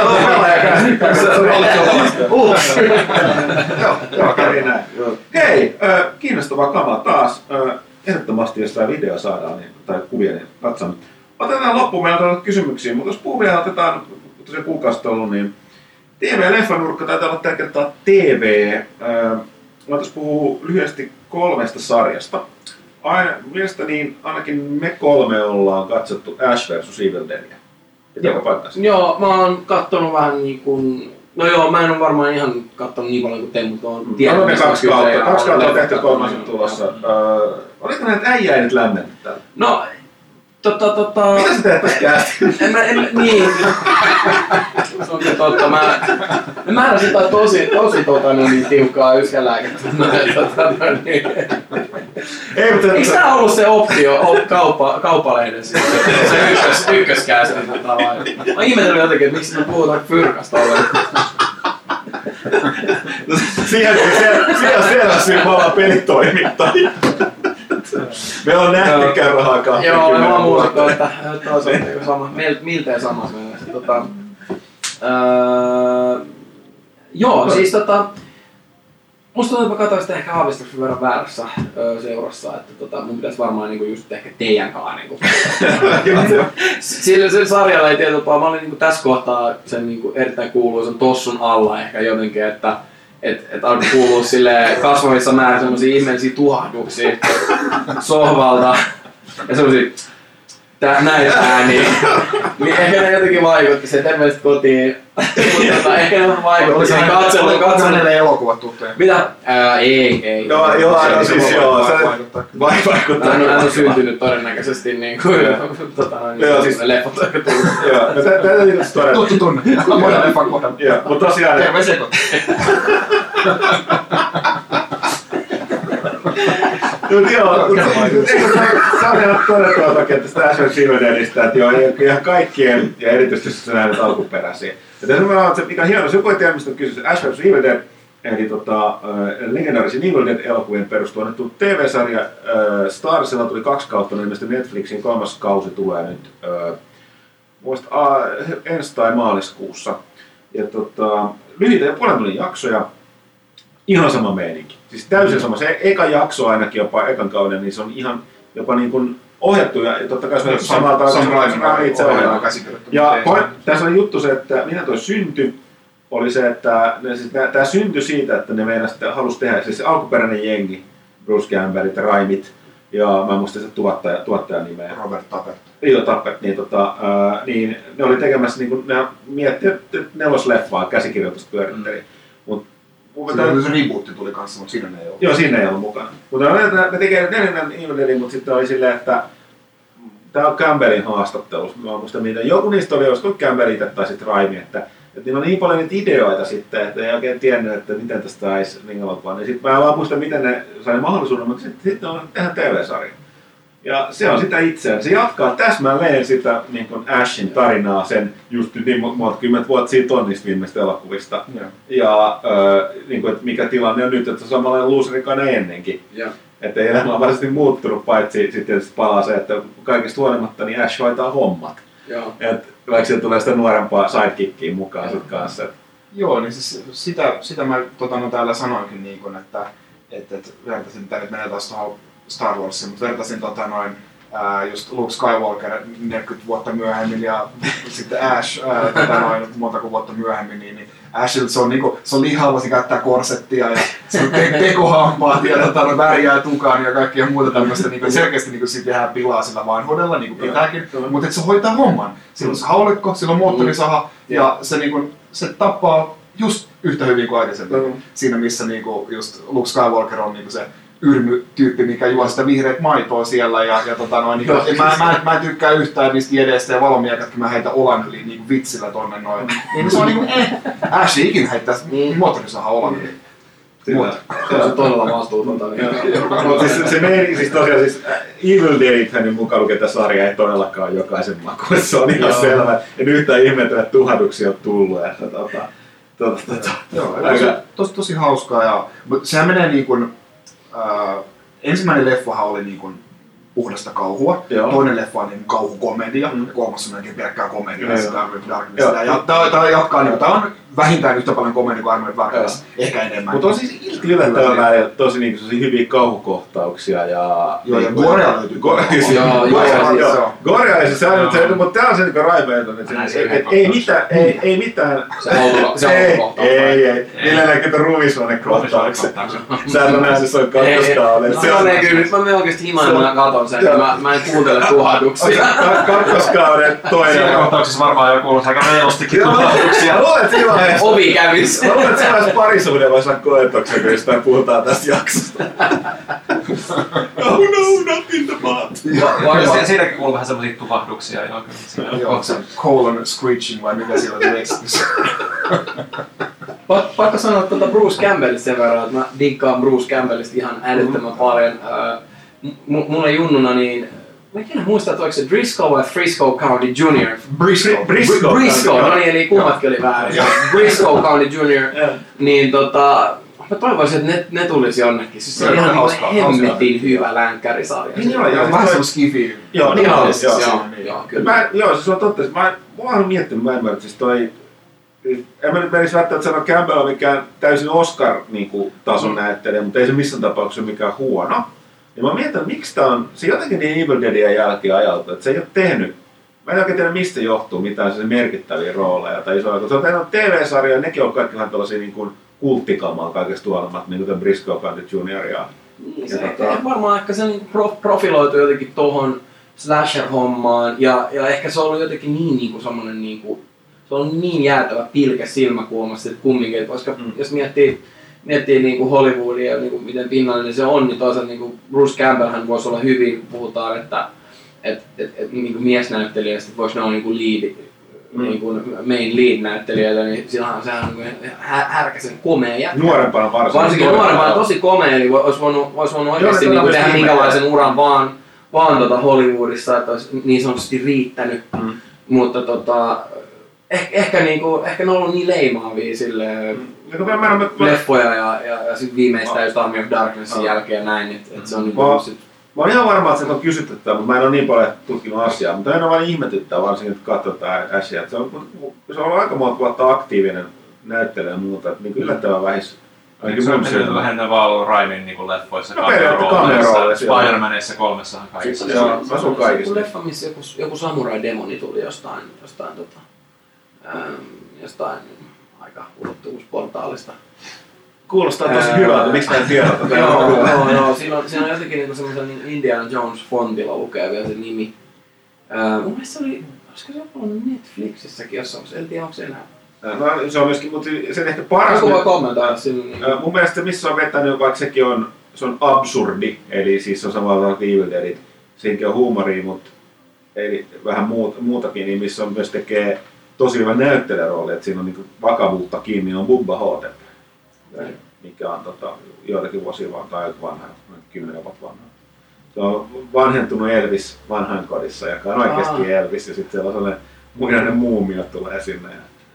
Joo, kävi näin. Hei, kiinnostavaa kamaa taas. Ehdottomasti jos tämä video saadaan tai kuvia, niin katsotaan. Otetaan loppuun, meillä on kysymyksiä, mutta jos puhuvia otetaan tosiaan kuukausi ollut, niin TV-leffanurkka taitaa olla tällä kertaa TV. Voitaisiin puhua lyhyesti 3 sarjasta. Mielestäni ainakin me 3 ollaan katsottu Ash vs. Evil Deadia. Pitääkö paikkansa? Joo, mä oon kattonut vähän niin kuin... No joo, mä en ole varmaan ihan kattonut niin paljon kuin te, mutta oon tiedä, mistä on 2 kautta. 2 kautta on tehty 3 tulossa. Oliko näitä äijää nyt lämmennyt täällä? No, Mitä sä teet tässä käsiin? Niin. Se on kyllä totta. Mä määräsin tosi niin tiukkaa yskälääkettä. Eikö tää ollut se optio kauppalehden se ykköskäästä? Mä ihmetellyt jotenkin, että miksi me puhutaan fyrkasta ollenkaan. Siellä selvästi me ollaan pelitoimittajia. Meillä on nähtikään rahaa 20. Joo, me vaan muusattu, että se on sama, miltei sama. Joo, siis musta tuntuu, että mä katsoin sitä ehkä aavistuksen verran väärässä seurassa, että mun pitäisi varmaan niinku just ehkä teidän kanssa niinku. Sillä sarjalla ei tietyllä tapaa, mä olin niinku tässä kohtaa sen niinku erittäin kuuluisen tossun alla ehkä jotenkin, että alkoi kuulua silleen kasvavissa määrin semmosia ihmeellisiä tuhahduksia sohvalta ja semmosia näitä ääniä. Niin ehkä ne jotenkin vaikutti siihen terveellisesti kotiin. Mutta ehkä ne vaikutti siihen katseluun. Onko ne elokuvat tuttuja? Mitä? Ei. Joo, siis joo. Vaikuttaa. Hän on syntynyt todennäköisesti niin kuin siis leffat aika tullut. Joo, tätä tietysti todella. Tuttu tunne. Monen leffan kohdan. Joo, mutta tosiaan. Terveisiä kotiin. Sä on ihan todettua toki, että sitä Ash vs. Evil Deadistä, että joo, ihan kaikkien, ja erityisesti sä näet alkuperäisiä. Ja tässä on se, mikä on hieno, jos joku ei tiedä, mistä on kysymys, Ash vs. Evil Dead, eli legendaarisen Evil Dead-elokuvien perustuu annettu TV-sarja Starsilla tuli 2 kautta, no ilmeisesti Netflixin 3. kausi tulee nyt ensi tai maaliskuussa. Ja lyhyitä ja puolen tunnin jaksoja, ihan sama meininki. Siis täysin sama. Se eka jakso ainakin jopa ekan kauden, niin se on ihan jopa niin kuin ohjattu ja totta kai se on samalta itse ohjaa. Ja tässä on juttu se, että minä tuo synty oli se, että tämä syntyi siitä, että ne halusi tehdä, siis se alkuperäinen jengi, Bruce Campbellit ja Raimit, ja mä en muista se tuottajan nimeä. Robert Tappert. Joo, Tappert, niin ne oli tekemässä, niin kuin, ne mietti, että 4. leffaa käsikirjoitusta pyöritteli. Silloin se rebootti tuli kanssa, mutta siinä ne ei ollut. Joo, siinä ei ollut mukana. Mutta ne tekee 4. Evil Deadin, mutta sitten oli silleen, että tämä on Campbellin haastattelus. Mä muistan, mitä joku niistä oli, olisiko Campbell itse tai sitten Raimi, että niillä on niin paljon niitä ideoita sitten, että ei oikein tiennyt, että miten tästä saisi ringalopaa. Niin sitten mä vaan muistan, miten ne sai mahdollisuuden, mutta sitten on tehdä TV-sarja. Ja se on sitä itseään. Se jatkaa täsmälleen sitä niin kuin Ashin tarinaa sen just niin monta 10 vuotta siitä on niistä viimeistä elokuvista. Ja niin kuin, että mikä tilanne on nyt, että se on samanlainen luuserikainen ennenkin. Että ei elämä on varsinaisesti muuttunut, paitsi sitten tietysti palaa se, että kaikesta huolimatta niin Ash hoitaa hommat. Et vaikka sieltä tulee sitä nuorempaa sidekickia mukaan sit kanssa. Joo, niin siis sitä mä täällä sanoinkin, niin kun, että vertasin, tämä nyt menee taas tuohon Star Warsiin, mutta vertasin just Luke Skywalker 40 vuotta myöhemmin ja sitten Ash monta vuotta myöhemmin, niin Ashilla se on lihava, se käyttää korsettia ja se on tekohampaat ja värjää tukaan ja kaikkea muuta tämmöistä. Niin selkeästi niin siitä tehdään pilaa sillä vanhuudella, niin kuin pitääkin, mutta se hoitaa homman. Sillä on se haulikko, sillä on moottorisaha ja se tappaa just yhtä hyvin kuin aikaisemmin. Siinä missä just Luke Skywalker on se yrmy-tyyppi, mikä juo sitä vihreät maitoa siellä mä en tykkää yhtään niistä jedeistä ja valomiekätkin mä heitä olan yli vitsillä tonne noin. Niin se on Ash ikinä heittää moottorisaha olan yli. Se on todella vastuutonta. Se meni siis tosiaan Evil Deadithän mukaan lukee, että sarja ei todellakaan jokaisen makuun. Se on ihan selvä. En yhtään ihmettele, että tuhahduksia on tullut. Joo, tosi hauskaa. Mutta sehän menee niin kuin ensimmäinen leffahan oli niin kuin puhdasta kauhua, toinen leffa on niin kauhukomedia, ja kolmas on melkein pelkkää komediaa, tämä jatkaa, tämä on vähintään yhtä paljon komedia kuin Armored Darkness, ehkä enemmän. Mutta on siis yllättävän välillä tosi niin hyviä kauhukohtauksia ja... Joo, ja Gorea löytyy. Gorea, mutta tämä on se niin kuin raiveeton, että ei mitään... Se autokohtaus. Ei. Niillä näkyy ruumishuonekohtauksen. Sä et ole nähnyt, se on kakkoskauden. Nyt mä menen oikeesti himaan, kun mä katon sen, mä en kuuntele tuhahduksia. Kakkoskauden toinen. Siinä kohtauksessa varmaan jo kuuluu aika reilustikin tuhahduksia. Luulen, että siinä ovi kävis. Mä luulen, että sellaisen parisuuden voisi olla koetuksen, kun jostain puhutaan tästä jaksosta. Oh no, not in the butt. Siinäkin kuuluu vähän semmosia tukahduksia. Joo, se colon screeching vai mikä siellä oli tekstissä. Pakko sanoa Bruce Campbellista sen verran, että mä dinkkaan Bruce Campbellista ihan älyttömän paljon. Mulle junnuna niin... Mä en muista, että oliko se Briscoe vai Frisco County Jr. Briscoe, no niin, eli kummatkin oli väärin. Briscoe County Jr. Niin mä toivoisin, että ne tulisi jonnekin. Siis se on ihan hemmetin hyvä länkkärisarja. Vähän semmoinen skifi. Joo, kyllä. Joo, se on totta. Mä oon miettinyt, mä ymmärrän, siis toi... En mä nyt menisi välttämättä sanoa Campbell on mikään täysin Oscar-tason näyttelijä, mutta ei se missään tapauksessa mikään huono. Ja mä mietin, miksi tää on, se jotenkin niin Evil Deadien jälkeen ajalta, että se ei ole tehnyt, mä en oikein tiedä mistä johtuu mitään se merkittäviä rooleja tai isoja, kun se on tehnyt TV-sarjoja, nekin on kaikki vähän tällaisia niin kuin kulttikamaa kaikesta huolimatta, niin kuin Briscoe County Jr. Niin, se varmaan ehkä se profiloitu jotenkin tohon slasher-hommaan ja ehkä se on ollut jotenkin niin semmonen niinku, se on niin jäätävä pilke silmäkulmassa, että kumminkin, koska jos miettii niinku Hollywoodia ja niinku miten pinnallinen se on, niin toisaalta niinku Bruce Campbellhan voisi olla hyvin, puhutaan, että niinku miesnäyttelijöistä voisi ne olla niinku lead, niinku main lead-näyttelijöitä, niin silloinhan sehän on niinku härkäsen komea jätkä. Nuorempana varsinkin nuorempana tosi komea, eli olisi voinut oikeasti niinku tehdä minkälaisen uran vaan Hollywoodissa, että olisi niin sanotusti riittänyt. Mutta ehkä ne on ollut niin leimaavia silleen leffoja ja sit viimeistään just Army of Darknessin jälkeen näin, että se on niinku sit... Mä oon ihan varma, että se on kysyttävää, mutta mä en ole niin paljon tutkinut asiaa, mutta en ole vain ihmetyttää varsinkin, että katsotaan Ashia. Se on ollut aika monta vuotta aktiivinen näyttelijä ja muuta, että niin yllättävän vähis. Se on lähinnä vaan ollut Raimin niin leffoissa, kamerarooleissa, Spider-Manissa 3 kaikissa. Joo, asun kaikissa. Leffa, missä joku samurai-demoni tuli jostain aika ulottuvuusportaalista. Kuulostaa tosi hyvältä, miksi mä en tiedä tätä? Joo, siinä on jotenkin niinku semmoisen Indiana Jones fontilla lukee vielä se nimi. Mun mielestä se oli, olisiko se ollut Netflixissäkin jossain, en tiedä onko se enää. No, se on myöskin, mutta sen ehkä paras... Joku voi kommentoida sinne. Mun mielestä missä on vetänyt, vaikka sekin on, se on absurdi, eli siis on samalla kuin Evil Deadit. Siinäkin on huumoria, mutta eli vähän muutakin, niin missä on myös tekee tosi hyvä näyttelijärooli, että siinä on niinku vakavuuttakin, niin on Bubba Hotep, mikä on joitakin vuosia tai vanha, 10 vuotta vanha. Se on vanhentunut Elvis vanhainkodissa, joka on oikeasti Elvis, ja sitten siellä on sellainen muinainen muumio tulee sinne.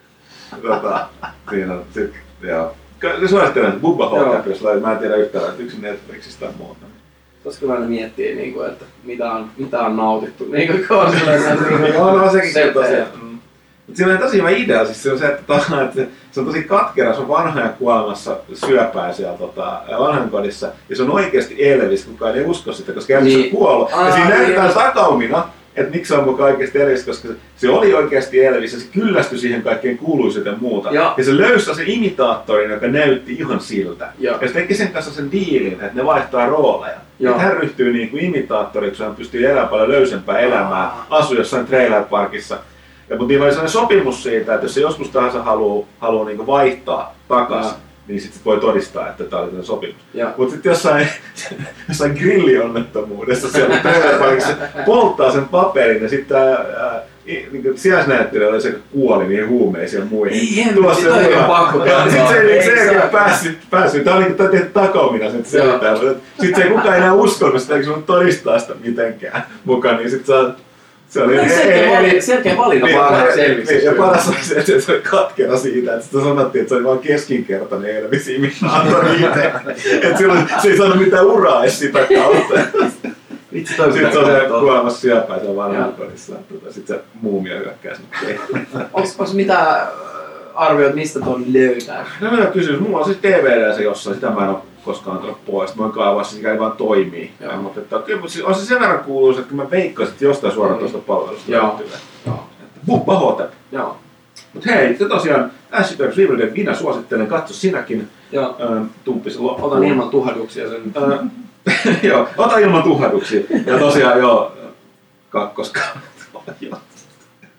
Siinä on se suosittelen, että Bubba Hotep, jos mä en tiedä yhtään, että yksi Netflixistä tai muuta. Tossa kyllä aina miettii, että mitä on nautittu. Joo, no sekin tosiaan. Siinä on tosi hyvä idea, siis se on se, että se on tosi katkera, se on vanhaajan kuolemassa syöpää siellä vanhainkodissa, ja se on oikeasti Elvis, kukaan ei usko sitä, koska Elvis on kuollut. Ja siinä näytetään takaumina, että miksi se on mukaan oikeasti Elvis, koska se oli oikeasti Elvis ja se kyllästyi siihen kaikkeen kuuluisuuteen ja muuta. Ja se löysi sen imitaattorin, joka näytti ihan siltä. Ja se teki sen kanssa sen diilin, että ne vaihtaa rooleja. Että hän ryhtyy niin kuin imitaattoriksi, hän pystyy elämään paljon löysempää elämää, asuu jossain trailer-parkissa. Mutta niillä oli sellainen sopimus siitä, että jos se joskus tahansa haluaa niin vaihtaa takaisin, niin sitten voi todistaa, että tämä oli sellainen sopimus. Mutta sitten jossain grillionnettomuudessa siellä trailerparkissa polttaa sen paperin ja sitten niin sijaisnäyttelijä oli se, joka kuoli niihin huumeisiin ja muihin. Sitten se ei päässyt. Tämä oli tehty takaumina sen selitään. Sitten se ei kukaan enää uskonut sitä, eikä se todistaa sitä mitenkään mukaan, niin sitten se oli selkeä valinta parhaaksi Elviseksi. Ja paras on se, että se oli katkera siitä, että sitä sanottiin, että se oli vain keskinkertainen Elvis-imitaattori itse. Että silloin se ei saanut mitään uraa edes sitä kautta. Sitten se on kuolemassa syöpää siellä vanhainkodissa. Sitten se muumio hyökkää sinne keihin. Onko mitään arvioit, mistä tuon löytää? No mä kysyin, mulla on siis DVD se jossain, sitä mä en ole koskaan tullut pois. Mä voin kaivaa se, mikä ei vaan toimii. Mutta kyllä on se sen verran kuuluisa, että mä veikkasin, että jostain suoraan tuosta palvelusta löytyy. Bubba Hotep. Mut hei, se tosiaan Ash vs. Evil Dead, minä suosittelen, katso sinäkin. Tumppisen loppuun. Otan ilman tuhduksia sen. Joo, ota ilman tuhduksia. Ja tosiaan kakkoskautta.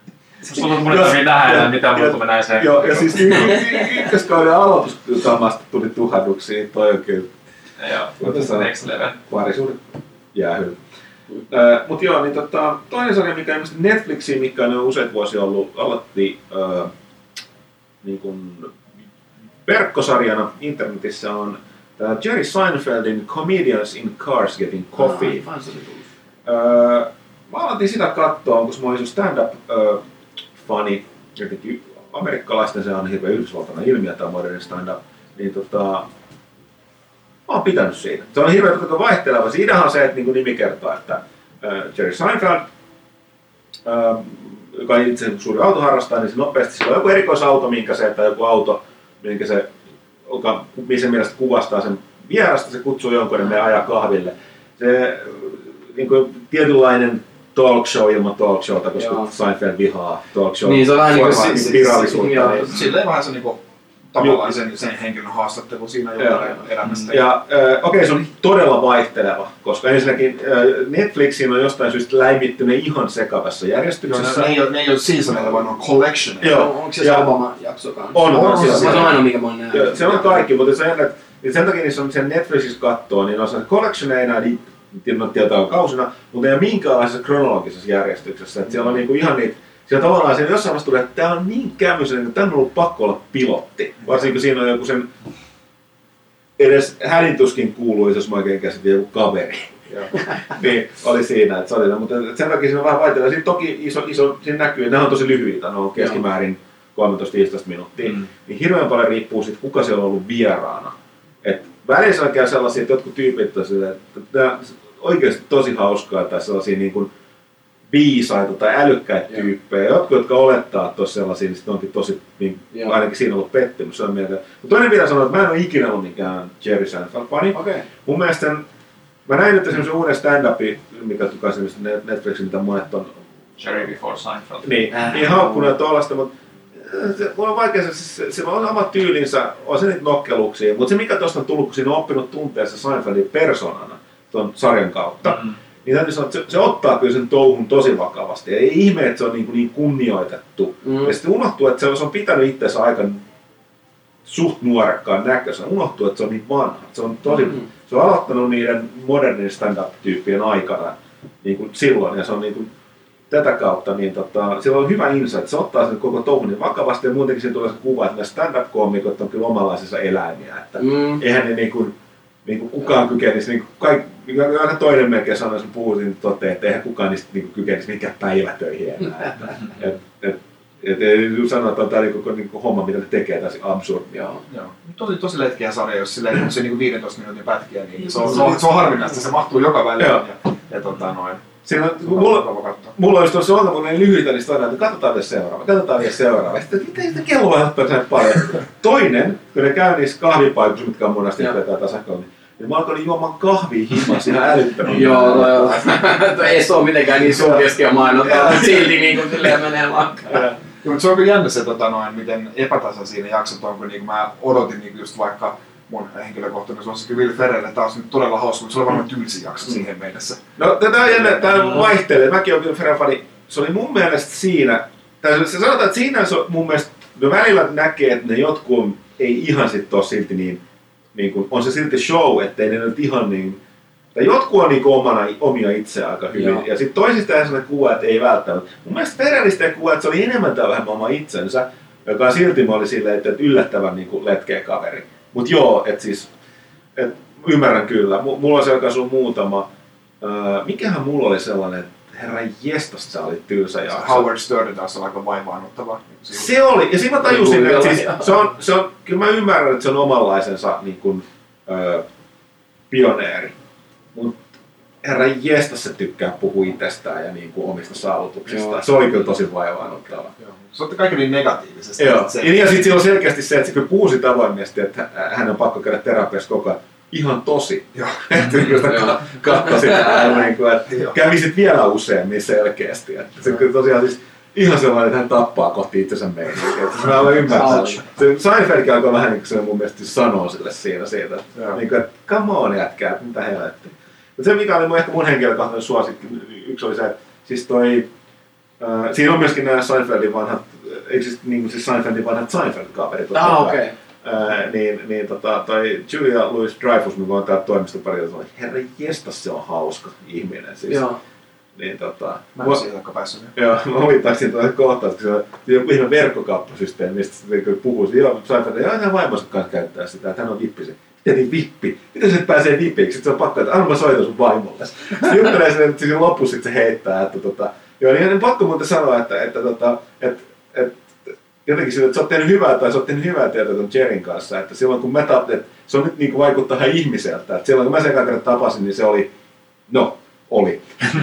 Sulla mun ei nähdä, mitä muuta me näin sen. Joo, ja siis ykköskauden aloituskamasta tuli tuhannuksia, toi on kyllä. Joo, next level. Parisuudet jäähyllä. Mutta joo, niin toinen sarja, mikä ilmeisesti Netflixiin, mikä on jo useat vuosia ollut, aloitti niin kuin verkkosarjana internetissä on Jerry Seinfeldin Comedians in Cars Getting Coffee. Mä aloitin sitä katsoa, koska mä olin stand-up-fani, jotenkin amerikkalaisten se on hirveän yhdysvaltainen ilmiö tämä moderni stand-up, niin mä oon pitänyt siitä. Se on hirveän vaihteleva. Siinähän on se, että niin kuin nimi kertoo, että Jerry Seinfeld, joka on itse suuri autoharrastaja, niin se nopeasti sillä on joku erikoisauto, tai joku auto, missä mielestä kuvastaa sen vierasta, se kutsuu jonkun ja me ajaa kahville. Se niin kuin tietynlainen talk show ilman talk showta, koska Seinfeld vihaa talk show. Niin se on vähän niin kuin virallisuutta. Silleen vähän se niinku tavallaan sen henkilön haastattelu siinä elämästä. Ja okei, se on todella vaihteleva, koska ensinnäkin Netflixiin on jostain syystä läimitty ne ihan sekavassa järjestyksessä. Ne ei ole seasoneilla, vaan on collection. Onko se Obama-jaksokaan? On. Se on aina mikä mä oon nähnyt. Se on kaikki, mutta sen takia niissä on sen Netflixissä kattoo, niin on se collectioneina, tietoa kausina, mutta ei ole minkäänlaisessa kronologisessa järjestyksessä. Että siellä on niinku ihan niitä, siellä tavallaan siellä jossain vaiheessa tulee, että tämä on niin kämmöisen, että tämä on ollut pakko olla pilotti. Varsinkin kun siinä on joku sen, edes hädintuskin kuuluisi, jos mä oikein käsitin joku kaveri. Niin oli siinä, että se oli, mutta sen takia siinä on vähän vaihtelua. Siinä toki iso siinä näkyy, että nämä on tosi lyhyitä, ne on keskimäärin 13-15 minuuttia. Niin hirveän paljon riippuu siitä, kuka siellä on ollut vieraana. Et välissä on käy sellaisia, että jotkut tyypit on sille, että tämä on oikeasti tosi hauskaa, tai sellaisia niin kuin viisaita tai älykkäitä tyyppejä. Jotkut, jotka olettaa, että olisi sellaisia, niin sitten onkin tosi, niin ainakin siinä on ollut pettymys. Mutta toinen pitää sanoa, että mä en ole ikinä ollut mikään Jerry Seinfeld-fani. Okay. Mun mielestä, mä näin nyt semmoisen uuden stand-upin, mikä tukasi Netflixin, mitä monet on... Jerry Before Seinfeld. Niin haukkunut ja tollaista, mutta mulla on vaikea, se on oma tyylinsä, on se niitä nokkeluksia, mutta se mikä tuosta on tullut, kun siinä on oppinut tunteessa Seinfeldin persoonana tuon sarjan kautta, niin täytyy sanoa, että se ottaa kyllä sen touhun tosi vakavasti. Ja ei ihme, että se on niin kunnioitettu. Ja sitten unohtuu, että se on pitänyt itseänsä aika suht nuorekkaan näköisenä. Unohtuu, että se on niin vanha. Se on, se on aloittanut niiden modernin stand-up-tyyppien aikana niin kuin silloin. Ja se on niin kuin, tätä kautta, niin sillä on hyvä insight. Se ottaa sen koko touhun niin vakavasti. Ja muutenkin siinä tulee se kuva, että nämä stand-up-koomikot on kyllä omanlaisensa eläimiä. Että eihän ne niin kuin kukaan kykenisi, niin aina toinen melkein sanoi, jos puhuisin, niin toteaa, että eihän kukaan niistä niin kykenisi mikään päivätöihin enää. Sanoa, että on tämä niin homma, mitä ne tekee, täysin absurdia. Joo. Tosi letkeä sarja, jos se niin 15 minuutin pätkiä, niin se on harvinaista, se mahtuu joka väliin. Mulla olisi tuossa ongelmallinen lyhyitä, niin sitten että katsotaan vielä seuraava. Sitten mitä kello vai ottaa sen paljon. Toinen, kun ne käy niissä kahvipaikoissa, mitkä on monesti vetää tasakkaan, niin mä alkoin juomaan kahvia himas ihan älyttömän. Joo. Ei se ole mitenkään niin sun keskeä mainontaa, mutta silti niin kuin silleen menee lakkaan. Mutta se on kyllä jännä se, miten epätasa siinä jaksot on, kun niin mä odotin niin just vaikka mun henkilökohtainen suosikki Will Ferrell, että tämä olisi nyt todella hauska, mutta se oli varmaan tylsin jakso siihen mennessä. No tätä on jännä, tämä vaihtelee. Mäkin olen Will Ferrell-fani. Se oli mun mielestä siinä, tai se sanotaan, että siinä se on mun mielestä, no välillä näkee, että ne jotkut ei ihan sitten ole silti niin kuin, on se silti show, ettei ne nyt ihan niin, tai jotkut on niin omia itseään aika hyvin, ja sitten toisista ei sellainen kuva, että ei välttämättä. Mun mielestä Ferrellistä kuva, että se oli enemmän tai vähemmän oma itsensä, joka silti mä oli silleen, että yllättävän niin kuin letkeä kaveri. Mut joo, että siis, ymmärrän kyllä. Mulla on selkä sun muutama. Mikähän mulla oli sellainen, että herra jestas, sä olit tylsä jakso. Howard Stern taas on aika vaivaannuttava. Se oli, ja siinä mä tajusin, että siis, se on, kyllä mä ymmärrän, että se on omanlaisensa niin kuin, pioneeri. Mut herra jestas, se tykkää puhua itsestään ja niin kuin omista saavutuksistaan. Se oli kyllä tosi vaivaannuttava. Se otti kaikki niin negatiivisesti. Joo. Ja sitten siinä on selkeästi se, että se kyllä puhuisi avoimesti, että hän on pakko käydä terapiassa koko ajan. Ihan tosi. Joo. Että katsoisin, että kävisit vielä useammin selkeästi. Että se kyllä tosiaan siis ihan sellainen, että hän tappaa kohti itsensä meininkiä. Että mä olen ymmärtänyt. Se Seinfeldkin alkoi vähän niin kuin se mun mielestä sanoo sille siinä siitä. Että come on jätkää, mitä helvettiä. Mutta se mikä oli ehkä mun henkilökohtainen suosikki, yksi oli se, että siis toi Siinä on myöskin nämä Seinfeldin vanhat, eikö siis Seinfeldin vanhat Seinfeld-kaverit. Okei. Toi Julia Louis-Dreyfus, me voin täällä toimistoparilla sanoa, herra jestas, se on hauska ihminen. Siis. Joo. Niin, mä en siihen olekaan päässyt. Joo, mä huvittaisin tuolla kohtaa, että se on joku ihan verkkokauppasysteemi, mistä se puhuu, joo, Seinfeld, joo, hän vaimonsa kanssa käyttää sitä, että hän on vippi se. Miten niin vippi? Miten se pääsee vipiksi? Sitten se on pakko, että anna mä soitan sun vaimolle. Se juttelee sen, että siinä lopussa se heittää, että joo, niin on pakko muuten sanoa, että jotenkin sille, että sä oot tehnyt hyvää tai sä oot tehnyt hyvää työtä ton Jerin kanssa, että silloin kun se on nyt niin kuin vaikuttaa ihan ihmiseltä, että silloin kun mä sen kerran tapasin, niin se oli, oli.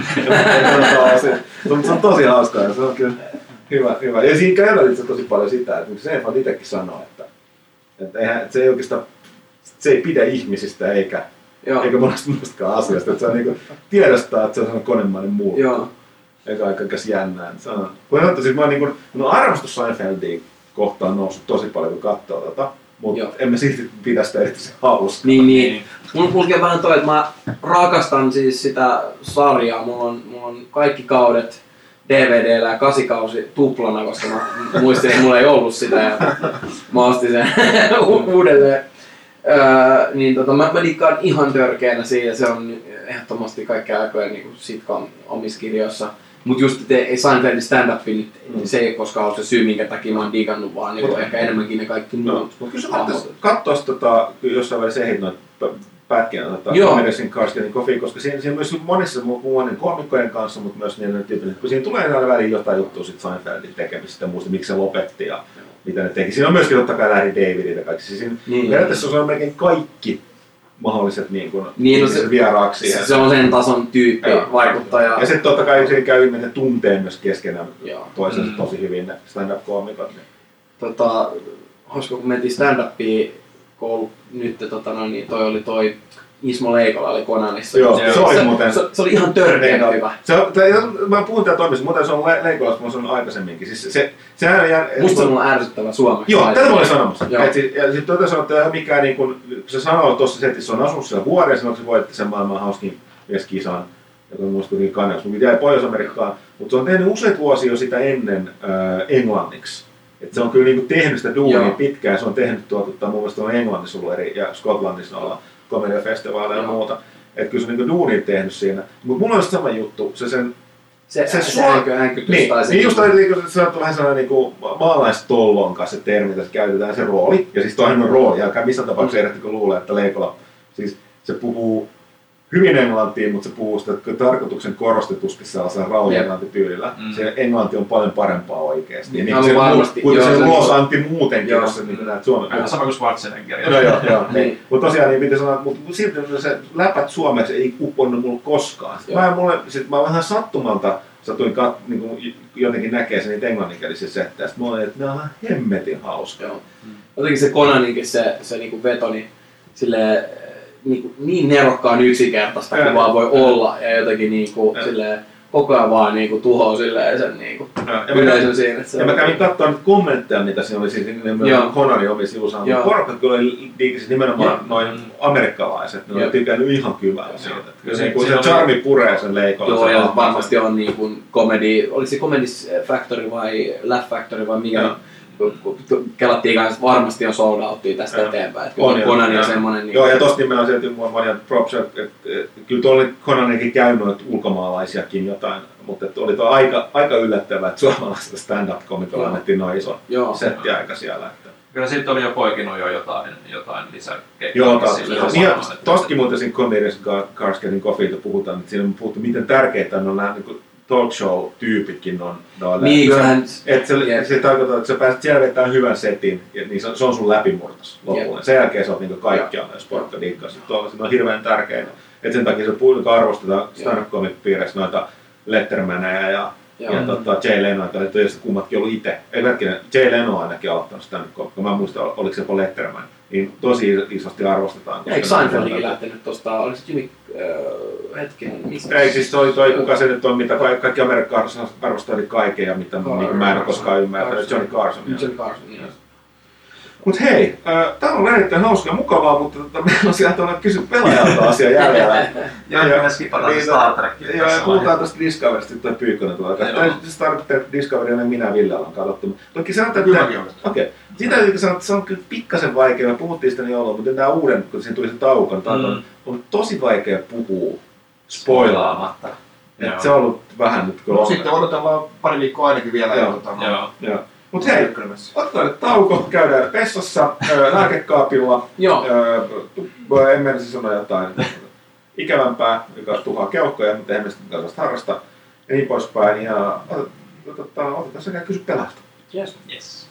Se on tosi hauskaa ja se on kyllä hyvä. Ja siinä käydään tosi paljon sitä, että Seinfeld itsekin sanoo, että se ei oikeastaan, se ei pidä ihmisistä eikä monesta muustakaan asiasta, että se on niinku tiedostaa, että se on konemainen muu. Eikä aika jännää. Kun siis mä arvostus Seinfeldia kohtaan noussut tosi paljon, kun katsoo mutta en mä silti pidä sitä erityisen hauskaa. Niin. Mulla kulkee vähän toi, että mä rakastan siis sitä sarjaa. Mulla on kaikki kaudet DVD:llä ja 8 kausi tuplana, koska mä muistin, että mulla ei ollut sitä ja mä ostin sen uudelleen. Mä dikkaan ihan törkeänä siitä, se on ehdottomasti kaikkea aikojen niin sitcom omissa kirjoissa. Mut just Seinfeldin stand-up, se ei koskaan ole se syy, minkä takia mä oon digannut, vaan niin ehkä enemmänkin ne kaikki muut. Kyllä sä katsois jossain välissä ehdit noita pätkiä American Carsketin Coffee, koska siinä myös monissa muiden koomikkojen kanssa, mutta myös niiden tyypillisesti, kun siinä tulee aina väliin jotain juttua sit Seinfeldin tekemistä ja muusta, miksi se lopetti ja mitä ne teki. Siinä on myöskin totta kai Larry Davidit ja kaikki. Siinä periaatteessa on melkein kaikki mahdolliset vieraaksi. Se on sen tason tyyppi, vaikuttaja. Ja sitten totta kai se käy ilmi, että tuntee myös keskenään toisensa tosi hyvin ne stand-up-koomikot. Olisiko kun mentiin stand-upiin koulu nyt, niin toi oli toi Ismo Leikola oli Konanissa. Joo, se oli muuten. Se oli ihan törkeä hyvä. Mä puhun täällä toimissa, mutta se on Leikolassa, mutta se on aikaisemminkin. Siis musta se on ollut ärsyttävä suomeksi. Joo, tätä mä olin sanomassa. Ja sitten sanoo, että mikään, niin kun se sanoo tuossa setissä, se on asunut siellä vuoden, ja se voitti sen maailman hauskin vieskisan, joka on musta kuitenkin Kanadassa, mutta jäi Pohjois-Amerikkaan. Mutta se on tehnyt useita vuosia jo sitä ennen englanniksi. Et se on kyllä niinku tehnyt sitä duunia pitkään, se on tehnyt mun mielestä on Englannissa ollut ja Skotlannissa olla komediafestivaaleja ja muuta. Että kyllä se on niinku duunia tehnyt siinä. Mutta mulla on sama juttu, se änkytys tai se... Niin just se on vähän sellainen niinku maalaistollon kanssa se termi, että käytetään se rooli. Ja siis toinen on rooli, älkää missään tapauksessa ehdottiko luulee, että Leikola, siis se puhuu hyvin englantiin, mutta se puhuu sitä tarkoituksen korostetusti sellaisella rauha-englantityylillä. Se englanti on paljon parempaa oikeesti. Ja niin se ulosanti muutenkin, jos sä näet suomen. Aina sama kuin Schwarzenegger. Joo. Mutta tosiaan niin piti sanoa, mutta silti se läpät suomeksi ei uponnut mulle koskaan. Mä vähän sattumalta satuin jotenkin näkee sen niitä englanninkielisiä settejä. Sitten mä olin, että ne on hemmetin hauskaa. Jotenkin se Conaninkin se niinku veto, niin silleen niin nerokkaan yksinkertaista kuin vaan voi olla ja jotenkin niinku silleen koko ajan vaan niinku tuhoaa silleen sen niinku yleisön siinä. Ja mä kävin katsoa nyt kommentteja, mitä siinä oli siis Conanin omissa sivussaan. Porukka kyllä diikisi nimenomaan noin amerikkalaiset, ne oli tykännyt ihan kyvällä siitä. Se charmi puree sen Leikolla. Joo, ja varmasti on niinku komedi, oliko se Comedy Factory vai Laugh Factory vai mikä? Kelattiin kanssa, varmasti on sold outtia tästä eteenpäin. Conan on semmoinen... Joo, ja tosta nimellä sieltä monia propsia, että kyllä tuolla oli Conanikin käynyt ulkomaalaisiakin jotain, mutta oli tuo aika yllättävää, että suomalaisesta stand-up-komikolla annettiin noin iso settiaika siellä. Kyllä siitä oli jo poikinut jo jotain lisäkeikkaa. Joo, tostakin muuten siinä Comedian Carsketin Coffeelta puhutaan, että siinä on puhuttu, miten tärkeitä on nämä talk show-tyypitkin on. Niin, se tarkoittaa, että sä pääset siellä vetämään hyvän setin, ja niin se on sun läpimurtos loppuun. Sen jälkeen sä oot niinku kaikkialla, jos porukka diikkaa. Se on hirveän tärkeää. Et sen takia se arvostetaan stand-up-comic-piirissä noita Lettermaneja ja Jay Lenoita, että jos kummatkin ollut itse. Jay Leno on ainakin aloittanut stand-up-comic, mä en muista, oliko se jopa Letterman. Niin tosi isosti arvostetaan. Eikö Seinfeldinkin lähtenyt tosta, oliko se Jimmy hetken? Ei, siis toi kuka se nyt on, mitä kaikki amerikkalaiset arvostaa kaiken ja mitä mä en ole koskaan ymmärtänyt, Johnny Carson. Johnny Carson, niin. Mut hei, tää on erittäin hauska ja mukavaa, mutta meillä on sieltä kysy pelaajalta asia jäljellä. Ja me skipataan Star Trekia. Joo, ja puhutaan tästä Discoverista, toi Pyykkönen tulee. Se tarkoittaa, että Discovery on minä ja Ville ollaan katsottu. Toki sanotaan, että okei. Sitä täytyy sanoa, että se on kyllä pikkasen vaikea. Me puhuttiin sitä niin ollut, mutta tämä uuden, kun siinä tuli se tauko, on tosi vaikea puhua spoilaamatta. Se on ollut vähän nyt no, sitten odotellaan pari viikkoa ainakin vielä. Joo. Mut hei, otetaan nyt tauko, käydään vessassa, lääkekaapilla. En mennä sanoa jotain ikävämpää, joka tuhaa keuhkoja, mutta eihän me sitten tällaista harrasta ja niin poispäin. Ja otetaan sekä kysy pelaajasta. Yes.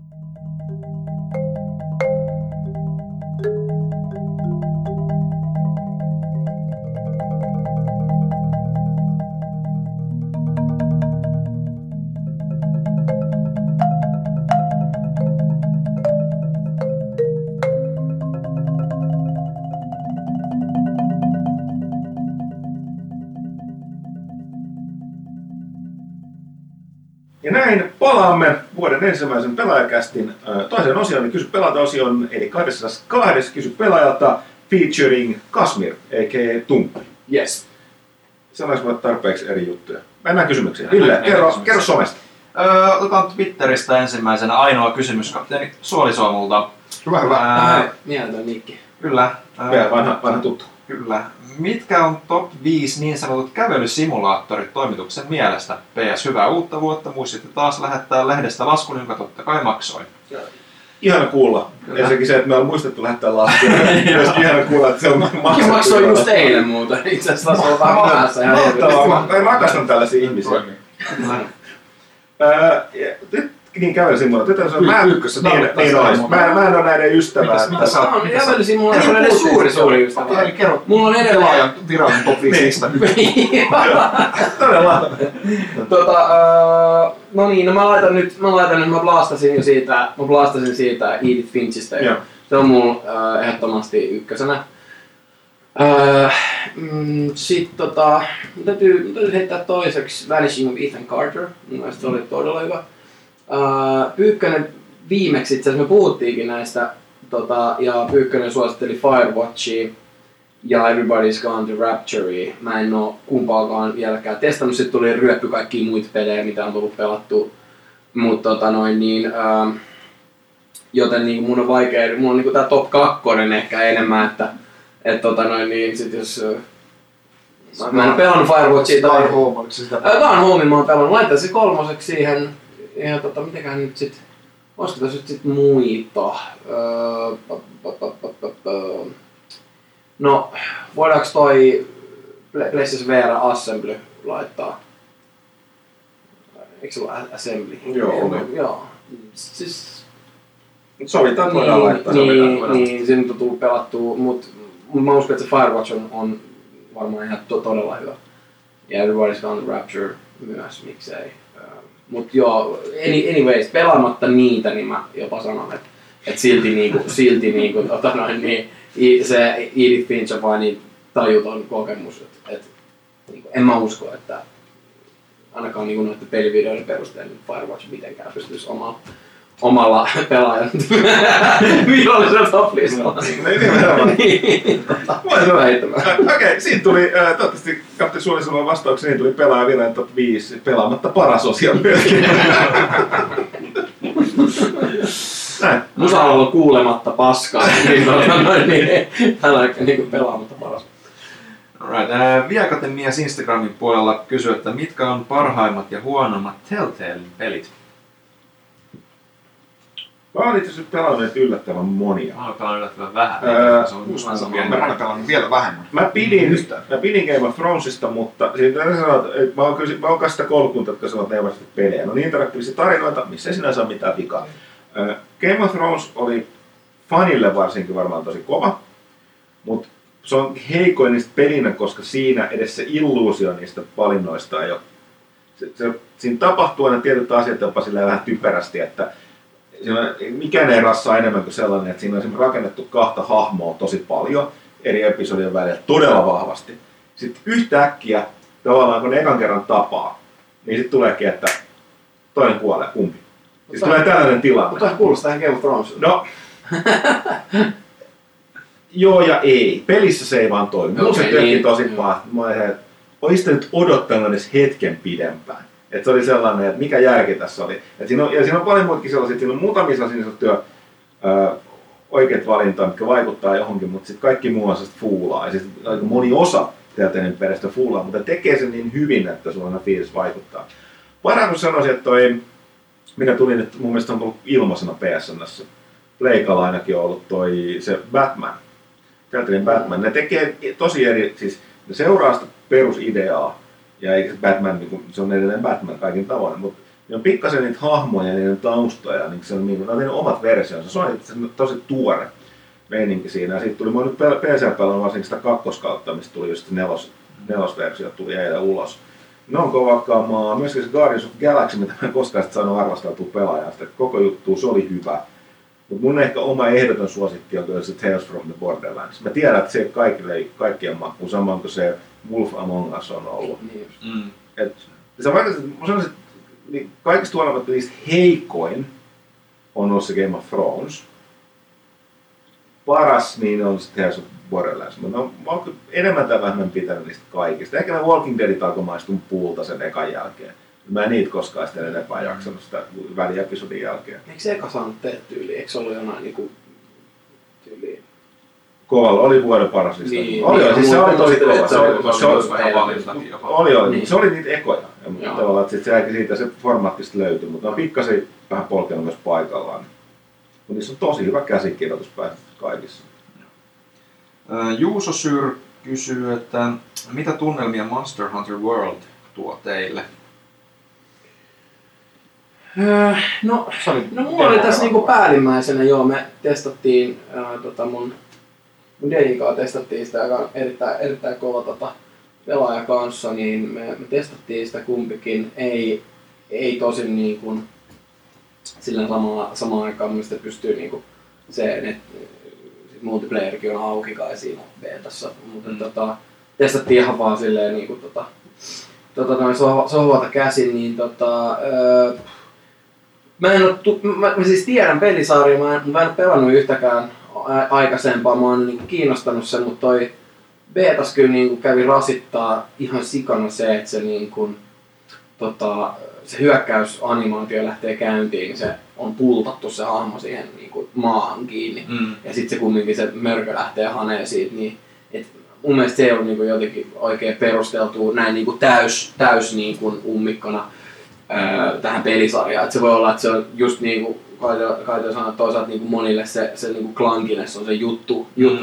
Ja näin palaamme vuoden ensimmäisen pelaajakästin toisen osion, eli Kysy pelaajalta osion, eli 202 Kysy pelaajalta featuring Kasmir, a.k.a. Tumppi. Yes. Sanois mulle tarpeeksi eri juttuja. Mennään kysymykseen. Ville, kerro somesta. Otetaan Twitteristä ensimmäisenä ainoa kysymys kapteeni Suolisuomulta. Hyvä. Mieletön nikki. Kyllä. Vanha tuttu. Kyllä. Mitkä on top 5 niin sanotut kävelysimulaattorit toimituksen mielestä? PS, hyvää uutta vuotta. Muistitte taas lähettää lehdestä laskun, jonka totta kai maksoi. Ihana kuulla. Ensinnäkin se, että me on muistettu lähettää laskua. Myös ihana kuulla, että se on maksettu. Mä maksoin just eilen muuta. Itse asiassa taas on vähän päässä. Mahtavaa. Mä rakastan tällaisia ihmisiä. Niin kävelysimulaattori. Mä en ole näiden ystävää. Mitä sä oot? Kävelysimulaattori on edes suuri ystävä. Eli kerro Mulla on edelleen pelaajan virallinen top 5 lista. Todella. No niin, mä blastasin siitä Edith Finchistä. Se on mulla ehdottomasti ykkösenä. Sitten täytyy heittää toiseksi Vanishing of Ethan Carter. Mun mielestä se oli todella hyvä. Pyykkönen viimeksi itse asiassa me puhuttiinkin näistä ja Pyykkönen suositteli Firewatchia ja Everybody's Gone to Rapturea. Mä en oo kumpaakaan vieläkään testannut. Sitten tuli ryöppy kaikkia muita pelejä, mitä on tullut pelattua. Mutta joten niin mun on vaikea, mulla on niinku tää top 2 ehkä enemmän, että sit jos mä en pelannut Firewatchia tai Gone Home, oliko se sitä? Gone Home mä oon pelannut. Laittaisin se kolmoseksi siihen. Ja mitäköhän nyt sit, olisiko tässä nyt sit muita? No, voidaanko toi PlayStation VR Assembly laittaa? Eikö se ole Assembly? Joo. Siis Sovitaan, voidaan laittaa. Niin, se nyt on tullut pelattua, mutta mä uskon, että se Firewatch on varmaan ihan todella hyvä. Ja Everybody's Gone to Rapture myös, miksei. Mut joo, anyways, pelaamatta niitä, niin mä jopa sanon, että silti se Edith Finch on vain niin tajuton kokemus, että en mä usko, että ainakaan niin noiden pelivideoiden perusteella Firewatch mitenkään pystyisi omalla pelaajan virallisella top-listalla. Okei, siinä tuli, toivottavasti kapteeni Suolisuoman vastauksen, niin tuli pelaaja virallinen top 5, pelaamatta paras osio myöskin. Musa on ollut kuulematta paskaa, tällä niin pelaamatta paras. Alright, Viakaten mies Instagramin puolella kysyy, että mitkä on parhaimmat ja huonommat Telltalein pelit? Mä oon itse asiassa pelannut yllättävän monia. Mä oon pelannut yllättävän vähän. Mä oon pelannut vielä vähemmän. Mä pidin Game of Thronesista, mutta mä oon kanssa sitä koulukunta, jotka sanoo, että ne eivät pelejä. No niin interaktiivisia tarinoita, missä ei sinänsä ole mitään vikaa. Game of Thrones oli fanille varsinkin varmaan tosi kova, mutta se on heikoin niistä pelinä, koska siinä edes se illuusio niistä valinnoista ei ole. Siinä tapahtuu aina tietyt asiat jopa silleen vähän typerästi, että mikään ei rassaa enemmän kuin sellainen, että siinä on rakennettu kahta hahmoa tosi paljon eri episodien välillä todella vahvasti. Sitten yhtäkkiä, tavallaan kun ne ekan kerran tapaa, niin sitten tuleekin, että toinen kuolee, kumpi. Siis tulee tällainen tilanne. Mutta kuulostaa ihan Game of Thrones. No. Joo ja ei. Pelissä se ei vaan toimi. Mulla se tehtiin tosi pahasti. Mä olin, että olis nyt odottanut edes hetken pidempään. Että se oli sellainen, että mikä järki tässä oli. Et siinä on paljon muutakin sellaisia, siinä on muutamia sellaisia oikeat valintoja, mitkä vaikuttaa johonkin, mutta sitten kaikki muu on sellaista fuulaa. Ja sitten aika moni osa Telltalein perästä fuulaa, mutta tekee sen niin hyvin, että sulla on fiilis vaikuttaa. Parhaan kun sanoisin, että mikä tuli nyt, mun mielestä on tullut ilmaisena PSN:ssä. Pleikalla ainakin on ollut se Batman. Telltalein Batman. Ne tekee tosi eri, siis ne seuraa sitä perusideaa. Ja eikä se Batman, se on edelleen Batman kaikin tavoin, mutta ne on pikkasen niitä hahmoja ja niiden taustoja, niin se on ne omat versionsa. Se on tosi tuore meininki siinä. Ja siitä tuli, mä nyt PC-pelannut varsinkin sitä kakkoskautta, mistä tuli just nelosversio, tuli eilen ulos. Ne on kovaa kamaa. Myöskin se Guardians of Galaxy, mitä mä en koskaan saanut arvosteltua pelaajasta. Koko juttu, se oli hyvä. Mutta mun ehkä oma ehdoton suosikki on kyllä se Tales from the Borderlands. Mä tiedän, että se ei kaikkien makuun, samoin kuin se Wolf Among Us on ollut. Se vaikka, mä sanoisin, että kaikista huolimatta niistä heikoin on ollut se Game of Thrones. Paras niin on se Tales of Borderlands. Mä oon enemmän tai vähemmän pitänyt niistä kaikista. Ehkä ne Walking Deadit alkoi maistun puulta sen ekan jälkeen. Mä en niitä koskaan sitten enempää jaksanut sitä väliepisodin jälkeen. Eikö se eka saanut tehdä tyyliin? Eikö se ollut jonain niinku tyyliin? Kovalla oli vuoden paras lista. Niin, oli, siis se oli tosi kova. Se oli niitä ekoja. Tavallaan, että se jäikin siitä se formaatti löytyi, mutta on pikkasen vähän polkenut myös paikallaan. Mutta niissä on tosi hyvä käsikirjoitus päästä kaikissa. Juuso Syr kysyy, että mitä tunnelmia Monster Hunter World tuo teille? No mulla oli tässä niinku päällimmäisenä, me testattiin mun DJ:kaa testattiin sitä, joka on erittäin kova pelaaja kanssa, niin me testattiin sitä kumpikin, ei tosin niinku sillä samaan aikaan mistä pystyy niinku se multiplayerkin on auki kai siinä betassa, mutta testattiin ihan vaan silleen niinku sohvalta käsin, niin mä siis tiedän pelisarja, mä en ole pelannut yhtäkään aikaisempaa, mä oon niinku kiinnostanut sen, mutta toi betas kyllä niinku kävi rasittaa ihan sikana se, että se niinku, se hyökkäysanimaatio lähtee käyntiin, niin se on pultattu se hahmo siihen niinku maahan kiinni. Ja sit se kumminkin se mörkö lähtee haneen siitä, niin et mun mielestä se ei ollut niinku jotenkin oikein perusteltua näin niinku täys niinku ummikkona tähän pelisarjaan. Et se voi olla, että se on just niinku Kaito sanoi toisaalta niinku monille se niinku clunkiness on se juttu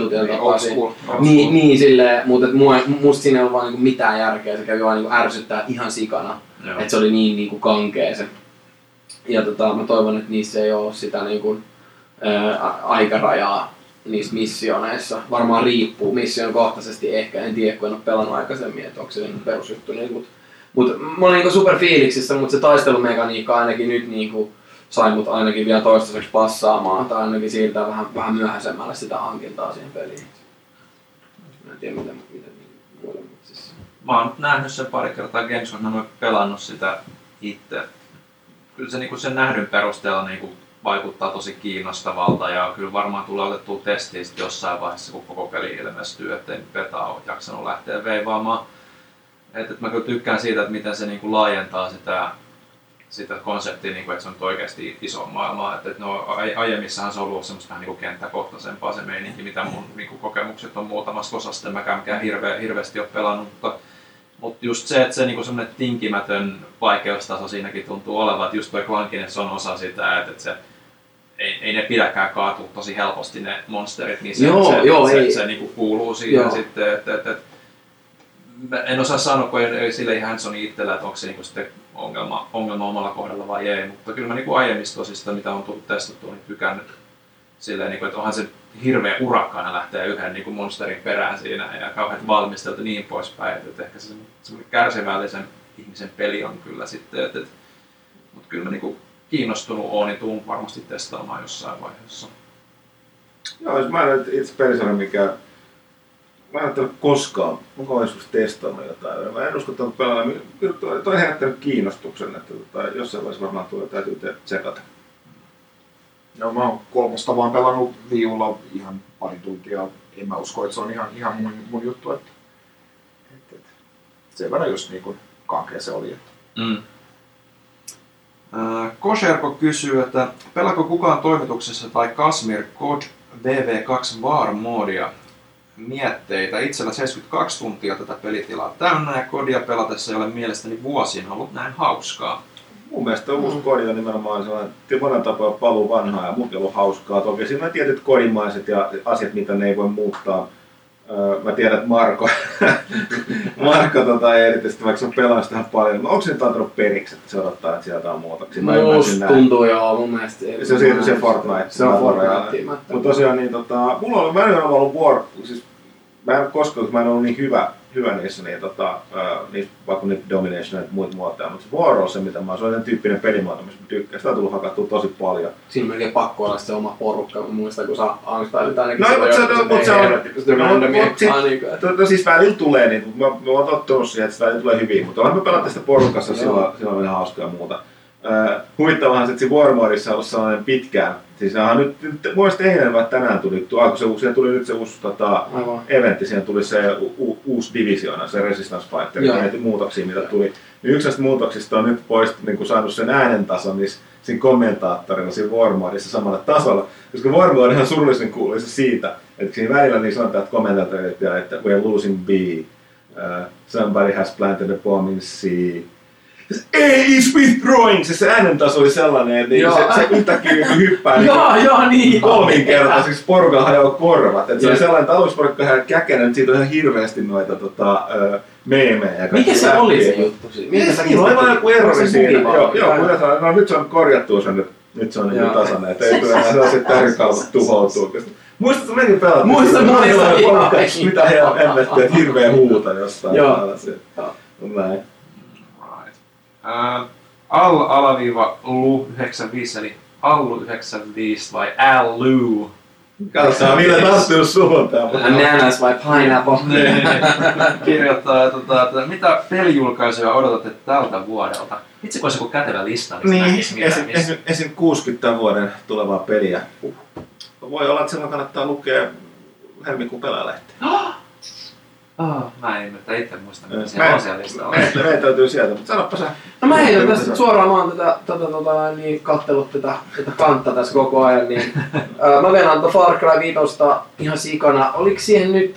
niin silleen, mutta musta siinä ei ollut vaan niinku mitään järkeä, se kävi vaan niinku ärsyttää ihan sikana. Että se oli niinku kankea se. Ja mä toivon, että niissä ei ole sitä niinku aikarajaa niissä missioneissa. Varmaan riippuu mission kohtaisesti ehkä, en tiedä kun en ole pelannut aikaisemmin, että onko se niinku perusjuttu. Mutta mä olin niinku super fiiliksissä, mutta se taistelumekaniikka ainakin nyt niinku sai mut ainakin vielä toistaiseksi passaamaan tai ainakin siirtää vähän myöhäisemmälle sitä hankintaa siihen peliin. Mä en tiedä mitä muille, mutta siis. Mä oon nähnyt sen pari kertaa Gamescom, mä oon pelannut sitä itse. Kyllä se niinku sen nähdyn perusteella niinku vaikuttaa tosi kiinnostavalta ja kyllä varmaan tulee otettua testiin jossain vaiheessa, kun koko peli ilmestyy, ettei beta ole jaksanut lähteä veivaamaan. Et mä kyllä tykkään siitä, että miten se niinku laajentaa sitä konseptia, niinku, että se on oikeasti iso maailma. Aiemmissahan se on ollut semmoista vähän niinku kenttäkohtaisempaa se meininki, mitä mun niinku kokemukset on muutamasta osasta, en mäkään mikään hirveästi ole pelannut. Mutta just se, että se niinku semmoinen tinkimätön vaikeustaso siinäkin tuntuu olevan, että just toi clunkiness on osa sitä, että se ei ne pidäkään kaatua tosi helposti ne monsterit, niin se niinku kuuluu siihen sitten, että en osaa sanoa, kun ei sille ihan hands-on itsellä, että onko se niinku sitten ongelma omalla kohdalla vai ei, mutta kyllä mä niinku aiemmista tosista, mitä on tullut testattua, niin tykännyt silleen, niinku, että onhan se hirveä urakkaana lähtee yhden niinku monsterin perään siinä ja kauheat valmisteltu niin poispäin, että ehkä se semmoinen kärsivällisen ihmisen peli on kyllä sitten, mutta kyllä mä niinku kiinnostunut oon, niin tuun varmasti testaamaan jossain vaiheessa. Joo, jos mä en ole itse pelisarja mikä mä en ole koskaan, onko mä joskus testannut jotain. Mä en usko, että pelaa. Kyllä toi on herättänyt kiinnostuksen, että jossain vaiheessa varmaan täytyy tsekata. Joo, mä oon 3 vaan pelannut viulla ihan pari tuntia. En mä usko, että se on ihan mun juttu. Että sen verran just niin kuin kankea se oli. Kosherko kysyy, että pelaako kukaan toimituksessa tai Kasmir COD VV2 War-moodia? Mietteitä. Itsellä 72 tuntia tätä pelitilaa täynnä ja kodia pelatessa ei ole mielestäni vuosiin ollut näin hauskaa. Mun mielestä uusi kodi on nimenomaan sellainen monen tapaa paluu vanhaa ja muukin on ollut hauskaa. Toki siinä on tietyt kodimaiset ja asiat, mitä ne ei voi muuttaa. Mä tiedän, että Marko ei erityisesti, vaikka se on pelannut sitä ihan paljon. Onko se nyt antanut periksi, että se odottaa, että sieltä on muutoksia? Musta tuntuu joo, mun mielestä. Se on siirtynyt se Fortnite. Se on Fortnite. Mutta tosiaan, niin, mulla on, mä en ole ollut siis mä en koskaan, mä en ollut niin hyvä niissä, niin, vaikka nyt Domination ja muut muotoja, mutta se War on se, mitä mä, se on sen tyyppinen pelimuoto, missä mä tykkään. Sitä on tullut hakattua tosi paljon. Siinä on melkein pakko olla se oma porukka, mä muistan, kun sä angstailit ainakin. No siis välillä tulee, niin mä oon tottunut siihen, että välillä tulee hyvin, mutta olemme pelattu sitä porukassa, silloin on ihan hauskaa ja muuta. Huvittavahan se, että siinä War-moodissa on ollut sellainen pitkään. Siis nyt muista eilen vai tänään tuli, siihen tuli nyt se uusi eventti, siihen tuli se uusi divisioona, se Resistance Fighter, ja näitä muutoksia mitä tuli. Niin yksi näistä muutoksista on nyt niin saanut sen äänentason siinä kommentaattorilla siinä War-moodissa samalla tasolla. Koska War-moodi on surullisen kuuluisa siitä, että siinä välillä niin sanotaan, että kommentaattorit että we are losing B, somebody has planted a bomb in C. A is withdrawing! Se äänentaso oli sellainen, että se yhtäkkiä hyppää niin kolminkertaisiksi porukalla hajoaa korvat. Se oli sellainen, että alusporukka ihan käkenä, että siitä on ihan hirveästi noita meemejä. Mikä se oli se juttu? Siinä oli vaan joku errori siinä. Joo, nyt se on korjattu nyt se on niin tasainen, että ei tule enää sellaiset tärkaudet tuhoutuu. Muistatko mekin pelattiin? Muistan mitä hemmettiä, että hirveä huuta jostain. Näin. Al-Lu95 eli Allu95 vai Allu? Katsotaan millä tastus suuntaan. Ananas vai pineapple? Kirjoittaa, että mitä pelijulkaisuja odotatte tältä vuodelta? Itse kun olisi joku kätevä lista, niin näkisi esim. 60 vuoden tulevaa peliä. Voi olla, että silloin kannattaa lukea helmikuun pelaajalehti. Mä en nyt itse muista, mitä siellä on siellä listalla. Meidän täytyy sieltä, mutta sanoppa sä. No mä heitän tästä suoraan, mä oon niin kattellut tätä kantta tässä koko ajan, niin mä venaan Far Cry 5 ihan sikana. Oliko siihen nyt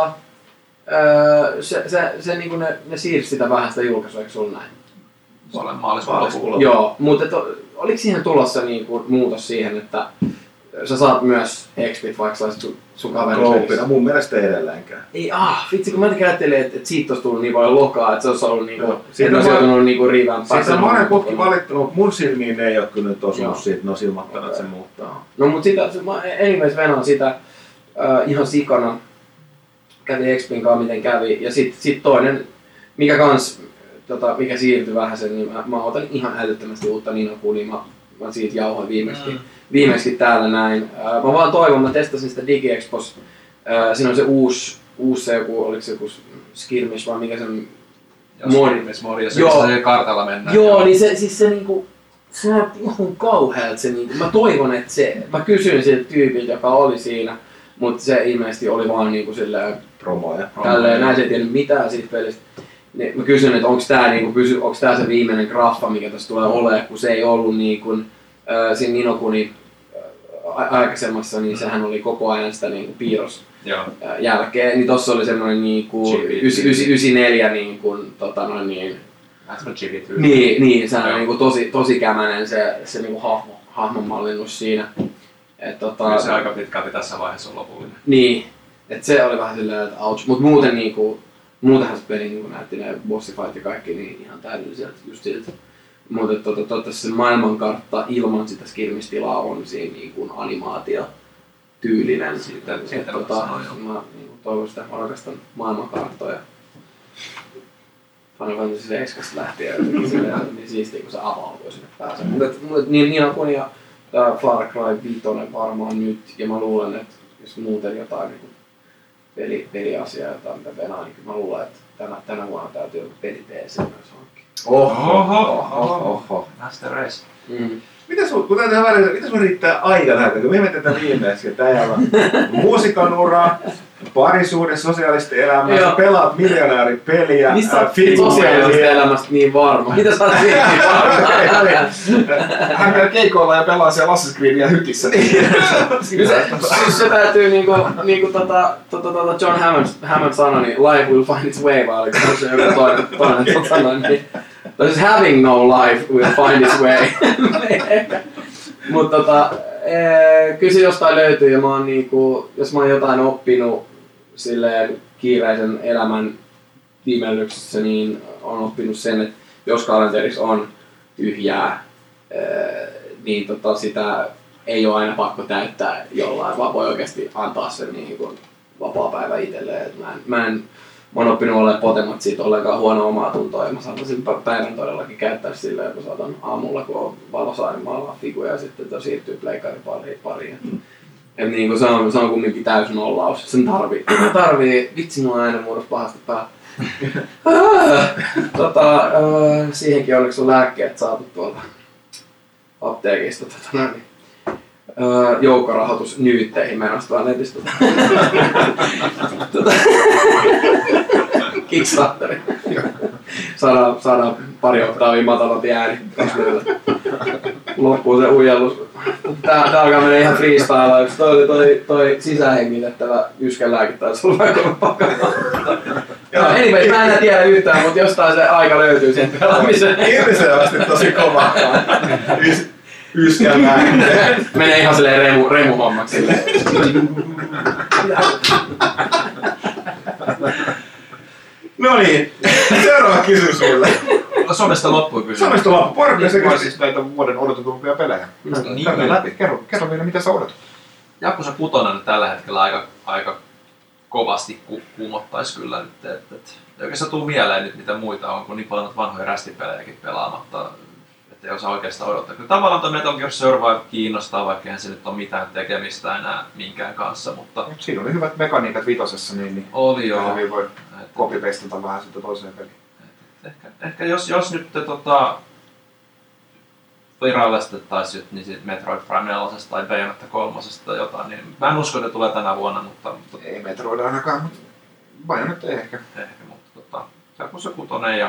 se niinku ne siirsi sitä vähän sitä julkaisua, eikö sulla näin? Olen maaliskuun lopulla. Joo, mutta oliko siihen tulossa niinku muutos siihen, että sä saat myös XP:t, vaikka saisit sun kaverin. Mun mielestä edelleenkään. Ei vitsi, kun mä ajattelin, että siitä olisi tullut niin paljon lokaa, että se olisi ollut niinku, että olisi joutunut niinku rivään päästä. Siitä on monen putki valittanut, mutta mun silmiin ei ole kyllä nyt osunut siitä, ne on ilmoittanut, että se muuttaa. No mut sitä, mä anyways venaan sitä ihan sikana. Kävi XP:n kanssa miten kävi, ja sit toinen, mikä kans, mikä siirtyi vähän sen, niin mä otan ihan älyttömästi uutta Ninoku, niin mä siitä jauhoin viimeksi täällä näin. Mä vaan toivon, mä testasin sitä DigiExpos. Siinä on se uusi se joku, oliko se joku skirmish vai mikä sen modi, jos se kartalla mennään. Joo, niin se niinku, se näytti ihan kauhealta se niinku, mä toivon, että mä kysyin siltä tyypiltä, joka oli siinä, mutta se ilmeisesti oli vaan niinku silleen promoja. Tälleen, näin se ei tiennyt mitään siitä pelistä. Mä kysyin, että onko tää se viimeinen graffa, mikä tässä tulee olemaan, kun se ei ollut niinku siinä Ninokunin aikaisemmassa, niin sehän oli koko ajan sitä niinku piirros jälkeen. Niin tossa oli semmoinen niinku 94 niinku niin sehän on niinku tosi kämänen se niinku hahmonmallinnus siinä. Kyllä se aika pitkälti tässä vaiheessa on lopullinen. Niin, että se oli vähän silleen, että ouch. Mut muuten niinku muutenhan se peli niinku näytti ne bossifight ja kaikki niin ihan täydelliseltä just siltä. Mutta toivottavasti se maailmankartta ilman sitä skirmistilaa on siinä niin kuin animaatiotyylinen. Mä niin toivon sitä, mä rakastan maailmankarttoja. Final Fantasy 7 lähtien niin siistiä, kun se avautuu sinne päässä. Mutta niin on ja Far Cry 5 varmaan nyt, ja mä luulen, että jos muuten jotain niin peliasiaa, jotain mitä venaa, niin mä luulen, että tänä vuonna täytyy joku peli PC myös hankkia. Oho. Master Race. Mitä sun riittää aika näitä, kun me mietitään viimeksi, että äijällä on muusikan ura, parisuhde, sosiaalista elämää, sä pelaat miljonääripeliä, mistä sä oot sosiaalisesta elämästä niin varma? Mitä sä oot siitä niin varma? Hän käy keikoilla ja pelaa siellä Assassin's Creedia hytissä. Se täytyy niinku John Hammond sanoi, niin life will find its way, vai oliko se joku toinen niin. Siis having no life will find its way. Mutta kyllä se jostain löytyy ja mä oon niinku, jos mä oon jotain oppinut silleen kiireisen elämän tiimellyksessä, niin on oppinut sen, että jos kalenterissa on tyhjää, niin sitä ei ole aina pakko täyttää jollain, vaan voi oikeasti antaa sen niin kuin vapaa-päivä itselleen. Mä oon oppinut olemaan potematta siitä ollenkaan huono omaa tuntoa ja mä saatan sen päivän todellakin käyttää silleen, että mä saatan aamulla, kun on valossa, niin maalaa figuja ja sitten siirtyy pleikkarin pariin. Et niinku se on kumminkin täys nollaus. Sen tarvii vitsi mua aina muodossa pahasti päällä. Siihenkin onneksi on lääkkeet saatu tuolta apteekista. Joukkorahoitus nyytteihin menosta vaan netistä. Kickstarteri. Saadaan pari oktaavia matalampi ääni. Loppuu se uijallus. Tää alkaa mennä ihan freestyle. Toi sisähengittävä yskänlääke taisi olla vaikka pakana. Anyway, mä en tiedä yhtään, mutta jostain se aika löytyy siihen pelaamiseen. Ilmiselvästi tosi kova. Yskänlääke. Menee ihan silleen remu-hommaksi silleen. No niin, seuraava kysymys sulle. Somesta loppui kysymys. Somesta loppui. Porukka se Niin, siis näitä vuoden odotetumpia pelejä. Käydään läpi. Kerro vielä, mitä sä odotat. Yakuza 6 nyt tällä hetkellä aika kovasti kuumottaisi kyllä nyt. Ei oikeastaan tuu mieleen nyt mitä muita on, kun niin paljon vanhoja rästipelejäkin pelaamatta. Että ei osaa oikeastaan odottaa. Kyllä tavallaan tuo Metal Gear Survive kiinnostaa, vaikka eihän se nyt ole mitään tekemistä enää minkään kanssa. Mutta siinä oli hyvät mekaniikat vitosessa, niin oli joo. Hyvin voi copy-pastata vähän sitten toiseen peliin. Ehkä jos nyt virallistettaisiin niin siitä Metroid Prime 4 tai Bayonetta 3 tai jotain, niin mä en usko, että tulee tänä vuonna, mutta ei Metroid ainakaan, mutta Bayonetta ehkä. Mutta Yakuza 6 ja.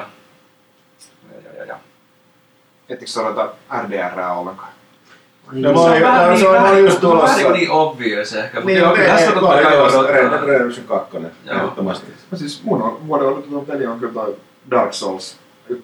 Ettikö sä odota RDRää ollenkaan? No se on just tulossa. Vähän niin obvious ehkä, mutta Niin, joo, kyllä sitä totta kai odottaa. Red Dead Redemption 2, ehdottomasti. No siis mun vuoden odotetun peli on kyllä toi Dark Souls 1.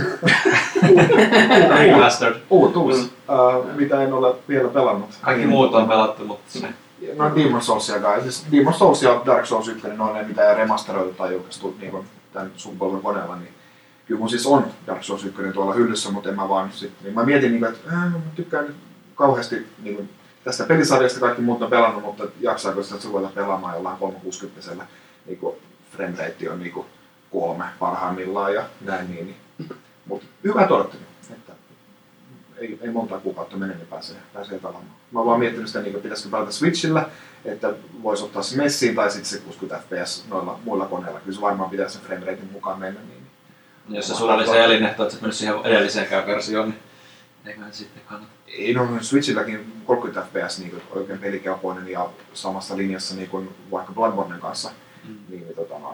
Remastered. Uutuus, mitä en ole vielä pelannut. Kaikki muut on pelattu, mutta se. No Demon's Soulsiakaan. Siis Demon's Souls ja Dark Souls 1, ne on ne mitä remasteroitu tai julkaistu niin tämän sukupolven koneella. Niin kyllä mun siis on Dark Souls 1 tuolla hyllyssä, mutta en mä vaan sitten. Niin mä mietin, että mä tykkään kauheasti niin tästä pelisarjasta kaikki muut on pelannut, mutta jaksaako sitä ruveta pelaamaan jollain 360-sellä. Niin frame rate on niin 3 parhaimmillaan ja näin niin. Mutta hyvät odottelu, että ei monta kuukautta mene, niin pääsee pelaamaan. Mä oon vaan miettinyt sitä, niin pitäisikö pelata Switchillä, että voisi ottaa se messiin tai sitten se 60 fps noilla muilla koneilla. Kyllä se varmaan pitäisi sen frame ratein mukaan mennä. Niin jos se sulla oli se elinehto, että sä mennyt siihen edelliseenkään versioon, niin eiköhän sitten kannata. Ei, no Switchilläkin 30 fps niin oikein pelikelpoinen ja samassa linjassa niin kuin vaikka Bloodbornen kanssa. Niin,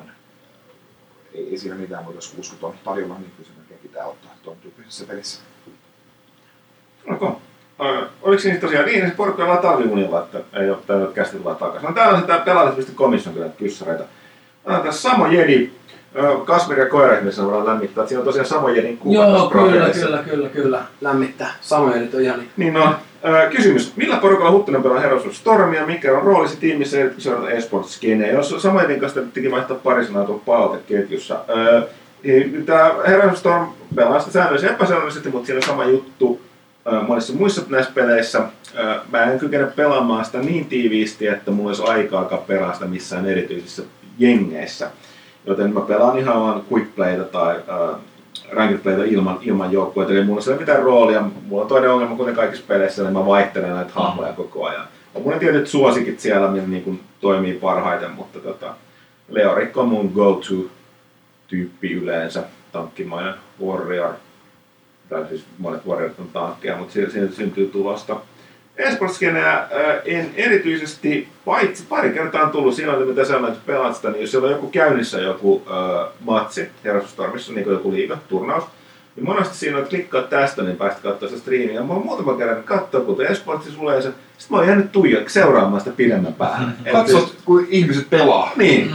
ei siinä mitään, mutta jos 60 on tarjolla, niin kyllä se melkein pitää ottaa tuon tyyppisessä pelissä. Okay. Oliko siinä tosiaan niin, se porukka ollaan talviunilla, että ei ole täällä käsitellä takaisin. No täällä on sitä pelaajallisuus.comissa on kyllä kyssäreitä. Tässä Samo Jedi, Kasmir ja koiraihmeessä voidaan lämmittää, että siinä on tosiaan Samo Jedin kuva. Joo, kyllä. Lämmittää. Samo Jedit on ihan niin. No, kysymys. Millä porukalla Huttunen pelaa Heroes of Stormia? Mikä on roolisi tiimissä ja seurata eSports-skenejä? Jos Samo Jedin kanssa teki vaihtaa pari sanaa tuolla palauteketjussa. Tämä Heroes of Storm pelaa sitä säännöllisesti ja epäsäännöllisesti, mutta siinä on sama juttu monissa muissa näissä peleissä. Mä en kykene pelaamaan sitä niin tiiviisti, että mulla olisi aikaakaan pelaa sitä missään erityisissä jengeissä. Joten mä pelaan ihan vaan quick playta tai ranked playta ilman joukkueita. Eli mulla ei ole mitään roolia. Mulla on toinen ongelma, kuten kaikissa peleissä, niin mä vaihtelen näitä hahmoja koko ajan. On mun tietyt suosikit siellä, millä niin toimii parhaiten, mutta Leorikko on mun go-to-tyyppi yleensä. Tankkimainen warrior. tai siis monet Warriorit on tankkeja, mutta siitä syntyy tulosta. Esports-skeneä en erityisesti, paitsi pari kertaa on tullut siinä, mitä sanoin, että pelaat sitä, niin jos siellä on joku käynnissä joku matsi Herrastustormissa, niin kuin joku liiga-turnaus, niin monesti siinä on, että klikkaa tästä, niin päästä katsoa sitä striimiä. Ja mä oon muutaman kerran katsoa, kun Esportsi tulee se. Sitten mä oon jäänyt seuraamaan sitä pidemmän päähän. Katsot, kun ihmiset pelaa. Niin.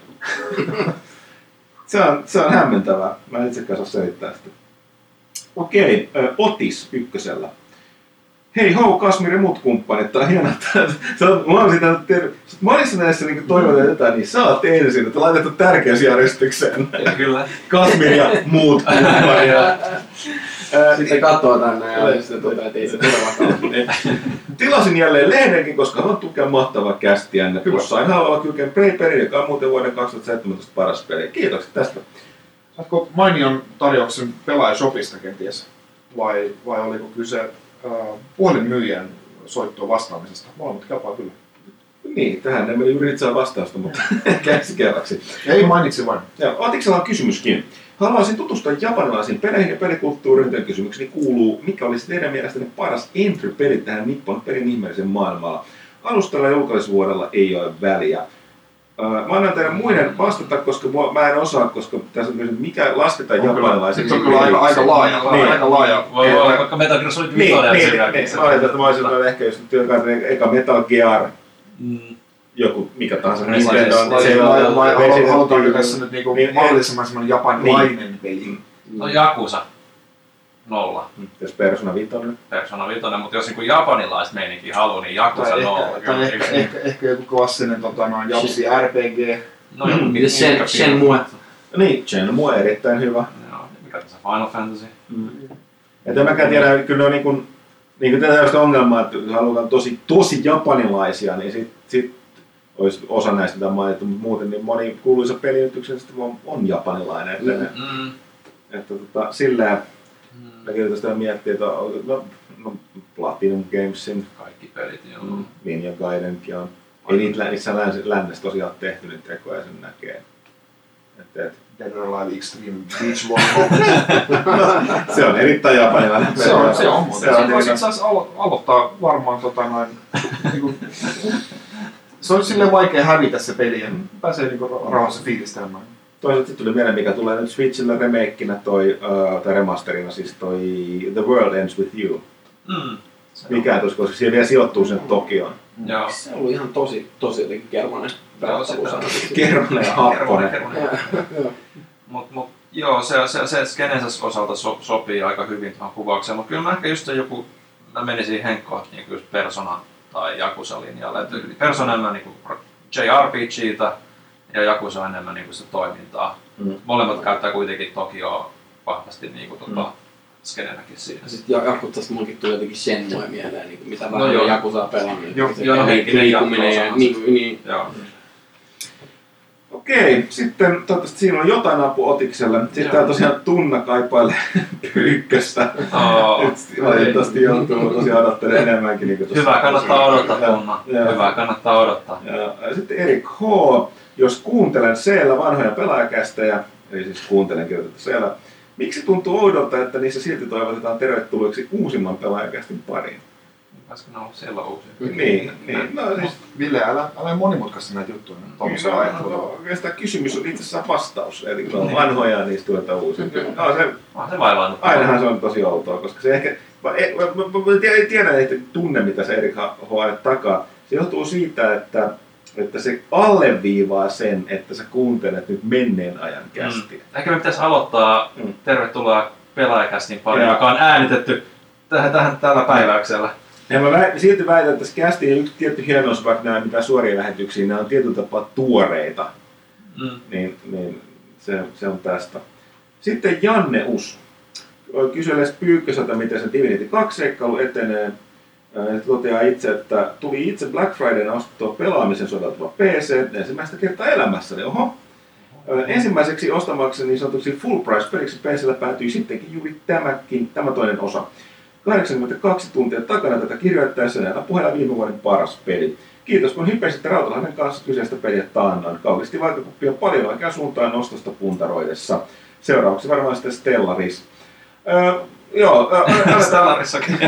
Se on hämmentävää. Mä en itsekään saa selittää sitä. Okei, Otis ykkösellä. Hei ho, Kasmir ja muut kumppanit, tää on hienoa, että mä oon sitä monissa näissä niin toivotaan jotain, niin sä oot ensin, että laitettu tärkeysjärjestykseen. Kyllä. Kasmir ja muut kumppanit. Sitten katsoo tänne ja sitten toteaa, että ei se turvakaan. Tilasin jälleen lehdenkin, koska haluan tukea mahtavaa kästiänne. Plus sain halvalla kylkeen Prey-pelin, joka on muuten vuoden 2017 paras peli. Kiitokset tästä. Saatko mainion tarjouksen pelaajashopista kenties? Vai oliko kyse puhelinmyyjän soittoon vastaamisesta? Molemmat kelpaa kyllä. Niin, tähän emme juuri itse vastausta, mutta käsi kerraksi. Ei mainitsi vain. Otiksella on kysymyskin. Haluaisin tutustua japanilaisiin peleihin ja pelikulttuuriin, joten kysymykseni kuuluu, mikä olisi teidän mielestänne paras entry-peli tähän Nippon pelin ihmeellisen maailmalla? Alustalla ja julkaisuvuodella ei ole väliä. Mä annan teidän muiden vastata, koska mä en osaa, koska tässä on kysymys, mikä lasketaan japanilaisen. Se on kyllä aika laaja. Niin. Aika laaja. Voi olla vaikka Metal Gear Solid 5 Mä olisin, että mä olisin ehkä just eka Metal Gear, joku mikä tahansa Nintendo. Halutaanko tässä nyt niinku mahdollisimman semmoinen japanilainen peli? No Yakuza. 0. Jos Persona 5. Persona 5, mutta jos niinku japanilaiset meininkin haluaa, niin Yakuza 0. Tai ehkä joku klassinen Japsi RPG. No joku Shenmue. Niin, Shenmue erittäin hyvä. Joo, mikä tässä Final Fantasy. Että mäkään tiedä, kyllä on niin kuin tällaista ongelmaa, että jos halutaan tosi japanilaisia, niin sit olisi osa näistä, mitä mainittu, mutta muuten niin moni kuuluisa peliyrityksestä on japanilainen. Että silleen mäkin tästä miettii, että Platinum Gamesin kaikki pelit, joo. Ninja Gaiden ja ei niissä lännessä tosiaan tehty niitä tekoja, sen näkee. Dead or Alive Extreme Beach Volleyball. Se on erittäin japanilainen peli. Se on. Sitten saisi aloittaa varmaan se on silleen vaikea hävitä se peli ja pääsee rauhassa fiilistelemään. Toisaalta sitten tuli mieleen, mikä tulee nyt Switchillä remakeinä tai remasterina, siis toi The World Ends With You. Mikä tuossa, koska siellä vielä sijoittuu sen Tokioon. Joo. Se on ollut ihan tosi jotenkin kermanen. Kermanen ja happonen. Mut joo, se skenensä osalta sopii aika hyvin tuohon kuvaukseen, mutta kyllä mä ehkä just mä menisin Henkkoon niin just Persona tai Yakuza-linjalle. Persona enemmän niin JRPGtä ja Yakuza enemmän niin sitä toimintaa. Molemmat käyttää kuitenkin Tokioa vahvasti niin skenenäkin siinä. Ja sitten Yakuzasta munkin tuli jotenkin Shenmue mieleen, niin mitä vähän Yakuzaa pelannut. Joo, liikkuminen ja niin. Okei, sitten toivottavasti siinä on jotain apua Otikselle. Sitten tää tosiaan Tunna kaipailee ykköstä. Valitettavasti joutuu tosiaan odottelemaan enemmänkin. Niin hyvä, kannattaa odottaa Tunna. Hyvä, kannattaa odottaa. Ja sitten Erik H. Jos kuuntelen siellä vanhoja pelaajakästejä, eli siis kuuntelen kirjoitettu siellä, miksi tuntuu oudolta, että niissä silti toivotetaan tervetulleeksi uusimman pelaajakästin pariin? Pääskö ne olla siellä uusia? Niin. No, siis, Ville, älä monimutkaista näitä juttuja. Oikeastaan kysymys on itse asiassa vastaus. Eli kun on vanhoja, niistä tuletaan uusia. Se vaivaa. Ainahan se on tosi outoa, koska se ehkä... Mä tiedän, että tunne, mitä se Erik H. takaa. Se johtuu siitä, että se alleviivaa sen, että sä kuuntelet nyt menneen ajan kästiä. Ehkä me pitäisi aloittaa tervetuloa pelaajakästin pariin, joka on äänitetty tällä päiväyksellä. Ja mä silti väitän, että tässä kästiin yksi tietty hienous, vaikka nämä mitään suoria lähetyksiä, nämä on tietyllä tapaa tuoreita. Niin se on tästä. Sitten Janne Us kyselee Pyykköseltä, miten se Divinity 2-seikkailu etenee. Toteaa itse, että tuli itse Black Fridayna ostettua pelaamisen soveltuva PC ensimmäistä kertaa elämässäni. Ensimmäiseksi ostamakseni niin sanotuksi full price peliksi PC:llä päätyi sittenkin juuri tämä toinen osa. 82 tuntia takana tätä kirjoittaessa näillä puheella viime vuoden paras peli. Kiitos kun hypesitte Rautalahden kanssa kyseistä peliä taannoin. Kaulisti vaikakuppia paljon oikean suuntaan nostosta puntaroidessa. Seuraavaksi varmaan sitten Stellaris. Joo, Stellarissakin.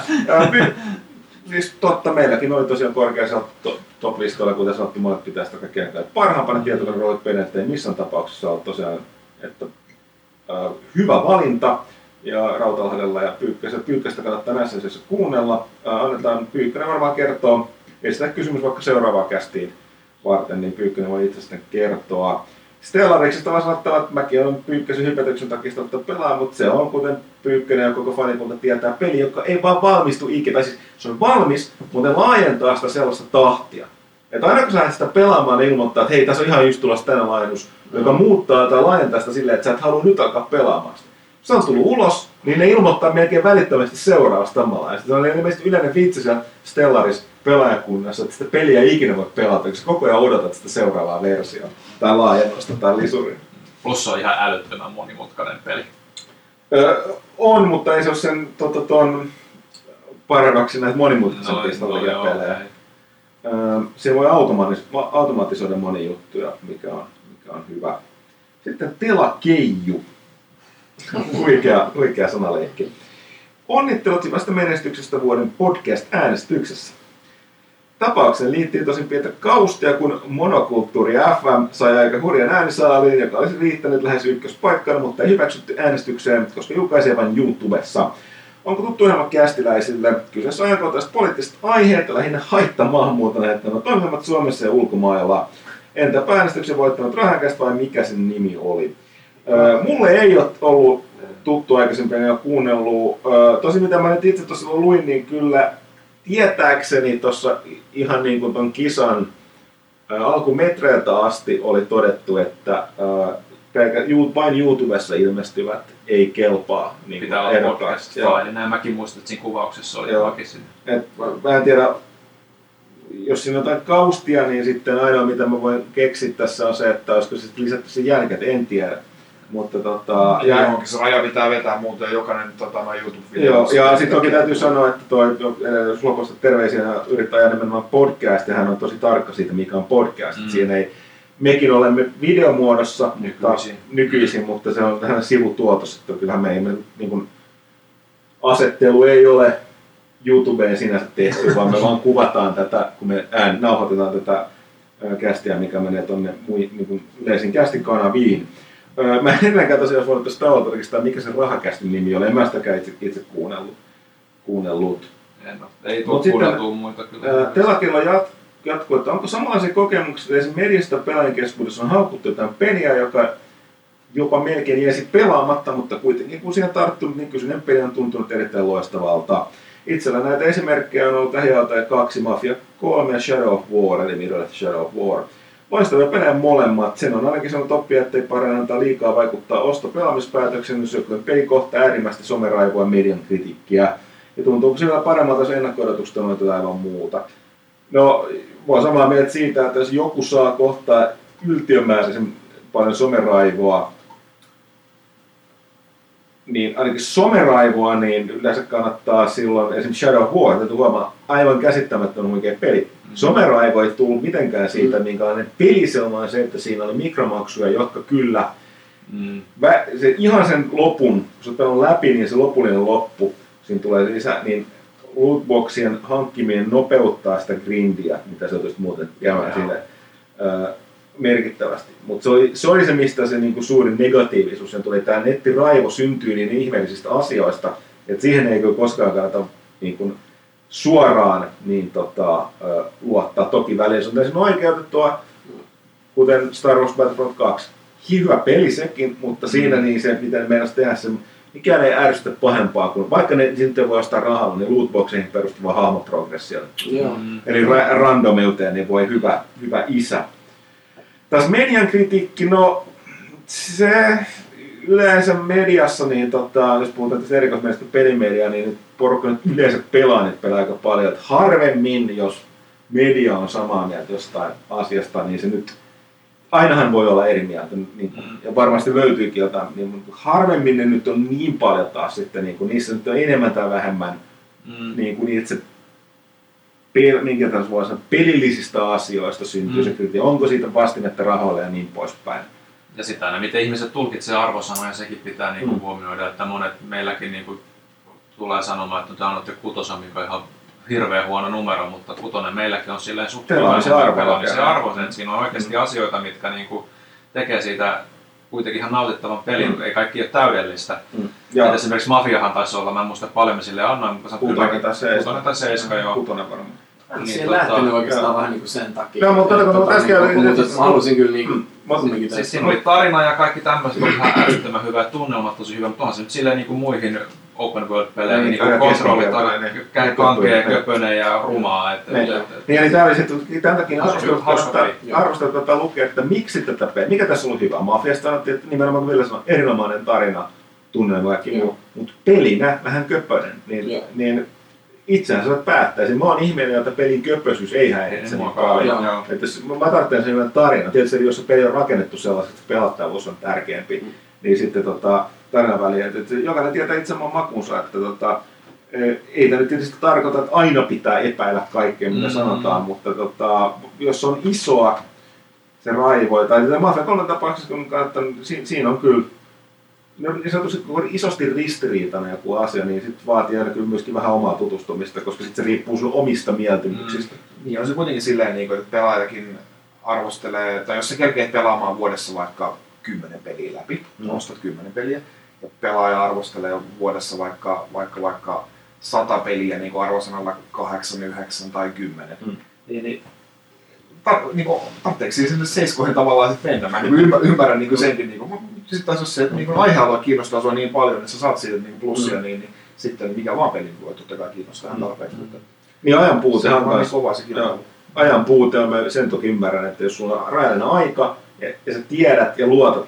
Siis totta, meilläkin oli tosiaan korkeassa top-listoilla, kuten sanottu, monet pitää sitä kaikkea parhaimpana tietokoneen roolipeliä, ettei missään tapauksessa ole tosiaan, että hyvä valinta. Ja Rautalahdella ja Pyykkästä kannattaa näissä asioissa kuunnella. Annetaan Pyykkönen varmaan kertoa, esitä kysymys vaikka seuraavaan kästiin varten, niin Pyykkönen voi itse sitten kertoa. Stellariksesta vaan sanottava, että mäkin olen Pyykkäsen hypätyksen takia pelaa, mutta se on, kuten Pyykkönen ja koko fanikunta tietää, peli, joka ei vaan valmistu ikinä. Tai siis se on valmis, mutta laajentaa sitä sellaista tahtia. Että aina kun sä lähdet sitä pelaamaan, niin ilmoittaa, että hei, tässä on ihan just tulossa tänä laajennus, joka muuttaa tai laajentaa sitä silleen, että sä et halua nyt alkaa pelaamaan sitä. Se on tullut ulos, niin ne ilmoittaa melkein välittömästi seuraavasta samalla. Ja se on ilmeisesti yleinen vitsi siellä Stellaris pelaajakunnassa, että sitä peliä ei ikinä voi pelata, koska koko ajan odotat sitä seuraavaa versiota tai laajennusta tai lisuria. Plus se on ihan älyttömän monimutkainen peli. On, mutta ei se ole sen paradoksi näitä monimutkaisempia pelejä. Se voi automatisoida moni juttuja, mikä on hyvä. Sitten Telakeiju. Huikea sanaleikki. Onnittelut hyvästä menestyksestä vuoden podcast-äänestyksessä. Tapaukseen liittyy tosin pientä kaustia, kun Monokulttuuri FM sai aika hurjan äänisaaliin, joka olisi riittänyt lähes ykköspaikkana, mutta ei hyväksytty äänestykseen, koska julkaisee vain YouTubessa. Onko tuttu ohjelma kästiläisille? Kyseessä on ajankohtaiset poliittiset aiheet ja lähinnä haittamaahanmuuton aiheuttamat ongelmat Suomessa ja ulkomailla. Entäpä äänestyksen voittanut Rahakästä vai mikä sen nimi oli? Mulle ei ole ollut tuttu aikaisemmin ja kuunnellut. Tosin mitä mä nyt itse tuossa luin, niin kyllä tietääkseni tuossa ihan niin kuin ton kisan alkumetreiltä asti oli todettu, että vain YouTubessa ilmestyvät ei kelpaa. Niin pitää olla podcast. Näin mäkin muistan, että siinä kuvauksessa oli jotakin sinne. Mä en tiedä, jos siinä on jotain kaustia, niin sitten ainoa mitä mä voin keksiä tässä on se, että olisiko sitten lisätty sen jälkeen, en tiedä. Mutta johonkin se raja pitää vetää muuten jokainen YouTube-video. Joo, ja sitten toki täytyy sanoa, että jos sulla postat terveisiä ja yrittää ajaa nimenomaan podcast, ja hän on tosi tarkka siitä, mikä on podcast. Siinä ei, mekin videomuodossa nykyisin, mutta se on tähän sivutuotos, että kyllähän niin kuin, asettelu ei ole YouTubeen sinänsä tehty, vaan me vaan kuvataan tätä, kun me nauhoitetaan tätä kästiä, mikä menee tuonne niin yleisin kästin kanaviin. Mä en ennenkään tosiaan voinut tästä tauolta mikä se Rahakästin nimi oli, en mä sitäkään itse kuunnellut. Ei tule kuunneltua muita kyllä. Telakilla jatkuu, että onko samanlaisia kokemuksia, että mediasta pelaajien keskuudessa on haukuttu jotain peliä, joka jopa melkein jäisi pelaamatta, mutta kuitenkin kun siihen tarttunut, niin kyseinen peli on tuntunut erittäin loistavalta. Itsellä näitä esimerkkejä on ollut lähialta 2, Mafia 3 ja Shadow of War, eli Mirror Shadow of War. Loistavia pelejä molemmat. Sen on ainakin sanonut oppia, ettei parane antaa liikaa vaikuttaa ostopelaamispäätöksen, jos joku peli kohtaa äärimmäistä someraivoa ja median kritiikkiä. Ja tuntuuko sillä paremmalta, jos ennakko-odotukset on jotain aivan muuta. No, voin samaa mieltä siitä, että jos joku saa kohtaa yltiömääräisen paljon someraivoa, niin ainakin someraivoa, niin yleensä kannattaa silloin esimerkiksi Shadow of War, täytyy huomaa aivan käsittämättömän oikea peli. Someraivo ei tullut mitenkään siitä, minkälainen peli se on, vaan se, että siinä oli mikromaksuja, jotka kyllä ihan sen lopun, kun sä pelon läpi, niin se lopullinen loppu, siinä tulee lisää, niin lootboxien hankkiminen nopeuttaa sitä grindia, mitä se olisi muuten käymään sille merkittävästi. Mutta se oli se, mistä se niinku suurin negatiivisuus tuli. Tämä nettiraivo syntyy niin ihmeellisistä asioista, että siihen ei kyllä koskaan kannata niinku suoraan luottaa. Toki väliin se on täysin oikeutettua, kuten Star Wars Battlefront 2. Hyvä peli sekin, mutta siinä niin se, miten meinas tehdä se, mikään ei ärsytä pahempaa kuin, vaikka ne sitten voi ostaa rahalla, niin lootboxeihin perustuva hahmoprogressio. Eli randomiuteen niin voi hyvä isä. Taas median kritiikki, no se yleensä mediassa, niin jos puhutaan tästä erikoismielestä pelimediaa, niin porukka nyt yleensä pelaa niitä pelaa aika paljon. Että harvemmin, jos media on samaa mieltä jostain asiasta, niin se nyt, ainahan voi olla eri mieltä, niin, ja varmasti löytyykin jotain, niin harvemmin ne nyt on niin paljon taas sitten, niin niissä nyt on enemmän tai vähemmän niin kuin itse minkä tässä voi sanoa, pelillisistä asioista syntyy se kritiikki, onko siitä vastinetta rahoille ja niin poispäin. Ja sitten aina miten ihmiset tulkitsee arvosanoja, sekin pitää niinku huomioida, että monet meilläkin niinku tulee sanomaan, että te annatte 6, mikä on ihan hirveän huono numero, mutta 6 meilläkin on silleen suht Pelaamisen arvoisen, että siinä on oikeasti asioita, mitkä niinku tekee siitä kuitenkin ihan nautittavan pelin, ei kaikki ole täydellistä. Ja esimerkiksi Mafiahan taisi olla, mä en muista paljon me sille annoin, mutta 6 tai 7, joo. 6 varmaan. Siihen lähtenyt oikeastaan vähän niinku sen takia. No, mutta mä halusin kyllä niinku siis siinä oli tarina ja kaikki tämmöiset oli ihan älyttömän hyvä, tunnelmat tosi hyvä, mutta onhan se nyt silleen niinku muihin open world-peleihin, niin kontrollit kankea, köpönen ja rumaa. Niin, eli tää oli sitten tämän takia arvosteltu lukea, että miksi tätä peliä, mikä tässä on ollut hyvä. Mafiasta sanottiin, että nimenomaan Ville sanoi, erinomainen tarina, tunnelma ja kivu, mutta pelinä vähän köpönen. Niin itsehän sä päättäisin. Mä oon ihminen, jota pelin köpöisyys ei häiritse niin paljon. Että jos mä tarvitsen sen hyvän tarinan, tietysti jos se peli on rakennettu sellaiseksi, että pelattavuus on tärkeämpi, niin sitten tarinan väliin, että jokainen tietää itse oman makunsa, että ei tämä nyt tietysti tarkoita, että aina pitää epäillä kaikkea, mitä sanotaan, mutta jos on isoa se raivo, tai Mafia 3 tapauksessa, kun siinä on kyllä niin sanotusti, kun on isosti ristiriitainen joku asia, niin sitten vaatii aina kyllä myöskin vähän omaa tutustumista, koska sitten se riippuu sun omista mieltymyksistä. Niin on se kuitenkin silleen, että pelaajakin arvostelee, tai jos sä kerkeet pelaamaan vuodessa vaikka 10 peliä läpi, ostat 10 peliä, ja pelaaja arvostelee vuodessa vaikka 100 peliä niin kuin arvosanalla 8, 9 tai 10, niin tarvitseeko sinne 7 tavallaan sitten mennä? Mä ymmärrän niin senkin. Sitten taas jos se niin aihealue kiinnostaa sua niin paljon, että sä saat siitä niin plussia, niin sitten mikä vaan pelin voi totta kai kiinnostaa tarpeeksi. Niin ajan puute on myös kova sekin. Ajan puute on, mä sen toki ymmärrän, että jos sulla on rajallinen aika ja sä tiedät ja luotat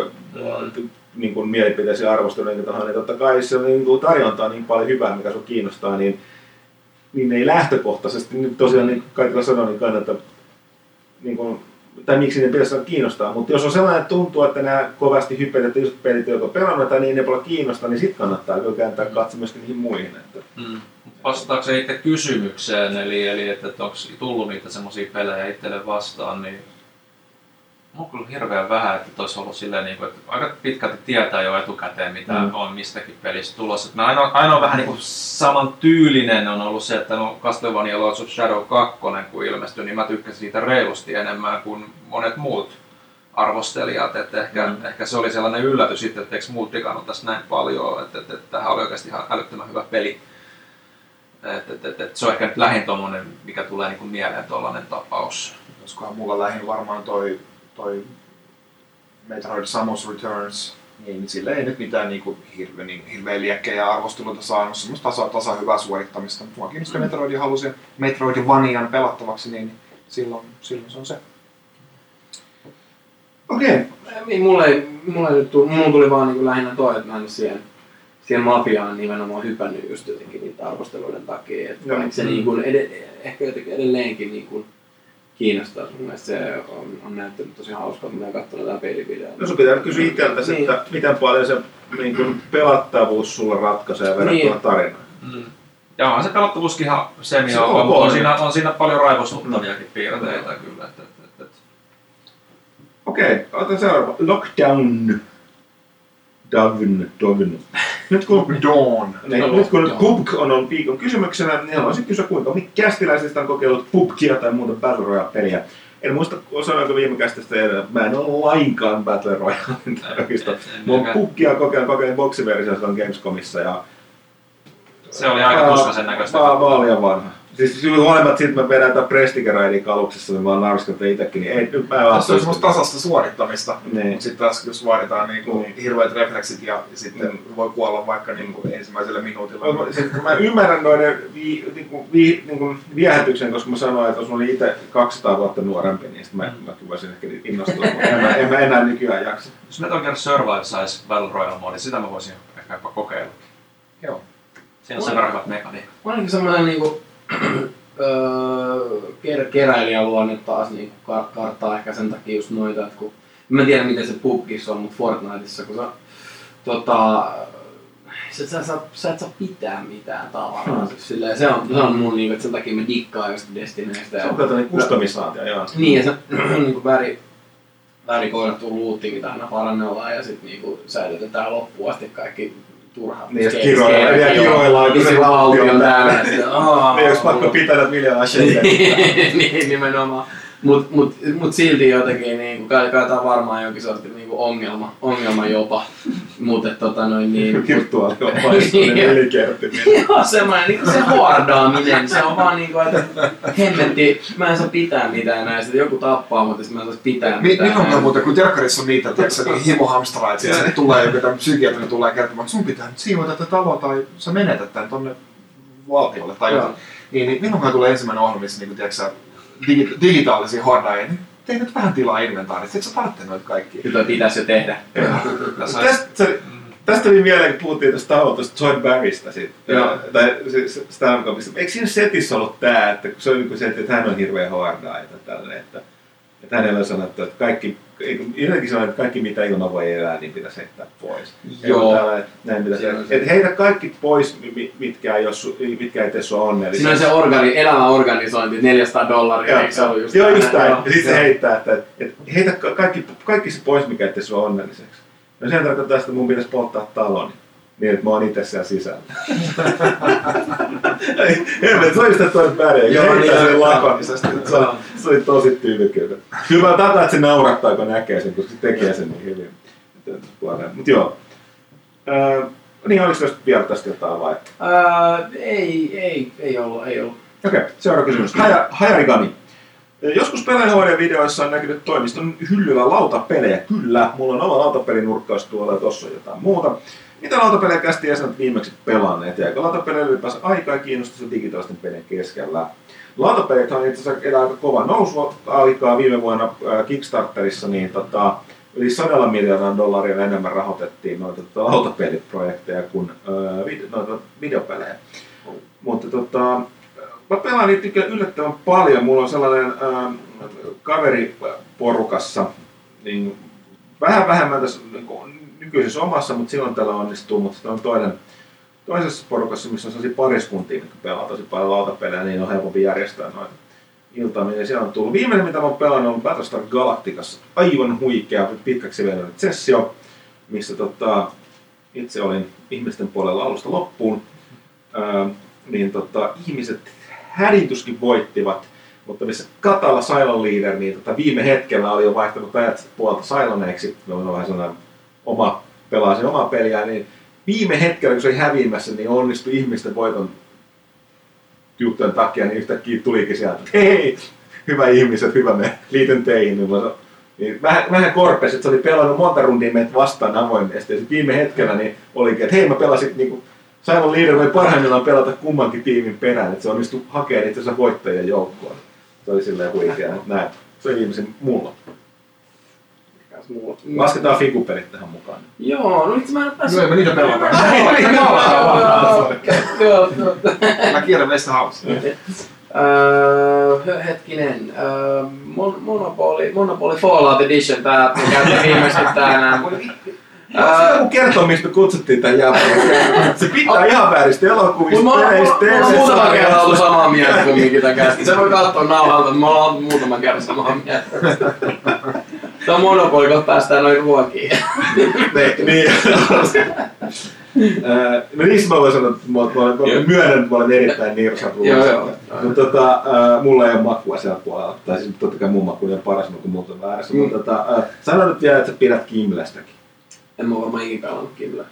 niin kuin mielipiteisiin arvosteluun, niin totta kai se niin tarjontaa niin paljon hyvää, mikä sua kiinnostaa, niin ei lähtökohtaisesti, nyt tosiaan niin kaikilla sanoa, niin kannattaa niin kuin, tai miksi ne pitäisi kiinnostaa, mutta jos on sellainen, että tuntuu, että nämä kovasti hypetet isot pelit, jotka on pelannut tai niin ne paljon kiinnostaa, niin sitten kannattaa kyllä kääntää katse myöskin niihin muihin. Vastaako se itse kysymykseen, eli että onko tullut niitä semmoisia pelejä itselle vastaan, niin on kyllä hirveän vähän, että olisi ollut silleen, että aika pitkälti tietää jo etukäteen, mitä on mistäkin pelistä tulossa. Ainoa vähän niin kuin saman tyylinen on ollut se, että Castlevania Lords of Shadow 2, kun ilmestyi, niin mä tykkäsin siitä reilusti enemmän kuin monet muut arvostelijat. Että ehkä se oli sellainen yllätys sitten, että eikö muut digannut tästä näin paljon, että tämähän oli oikeasti ihan älyttömän hyvä peli. Se on ehkä nyt lähin tommonen, mikä tulee niin kuin mieleen tollainen tapaus. Olisikohan mulla lähin varmaan toi Metroid Samus Returns, niin sille ei nyt mitään niin hirveän liekkejä arvosteluita saanut, semmoista tasa hyvää suorittamista. Mua kiinnosti Metroid ja halusin Metroidvanian pelattavaksi, niin silloin se on se. Okei. Mulla tuli vaan niin lähinnä toi, että mä en siihen Mafiaan nimenomaan hypännyt just jotenkin niitä arvosteluiden takia. Että se niin kuin ehkä jotenkin edelleenkin niin kuin kiinnostaa. Mun mielestä se on näyttänyt tosi hauskaa, kun mä oon katsonut tätä pelivideoa. No sun pitää kysyä itseltäsi, niin, että miten paljon se niin kuin pelattavuus sulla ratkaisee verrattuna tarinaan. Ja on se pelattavuuskin ihan semi-ok, mutta on siinä paljon raivostuttaviakin piirteitä kyllä. Okei, otan seuraava. Lockdown. Nyt kun PUBG on viikon kysymyksenä, niin haluaisin kysyä, kuinka moni kästiläisistä on kokeillut PUBGia tai muuta Battle Royale-peliä. En muista, sanoinko viime kästistä, että mä en ole lainkaan Battle Royale tarkista. Mutta PUBGia kokeilin boksiversiossa on Gamescomissa. Ja se oli aika tuskaisen näköistä. Mä oon liian vanha. Siis molemmat sit mä vedän tämän Prestige Raidin kaluksessa, niin mä oon narskanut itsekin, niin ei nyt mä en se on semmoista tasasta suorittamista, mutta sitten taas jos vaaditaan hirveät refleksit ja sitten voi kuolla vaikka ensimmäisellä minuutilla. Mä ymmärrän noiden viehätyksen, koska mä sanoin, että jos mä olin itse 200 vuotta nuorempi, niin sitten mä voisin ehkä innostua, mutta en mä enää nykyään jaksa. Jos Metal Gear Survive saisi Battle Royale-moodi, sitä mä voisin ehkä jopa kokeilla. Joo. Siinä on sen verran hyvät mekaniikat. Mä olinkin semmoinen keräilijäluonne taas niin karttaa ehkä sen takia just noita, että kun mä en tiedä miten se PUBGissa on, mutta Fortniteissa kun sä et saa pitää mitään tavaraa. Silleen, se on mun niinku, että sen takia mä dikkaan just Destinystä. Se on tällainen kustomisaatio, joo. Niin ja se niinku värikoidattu luutti, mitä aina parannellaan ja sit niinku säilytetään loppuun asti kaikki turha. Niin, jos kiroillaan, kun se valtio on täällä. Niin, jos pakko pitää näitä miljoonaa shitteä. Niin, nimenomaan. Mut silti jotenkin niinku kaitaa varmaan jonkin sortin niinku ongelma jopa. Mut niin. Virtuaaliopaisuuden ylikertyminen. Joo, semmoinen niinku se hoardaaminen. Se on vaan niinku, että hemmetti, mä en saa pitää mitään näistä. Joku tappaa, mutta mä en saa pitää mitään. Milloinkaan muuten, kun telkkarissa on niitä, niin himohamstraita, sitten tulee joku tämän psykiatri tulee kertomaan, että sun pitää nyt siivota tätä taloa tai sä menetät tän tonne valtiolle tai jotain. Niin milloinkaan tulee ensimmäinen ohjelma, missä niinku, digitaalisia hordaajia, niin tee nyt vähän tilaa inventaarista, et sä tarvitse noita kaikkia. Nyt pitäisi jo tehdä. Tästä oli mieleen, kun puhuttiin tästä tahotusta John Barrysta tai Stankomista. Eikö siinä setissä ollut tää, että se oli niin se, että hän on hirveä hordaaja tällainen, että hänellä on sanottu, että kaikki mitä ilman voi elää, niin pitäisi heittää pois. Joo. Että heitä kaikki pois, mitkä ei tee sua onnelliseksi. Siinä on se elämän organisointi, $400, eikö se ollut just joo, just näin. Ja sitten se heittää, että heitä kaikki se pois, mikä ei tee sua onnelliseksi. No sen tarkoittaa, että mun pitäisi polttaa taloni. Niin, että mä oon itse siellä sisällä. Se oli sitä toi pärjää. Joo, niin sen lakonisesti. Se oli tosi tyylikkyä. Kyllä mä tataan, että se naurattaa, kun näkee sen, koska se tekee sen niin hyvin. Mut joo. Niin, oliko tästä vielä tästä jotain vai? Ei ollut. Okei, seuraava kysymys. Hajarigami. Joskus peleenhoidevideoissa on näkynyt toimiston hyllyllä lautapelejä. Kyllä, mulla on oma lautapelinurkkaus tuolla ja tossa on jotain muuta. Mitä lautapelejä kästi jäsenet viimeksi pelanneet? Ja eikö lautapelejä ylipäänsä aikaa kiinnostusta digitaalisten pelien keskellä? Lautapelit on itse asiassa elää aika kova nousuaikaa. Viime vuonna Kickstarterissa niin yli $100 miljoonaa enemmän rahoitettiin noita lautapeliprojekteja kuin noita videopelejä. Mutta mä pelaan niitä yllättävän paljon. Mulla on sellainen kaveriporukassa, niin vähän vähemmän tässä nykyisessä omassa, mutta silloin tällä onnistuu. Mutta sitten on toisessa porukassa, missä on sellaisia pariskuntia, jotka pelaa tosi paljon lautapelejä, niin on helpompi järjestää noita iltaamia. Siellä on tullut. Viimeinen, mitä mä oon pelannut, on Battlestar Galacticassa. Aivan huikea, pitkäksi venynyt sessio, missä itse olin ihmisten puolella alusta loppuun. Ihmiset hädintuskin voittivat, mutta missä Katala Cylon Leader, niin viime hetkellä oli jo vaihtanut päät puolta Cyloneeksi, on vähän sellainen pelasi omaa peliään, niin viime hetkellä, kun se oli häviämässä, niin onnistui ihmisten voiton juttujen takia, niin yhtäkkiä tulikin sieltä, että hei, hyvä ihmiset, hyvä me liityn teihin. Niin vähän korpesi, että se oli pelannut monta rundia meitä vastaan avoimesti, ja sitten viime hetkellä niin olikin, että hei, mä pelasin niin Cylon Leader voi parhaimmillaan pelata kummankin tiimin perään, että se onnistui hakemaan itse asiassa voittajien joukkoon. Se oli silleen huikea, että näin. Se oli viimeisen mulla. Lasketaan figupelit tähän mukaan. Joo, no itse mä en päässyt. Joo, me niitä pelataan. Mä kierrän meistä haussa. Hetkinen. Monopoly Fallout Edition, tää me käytiin viimeksi tänään. Voisi joku kertoa, mistä me kutsuttiin tämän Japanin? Se pitää ihan vääristä elokuvista, peleistä, TV-sarjasta. Mä oon muutaman kerran ollut samaa mieltä kumminkin tämän kästin. Se voi katsoa nauhalta, että mä oon ollut muutaman kerran samaa mieltä. Tämä on Monopoly, kun päästään noin ruokiin. Niin. No niistä mä voin sanoa, että mä myönnän, että mä olen erittäin nirsa ruoasta. Mutta mulla ei ole makua siellä puolella. Tai siis totta kai mun maku on paras maku muuta väärässä. Mutta sano nyt vielä, että sä pidät Kimlestäkin. En mä varmaan ikinä pelannut Kimleä.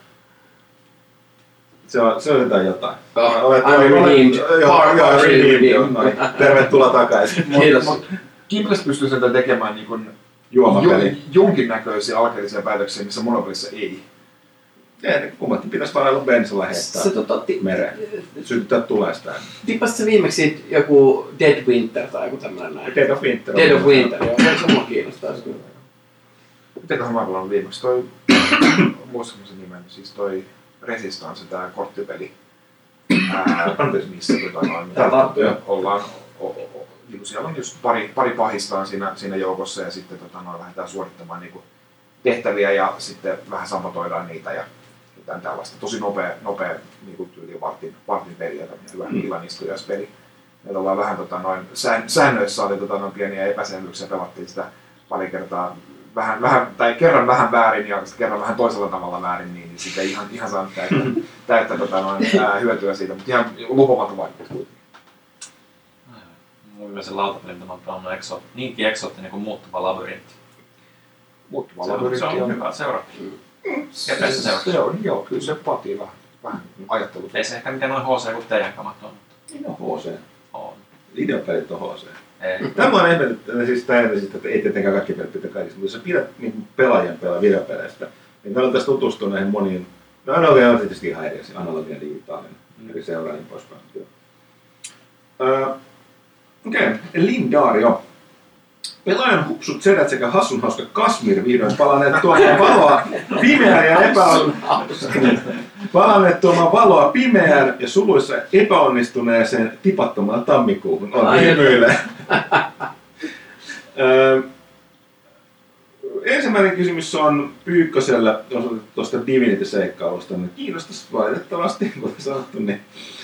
Se on jotain. I'm redeemed. Tervetuloa takaisin. Kiitos. Kimlestä pystyy sieltä tekemään niin jonkinnäköisiä alkeellisia päätöksiä, missä Monopolyssa ei. Kummatkin pitäisi vaan olla bensalla heittää mereen. Sytyttää tulesta. Tippasit se viimeksi joku Dead Winter tai joku tämmönen näin? Dead of Winter. Dead of Winter, joo. Se mua kiinnostaisi kyllä. Mitäköhän mä pelannut viimeksi? Muistatko sen nimen? Siis toi Resistance, tää korttipeli. Missä ollaan. Niin siellä on just pari pahistaan siinä joukossa ja sitten lähdetään suorittamaan niin tehtäviä ja sitten vähän sabotoidaan niitä ja jotain tällaista. Tosi nopea niin tyyli vartin peliä, tämmöinen hyvä ilanistujaspeli. Meillä ollaan vähän säännöissä oli pieniä epäselvyyksiä, pelattiin sitä pari kertaa tai kerran vähän väärin ja kerran vähän toisella tavalla väärin, niin sitten ei ihan saanut täyttä hyötyä siitä, mutta ihan lupamaton vaikutus. Mun mielestä lautapeli, mitä mä oon pelannut niinkin eksoottinen kuin Muuttuva labyrintti. Muuttuva Se labyrintti on hyvä seura. Kepeässä seurassa. Se on, joo, kyllä se vaatii vähän ajattelua. Ei se ehkä mikään noin HC kuin teidän kamat on. Niin on HC. On. Videopelit on HC. Ei. Tämä on ihmetellyt, että ei tietenkään kaikki pelit pitää kaikista, mutta jos sä pidät niin pelaajien pelaa videopeleistä, niin kannattaisi tutustua näihin moniin. No analogia on tietysti ihan eri asia, analogia ja digitaalinen, eri seuraa niin poispäin. Okei, Lindario. Pelaajan hupsut sedät sekä hassunhauska Kasmir vihdoin palanneet tuomaan valoa pimeään ja palanneet tuomaan valoa pimeään ja suluissa epäonnistuneeseen tipattomaan tammikuuhun. On hymyilee. Ensimmäinen kysymys on Pyykköselle tuosta Divinity-seikkailusta. Kiinnostaisi valitettavasti, kuten sanottu, niin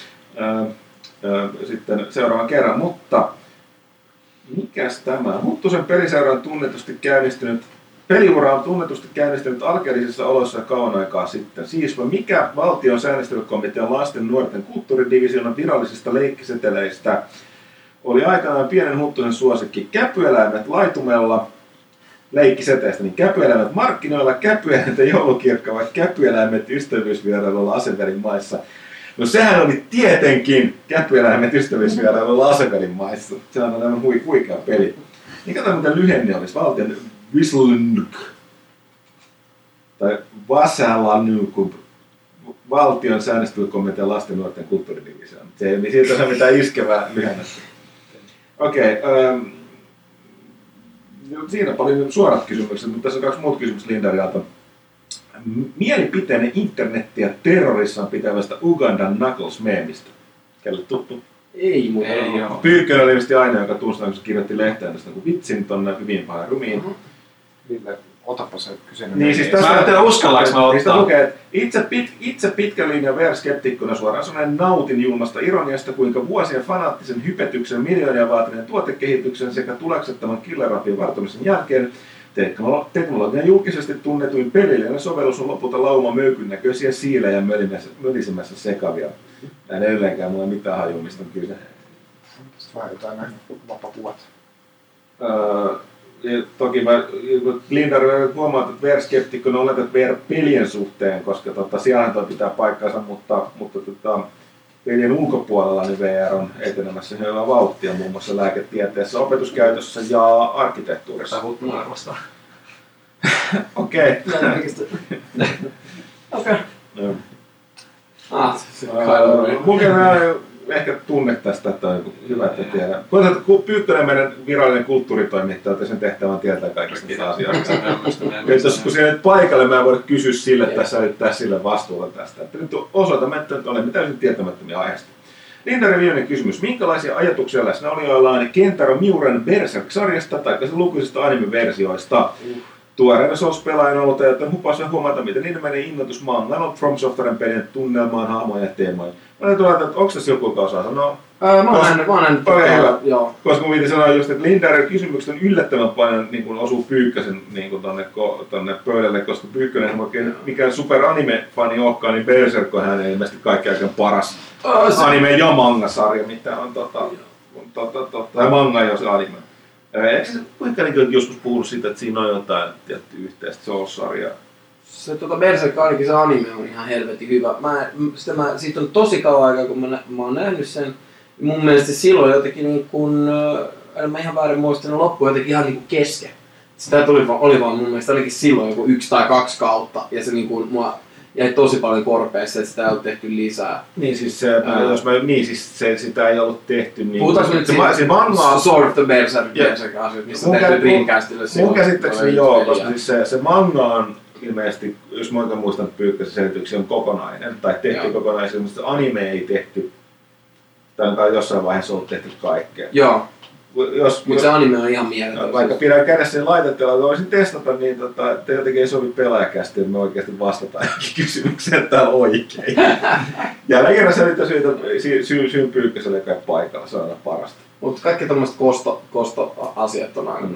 sitten seuraavan kerran. Mutta mikäs tämä? Huttusen peliura on tunnetusti käynnistynyt alkeellisissa oloissa kauan aikaa sitten. Siis mikä valtion säännöstelykomitean lasten nuorten kulttuuridivisioonan virallisista leikkiseteleistä oli aikanaan pienen Huttusen suosikki käpyeläimet laitumella, leikkiseteistä, niin käpyeläimet markkinoilla, käpyeläimet ja joulukirkka vai käpyeläimet ystävyysvierailulla Aseverin maissa. No sehän oli tietenkin käpyeläimet ystävyysvierailulla Aseverin maissa. Se on aivan huikea peli. Mikä tämä muuten lyhenne olisi? Valtion Wislanuk. Tai Vasalanuk. Valtion säännöstelykomitean lasten nuorten kulttuuridivisioon. Se ei siitä ole mitään iskevää lyhennettä. Okei. Siinä paljon suorat kysymykset, mutta tässä on 2 muut kysymykset Lindarialta. Mielipiteenne internettiä terrorissaan pitävästä Ugandan Knuckles-meemistä. Kelle tuttu? Ei muuta. Ei oo. Pyykkönen oli ilmeisesti aina, joka tunnistaa, kun se kirjoitti lehteen tästä vitsin tonne hyvin pahan rumiin. Ville, otapa se kyseinen. Niin siis Mä en tiedä, uskallaanko mä ottaa. Sitä lukee, että itse pitkän linjan VR-skeptikkona suoraan sanoen nautin julmasta ironiasta, kuinka vuosien fanaattisen hypetyksen, miljoonia vaatineen tuotekehityksen sekä tuloksettoman killerapin vartumisen jälkeen teknologian julkisesti tunnetuin pelillinen sovellus on lopulta lauma möykyn näköisiä siilejä mölisemässä sekavia. Näin edelleenkään mulla ei mitään hajua, mistä on kyse. Sitten vähän jotain näin vapakuvat. Toki mä Lindar huomaat, että VR-skeptikkona oletat VR-pelien suhteen, koska siellähän toi pitää paikkansa, mutta pelien ulkopuolella niin VR on etenemässä hyvää vauhtia muun muassa lääketieteessä, opetuskäytössä ja arkkitehtuurissa. Tai huttuun arvostaa. Okei. Okei. Mulla ehkä tunne tästä, että on hyvä, että tiedä. Kun Pyykkönen meidän virallinen kulttuuritoimittaja, että sen tehtävä on tietää kaikista tästä asioista. Kun siellä nyt paikalle, mä en voida kysyä sille tai sälyttää sille vastuulla tästä. Että nyt osoitamme, että olemme täysin tietämättömiä aiheesta. Lindarin viimeinen kysymys. Minkälaisia ajatuksia läsnäolijoilla on Kentaro Miuran Berserk-sarjasta tai sen lukuisista anime-versioista? Tuoreena Souls-pelaajan ollut ajattelen hupaisen huomata, miten niiden menee innoitus mangan From Softwaren pelien tunnelmaan, hahmoja ja teemoja. Mä nyt ajattelin, että onko tässä joku, joka osaa sanoa? Mä oon nähnyt. Joo. Koska mun piti sanoa just, että Lindarin kysymykset on yllättävän paljon niin kun osuu Pyykkösen niin tonne pöydälle, koska Pyykkönen on oikein mikään super anime-fani olekaan, niin Berserk on hänen ilmeisesti kaikkein aika paras anime- ja manga-sarja, mitä on tai manga jos anime. Eikö se kuitenkaan joskus puhunut siitä, että siinä on jotain tiettyä yhteistä Souls-sarjaa? Se Berserk ainakin se anime on ihan helvetin hyvä. Siitä on tosi kauan aikaa, kun mä oon nähnyt sen. Mun mielestä silloin jotenkin niin kun, mä ihan väärin muistan, ne loppui jotenkin ihan niin kuin kesken. Sitä oli vaan mun mielestä olikin silloin joku 1 tai 2 kautta. Ja se niin kun, mua jäi tosi paljon korpeissa, että sitä ei ollut tehty lisää. Niin siis, sitä ei ollut tehty niin. Puhutaanko nyt siitä Sword of the Berserk-asiat, missä on tehty Dreamcastille? Mun käsittääkseni joo, koska siis se manga on ilmeisesti, jos mä oikein muistan Pyykkösen selityksiä, on kokonainen. Tai tehty kokonaisen, mutta anime ei tehty. Tai jossain vaiheessa on tehty kaikkea. Joo. Mutta se anime on ihan mieletön. Vaikka pidän kädessä laitetta, että voisin testata, niin että jotenkin ei sovi pelaajakästi, että me oikeasti vastataan johonkin kysymykseen täällä oikein. Jälleen kerran selitä syyn Pyykköselle, joka ei paikalla, se on aina parasta. Mutta kaikki tämmöiset kostoasiat on aina niinku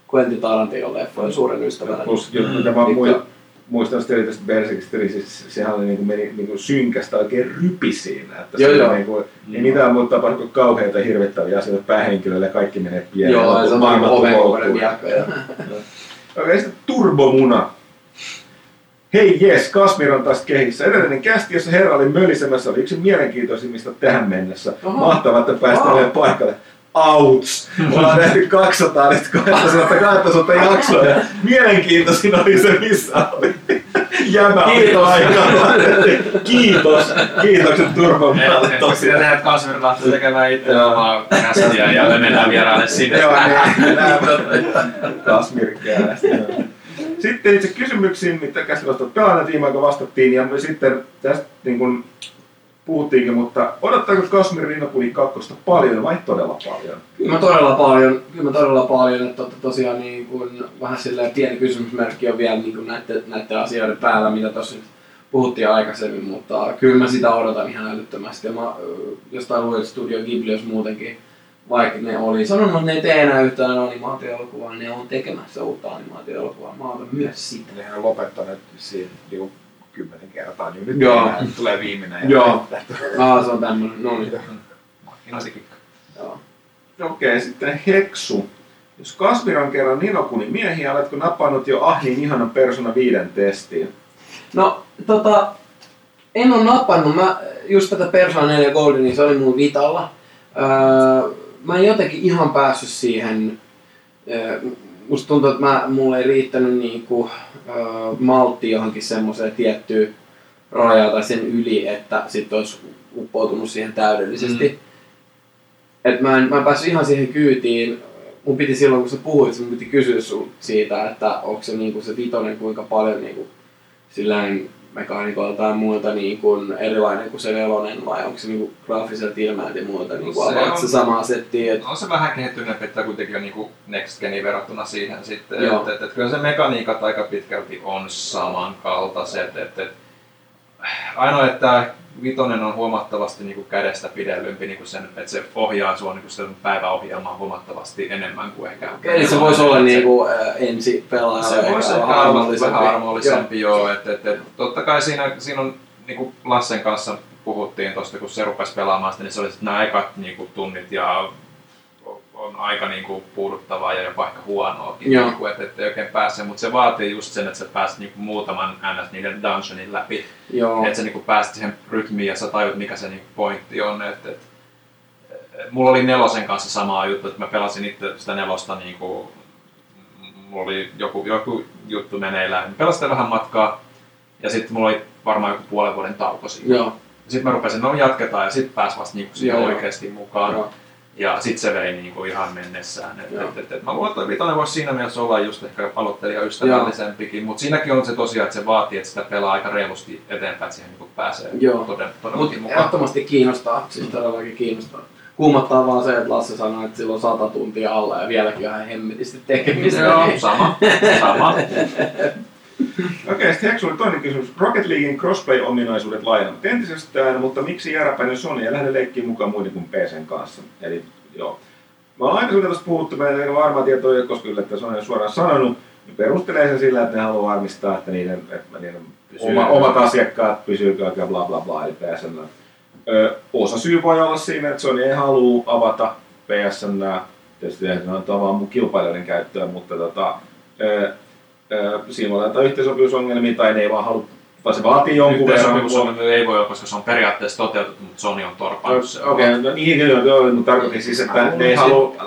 Quentin Tarantino-leffojen suuren ystävänä. Plus, mitä mä muistan sitten tästä Berserkistä, siis sehän oli meni synkästä oikein rypi siinä. Että joo. Ei mitään muuta tapahdu kuin kauheita hirvittäviä asioita päähenkilölle ja kaikki menee pieleen. Joo, se on ovenkokoinen miakka. Okei, sitten Turbomuna. Hei jes, Kasmir on taas kehissä. Edellinen kästi, jossa herra oli mölisemässä, oli yksi mielenkiintoisimmista tähän mennessä. Mahtavaa, että päästään paikalle. Auts! Ollaan nähty 200 jaksoa ja mielenkiintoisin oli se, missä oli jämä paikalla. Kiitokset Turbomunalle tosiaan. Siinä näet Kasmir lähtee tekemään itse omaa kästiä ja me mennään vieraille sinne. Joo, niin. Kasmir kästi. Sitten itse kysymyksiin, mitä käsittelystä pelaaneet viime aikoina vastattiin, ja sitten tästä niin kuin puhuttiinkin, mutta odottaako Kasmir Rinokuni 2 paljon vai todella paljon? Kyllä mä todella paljon, että tosiaan niin kuin, vähän silleen pieni kysymysmerkki on vielä niin kuin näiden asioiden päällä, mitä tuossa nyt puhuttiin aikaisemmin, mutta kyllä mä sitä odotan ihan älyttömästi. Ja mä jostain luin Studio Ghiblios muutenkin, vaikka ne oli sanonut, että ne ei tee enää yhtään animaatio-elokuvaa, ne on tekemässä uutta animaatio-elokuvaa. Mä odotan myös sitä. Nehän on lopettanut siinä 10 kertaa, niin nyt tulee viimeinen. Joo. Se on tämmönen. No niin. Markkinointikikka. Joo. Okei, sitten Heksu. Jos Kasmir on kerran Ninokunin miehiä, oletko napannut jo Ahnin ihanan Persona 5 testiin? No, en ole napannut. Mä just tätä Persona 4 Golden, se oli mun Vitalla. Mä en jotenkin ihan päässyt siihen. Musta tuntuu, että mulla ei riittänyt niinku, maltti johonkin semmoiseen tiettyyn rajaan tai sen yli, että sit olisi uppoutunut siihen täydellisesti. Et mä en päässyt ihan siihen kyytiin. Mun piti silloin, kun sä puhuit, mun piti kysyä sulta siitä, että onko se, niinku, se vitonen kuinka paljon niinku, silleen mekaanikoilta tai muilta niinku, erilainen kuin se nelonen, vai onko se niinku, graafiselta ilmeeltä ja muuta, niinku, avaat se samaa settiä? On se vähän kehittynyt, että kuitenkin on niinku Next Geniin verrattuna siihen sitten. Et kyllä se mekaniikat aika pitkälti on samankaltaiset. Ainoa, että vitonen on huomattavasti niinku kädestä pidellympi, niinku sen, että se ohjaa sua niinku sen päiväohjelmaa huomattavasti enemmän kuin ehkä. Eli se voisi olla niinku ensi pelaaja. Se voisi ehkä olla vähän armollisempi, joo. Totta kai siinä on, niinku Lassen kanssa puhuttiin tosta, kun se rupesi pelaamaan sitä, niin se oli nämä aikat niinku tunnit ja on aika niinku puuduttavaa ja jopa ehkä huonoakin, niinku, ettei oikein pääse, mutta se vaatii just sen, että sä pääset niinku muutaman ns. Niiden dungeonin läpi, että sä niinku pääset siihen rytmiin ja sä tajut mikä se niinku pointti on. Mulla oli nelosen kanssa samaa juttu, että mä pelasin itse sitä nelosta, niinku, mulla oli joku juttu meneillään, pelasin vähän matkaa ja sitten mulla oli varmaan joku puolen vuoden tauko siinä. Sitten mä rupesin, jatketaan ja sitten pääs vasta niinku siihen oikeasti mukaan. Joo. Ja sit se vei niinku ihan mennessään. Mä luulen, että vitonen voisi siinä mielessä olla just ehkä aloittelijaystävällisempikin, mutta siinäkin on se tosiaan, että se vaatii, että sitä pelaa aika reilusti eteenpäin, että siihen niinku pääsee todellakin mukaan. Ehdottomasti kiinnostaa, siis todellakin kiinnostaa. Kuumottaa vaan se, että Lasse sanoi, että sillä on 100 tuntia alla ja vieläkin ihan hemmetisti tekemistä. Joo, sama. Okei, sitten Heksulle toinen kysymys. Rocket Leaguein crossplay-ominaisuudet laajenevat entisestään, mutta miksi jääräpäinen Sony ei lähde leikkiin mukaan muiden kuin PC:n kanssa? Eli joo. Mä oon aikaisemmin tästä puhuttu, mä en varmaa tietoa, koska kyllä että Sony on suoraan sanonut, niin perustelee sen sillä, että ne haluaa varmistaa, että niiden omat asiakkaat pysyy kaikkea bla bla bla, eli PSN. Osa syy voi olla siinä, että Sony ei halua avata PSN, tietysti se on vaan mun kilpailijoiden käyttöön, mutta siinä voi olla yhteensopivuusongelmia tai ne ei vaan halua, vaan se vaatii jonkun verran. Yhteensopivuusongelmia ei voi olla, koska se on periaatteessa toteutettu, mutta Sony on torpannut sen. Okei, no niin, mutta tarkoitin siis, että ne ei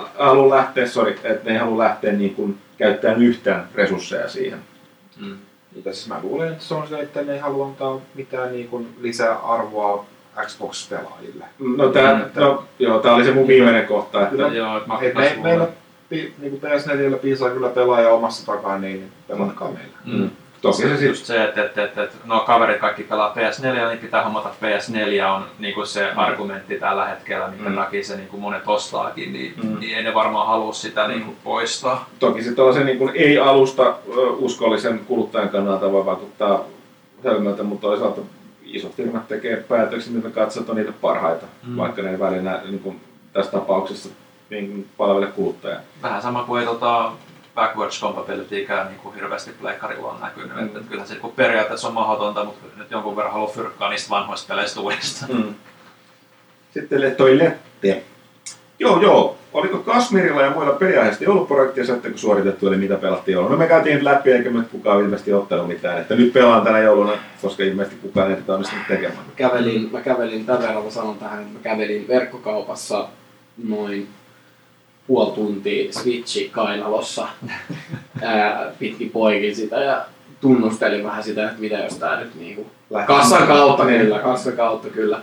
halua lähteä niin kuin käyttämään yhtään resursseja siihen. Siis mä luulen, että se on se, että ne ei halua antaa mitään niin kuin lisäarvoa Xbox-pelaajille. Tää oli se mun viimeinen kohta. Meillä niin PS4 piisaa kyllä pelaaja omassa takaa, niin pelatkaa meillä. Toki se just se, että kaverit kaikki pelaa PS4, niin pitää hommata PS4 on niinku se argumentti tällä hetkellä, minkä takia se niinku monet ostaakin, niin ei ne varmaan halua sitä niinku poistaa. Toki se tällaisen niinku ei-alusta uskollisen kuluttajan kannalta voi vaikuttaa hölmöltä, mutta toisaalta isot firmat tekee päätöksiä, mitä katsotaan niitä parhaita, vaikka ne välillä niin tässä tapauksessa niin palvele kuluttajaa. Vähän sama kuin backwards compatibilitykään niin hirveästi pleikkarilla on näkynyt. Että kyllähän se periaatteessa on mahdotonta, mutta nyt jonkun verran haluaa fyrkkaa niistä vanhoista peleistä uudestaan. Sitten toi Lette. Joo. Oliko Kasmirilla ja muilla peliaiheista jouluprojektia saatteko suoritettu, eli mitä pelattiin jouluna? No me käytiin läpi, eikä me kukaan ilmeisesti ottanut mitään. Että nyt pelaan tänä jouluna, koska ilmeisesti kukaan ei sitä onnistunut tekemään. Mä kävelin tämän verran, sanon tähän, että mä kävelin verkkokaupassa noin puoli tuntia Switchi kainalossa. Pitkin poikin sitä ja tunnustelin vähän sitä, että mitä jos tää nyt niinku kassan kautta kyllä.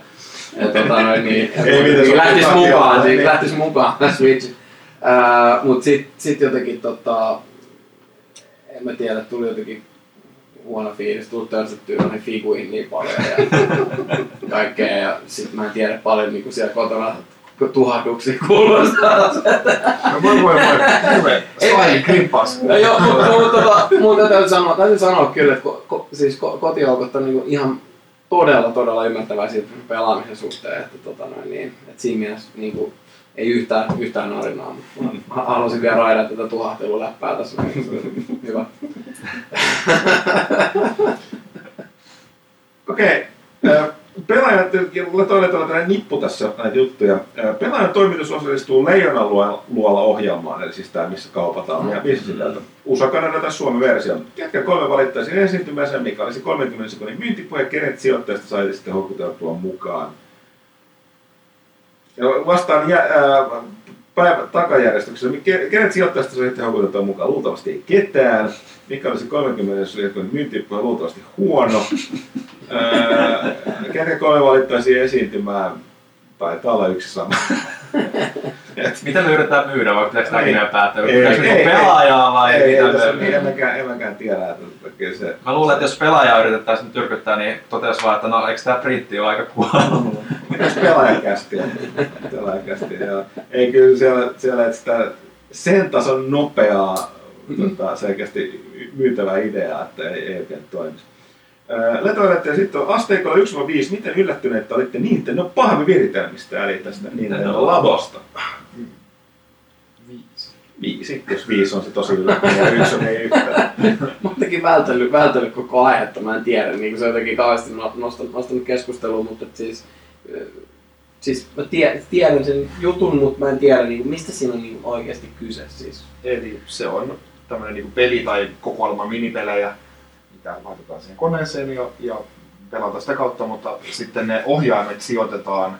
Lähtis mukaan Switch. Mut sit jotenkin en mä tiedä, tuli jotenkin huono fiilis, tuli törsättyä noihin figuihin niin paljon ja kaikkea ja sit mä en tiedä paljon niinku siellä kotona tuhahduksia kuulostaa. Voi. Hyvä. Slime krimppas. Mutta täytyy sanoa kyllä, että siis kotijoukot on niinku ihan todella ymmärtäväisiä pelaamisen suhteen, että että siinä mielessä niinku ei yhtään narinaa, mutta mä halusin vielä raidata tätä tuhahteluläppää tässä. Hyvä. Okei. Pelaajat, toinen tällainen nippu tässä näitä juttuja. Pelaajan toimitus osallistuu Leijonan luola ohjelmaan, eli siis tämä missä kaupataan ja missä sitä USA, Kanada tai Suomen versio. Ketkä 3 valittaisiin esiintymänsä, mikä olisi 30 sekunnin myyntipuhe, kenet sijoittajista saisi sitten houkuteltua mukaan. Ja vastaan päivän takajärjestyksessä, kenet sijoittajista saisi sitten houkuteltua mukaan? Luultavasti ei ketään. Mikä olisi 30 sekunnin myyntipuhe? Luultavasti huono. Ketkä 3 valittaisiin esiintymään? Taitaa olla yksi sama. Mitä me yritetään myydä, vai pitääkö tämä nimeä päättää? Pitääkö pelaajaa vai mitä me... En mäkään tiedä. Että se... Mä luulen, että jos pelaajaa yritettäisiin nyt tyrkyttää, niin toteaisi vaan, että no eikö tämä printti ole aika huono? Jos pelaajakästi. Ei kyllä siellä että sitä sen tason nopeaa selkeästi myytävää ideaa, että ei oikein toimisi. Letoilette ja sitten on asteikolla 1-5. Miten yllättyneitä olitte Nintendo pahviviritelmistä, eli tästä Nintendo Labosta? 5. Jos 5 on se tosi yllättynyt ja 1 on ei yhtään. Mä oon jotenkin vältellyt koko aihetta, mä en tiedä, niin se on jotenkin kauheasti nostanut keskustelua, mutta siis mä tiedän sen jutun, mutta mä en tiedä mistä siinä on oikeasti kyse siis. Eli se on tämmöinen peli tai kokoelma minipelejä, mitä laitetaan siihen koneeseen ja pelataan sitä kautta, mutta sitten ne ohjaimet sijoitetaan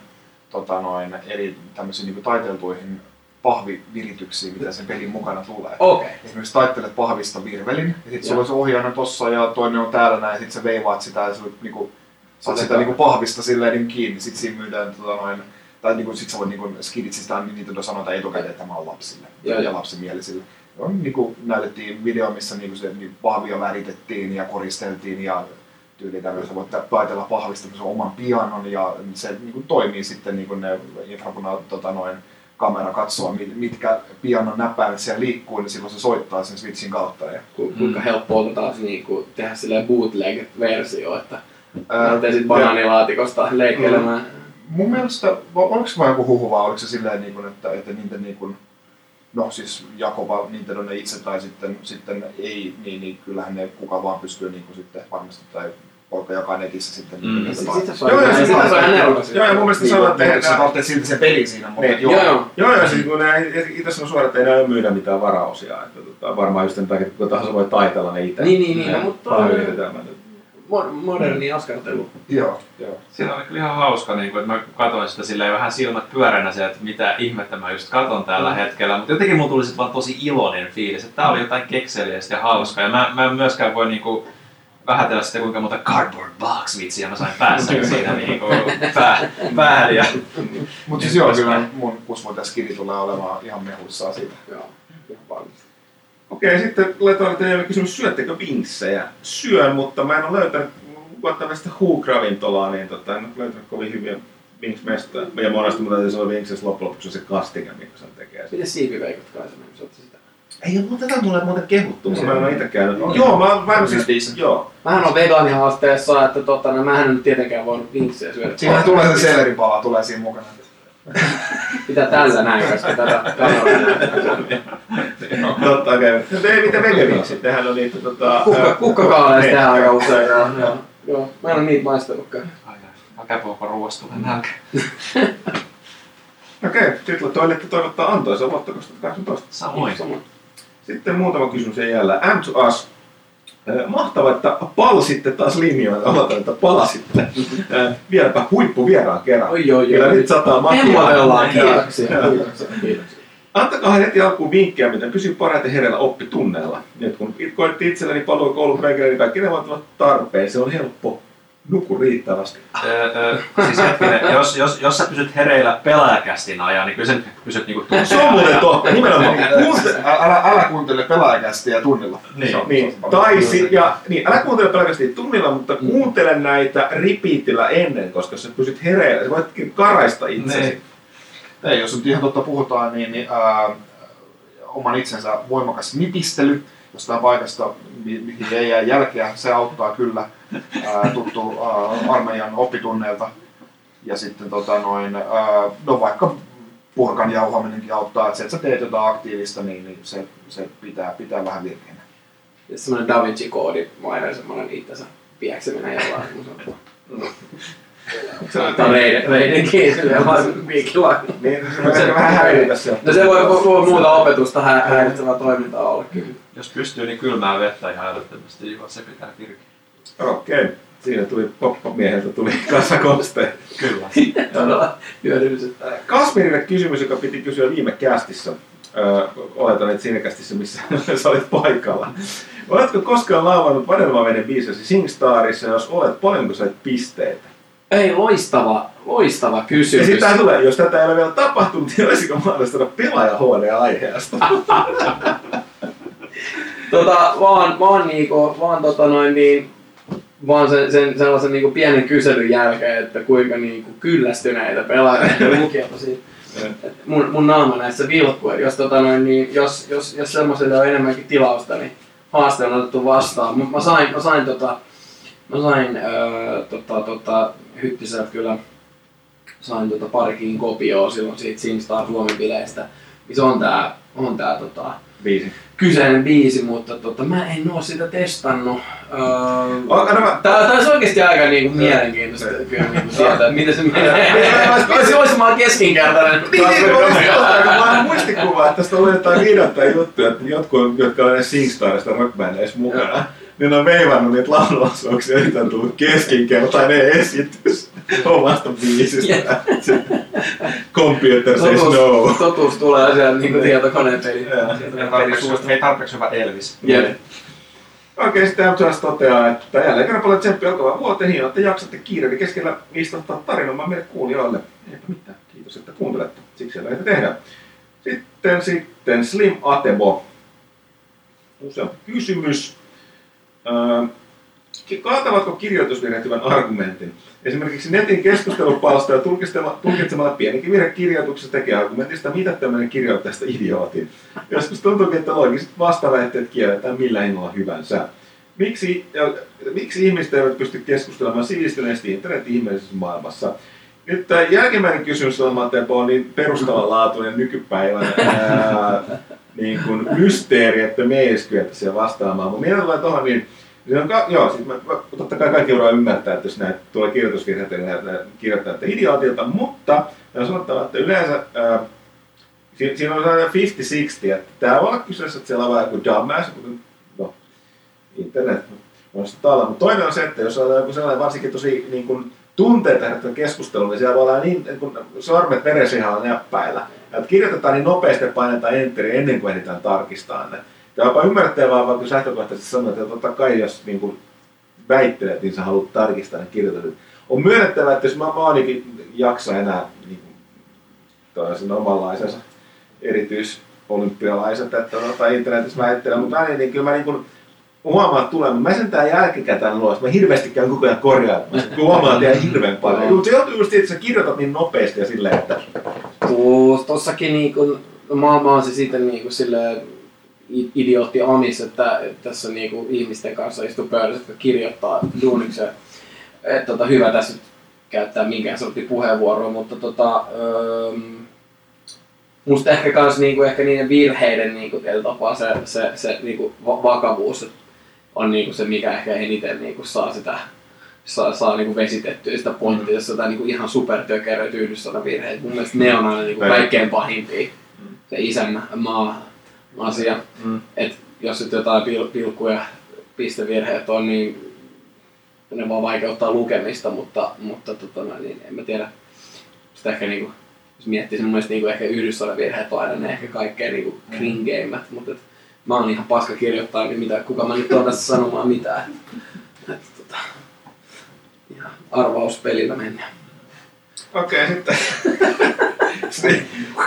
eri tämmöisiin taiteltuihin pahvivirityksiin, mitä sen pelin mukana tulee. Okay. Esimerkiksi taittelet pahvista virvelin, ja sitten sulla on se ohjainen tossa ja toinen on täällä näin, ja sitten sä veivaat sitä ja saat sitä pahvista silleen kiinni, sit siinä myydään tai sit sä voit skidit sitä, niin niitä sanotaan etukäteen, että tämä on lapsille ja lapsimielisille. Näytettiin video, missä se pahvia väritettiin ja koristeltiin ja tyyli tämmöistä. Voit taitella pahvista oman pianon ja se toimii sitten ne infrapuna kamera katsoo, mitkä pianon näppäimet siellä liikkuu, niin silloin se soittaa sen switchin kautta. Kuinka helppoa on taas tehdä silleen bootleg-versio, että lähtee sit banaanilaatikosta leikkeilemään. Mun mielestä, oliko se vaan joku huhu vai oliko se silleen, että niitä no siis Jakoba, Nintendo ne itse tai sitten ei, niin kyllähän ne kuka vaan pystyy sitten varmasti tai voiko jakaa netissä sitten niitä Joo, ja mun mielestä sanoa, että sä tarvitset silti sen pelin siinä, mutta Joo, siis kun itse sanoo suoraan, että ei näy myydä mitään varaosia, että varmaan just sen takia, että kuka tahansa voi taitella ne itse. Niin, mutta moderni askartelu. Joo. Siinä oli kyllä ihan hauska, että mä katsoin sitä silleen vähän silmät pyöränä se, että mitä ihmettä mä just katon tällä hetkellä, mutta jotenkin mun tuli sit vaan tosi iloinen fiilis, että tää oli jotain kekseliäistä ja hauskaa, ja mä en myöskään voi vähätellä sitä, kuinka monta cardboard box vitsiä mä sain päässä siinä päähän. Mutta siis joo, kyllä mun 6-vuotias kidi tulee olemaan ihan mehuissaan siitä. Joo, ihan varmasti. Okei, sitten laitoin teille kysymys, syöttekö vinksejä? Syön, mutta mä en ole löytänyt, tällaista Hook-ravintolaa, niin en ole löytänyt kovin hyviä vinksmestoja. Ja monesti mun täytyy sanoa vinksessä loppujen lopuksi se kastike, mikä sen tekee. Miten siipiveikot kai sä sitä? Ei ole tätä mulle muuten kehuttu, mutta mä en ole itse käynyt. Joo, mä oon vähän siis joo. Mähän on vegaanihaasteessa, että mähän en nyt tietenkään voinut vinksejä syödä. Siinä tulee se selleripala, tulee siinä mukana. Pitää tällä näin, koska tätä kameraa näin. Totta kai. Mitä vegeviiksi? Tehän on niitä Kukkakaaleista tehdään aika usein. Joo. Mä en oo niitä maistellutkaan. Mä käpoipa ruoasta, tulee nälkä. Okei, sitten toilette toivottaa antoisa vuotta 2018. Samoin. Sitten muutama kysymys sen jälleen. M to us. Mahtavaa, että palsitte taas linjoilla. Aloitan, että palasitte. Vieläpä huippuvieraan kerran. Oi. Kyllä nyt sataa makia. Hemmotellaan. Kiitoksia. Antakaa heti alkuun vinkkejä, miten pysyy parhaiten hereillä oppitunneilla. Nyt kun koitti itselleni paluu koulupenkille, niin kaikki ne ovat tarpeen. Se on helppo. Nuku riittävästi. Siis hetkinen, jos sä pysyt hereillä pelaajakästin ajan, niin kyllä sä pysyt niinku tunnilla. Se on muuten totta, nimenomaan. Älä kuuntele pelaajakästiä tunnilla. Niin. Älä kuuntele pelkästään tunnilla, mutta kuuntele näitä repeatillä ennen, koska sä pysyt hereillä. Sä voit karaista itsesi. Ei, jos nyt ihan totta puhutaan, niin oman itsensä voimakas nipistely jostain paikasta, mihin ei jää jälkeä, se auttaa kyllä. Tuttu armeijan oppitunneilta. Ja sitten vaikka purkan jauhaminenkin auttaa, että se, että sä teet jotain aktiivista, niin se pitää vähän virkeänä. Semmoinen Da Vinci-koodimainen semmoinen itsensä piekseminen jollain. Tai reiden kiinni vaan viikillä. Niin, se vähän häiritä sieltä. No se voi muuta opetusta häiritsevää toimintaa olla kyllä. Jos pystyy, niin kylmää vettä ihan älyttömästi, se pitää virkeä. Okei. Siinä tuli poppamieheltä kassakonsteja. Kyllä. Todella hyödylliset. Kasmirille kysymys, joka piti kysyä viime kästissä. Oletan, että siinä kästissä, missä sä olit paikalla. Oletko koskaan laulannut Vadelmaveden biisesi SingStarissa, jos olet, paljonko sait pisteitä? Ei, loistava kysymys. Ja sitten tulee, jos tätä ei ole vielä tapahtunut, niin olisiko mahdollista saada pelaaja HD-aiheesta? Vaan sen sellaisen niinku pienen kyselyn jälkeen, että kuinka niinku kyllästyneitä pelaajia lukijat on siitä. Mun naama näissä vilkkuu, jos semmoiselle on enemmänkin tilausta, niin haaste on otettu vastaan. Mä sain Hyttiseltä kyllä parikin kopioa silloin siitä SingStar SuomiBileistä. Se on tää Biisi. kyseinen biisi, mutta mä en oo sitä testannut. Tää olisi oikeesti aika niinku mielenkiintoista kyllä niinku tietää, että miten se menee. Olisi vaan keskinkertainen. Mä oon muistikuva, että tästä oli jotain videota tai juttuja, että jotkut, jotka on edes SingStarista rockbändeissä mukana, niin on veivannut niitä lauluosuuksia, että on tullut keskinkertainen esitys omasta biisistä. Computer says no. Totuus tulee sieltä niinku tietokoneen peliin. Ei tarpeeksi hyvä Elvis. Jep. Okei, sitten M2S toteaa, että jälleen kerran paljon tsemppiä alkavaan vuoteen. Hienoa, että jaksatte kiireiden keskellä istuttaa tarinoimaan meille kuulijoille. Eipä mitään. Kiitos, että kuuntelette. Siksi siellä näitä tehdään. Sitten Slim Atebo. Useampi kysymys. Kaatavatko kirjoitusvirheet hyvän argumentin? Esimerkiksi netin keskustelupalstoja tulkitsemalla pienikin virhe kirjoituksessa tekee argumentista, mitä tämmöinen kirjoittajasta idiootin. Joskus tuntuu, että loogiset vastaväitteet kielletään millä hinnalla hyvänsä. Miksi ihmiset eivät pysty keskustelemaan sivistyneesti internet-ihmeellisessä maailmassa? Nyt tämä jälkimmäinen kysymys on niin perustavanlaatuinen nykypäivän niin kuin mysteeri, että me ei edes kyetä siihen vastaamaan. Mutta mieltä tulee tuohon niin, totta kai kaikki voidaan ymmärtää, että jos näitä tulee kirjoitusvirheitä, niin nämä kirjoittaa idiootilta, mutta on sanottava, että yleensä siinä on 50-60, että tämä voi olla kyseessä, että siellä on vähän joku dumbass, no internet on sitä talla, mutta toinen on se, että jos on joku sellainen varsinkin tosi niin kuin tunteita herättävä keskustelu, niin siellä voi olla niin kuin sormet veresihalla näppäillä. Että kirjoitetaan niin nopeasti ja painetaan enteriä ennen kuin ehditään tarkistaa ne. Tämä on jopa ymmärrettävää, vaan kun sähkökohtaisesti sanoo, että totta kai jos niin väittelet, niin sä haluat tarkistaa ne kirjoitukset. On myönnettävää, että jos mä ainakin jaksa enää niin tällaisen omanlaisensa erityisolympialaiset, että internetissä väittelen, mutta aina niin kyllä mä niin huomaan, että tulee, mä sentään jälkikäteen luo, mä hirveästi käyn koko ajan korjaamaan, kun huomaan, että tehdään hirveän paljon. Mutta se joutuu just siitä, että sä kirjoitat niin nopeasti ja silleen, että... Tossakin niinku, mä oon se siitä niinku silleen idiootti amis, että tässä niinku ihmisten kanssa istuu pöydässä, jotka kirjoittaa duunikseen. Hyvä tässä käyttää minkään sortin puheenvuoroa, mutta musta ehkä kans niinku ehkä niiden virheiden niinku tietyllä tapaa se niinku vakavuus on niinku se, mikä ehkä eniten niinku saa sitä saa niinku vesitettyä sitä pointtia, jos jotain niinku ihan supertökeröitä Yhdysvallan-virheitä. Mun mielestä ne on aina niinku kaikkein pahimpia. Se isänmaa asia. Et jos nyt jotain pilkkuja pistevirheet on, niin ne vaan vaikeuttaa lukemista, mutta niin en mä tiedä. Sitä ehkä niinku, jos miettii mun mielestä niinku ehkä Yhdysvallan-virheet on aina ne ehkä kaikkein niinku kringeimmät, mutta mä oon ihan paska kirjoittaa, niin kuka mä nyt oon tässä sanomaan mitään. Ihan arvauspelillä mennään. Okei, sitten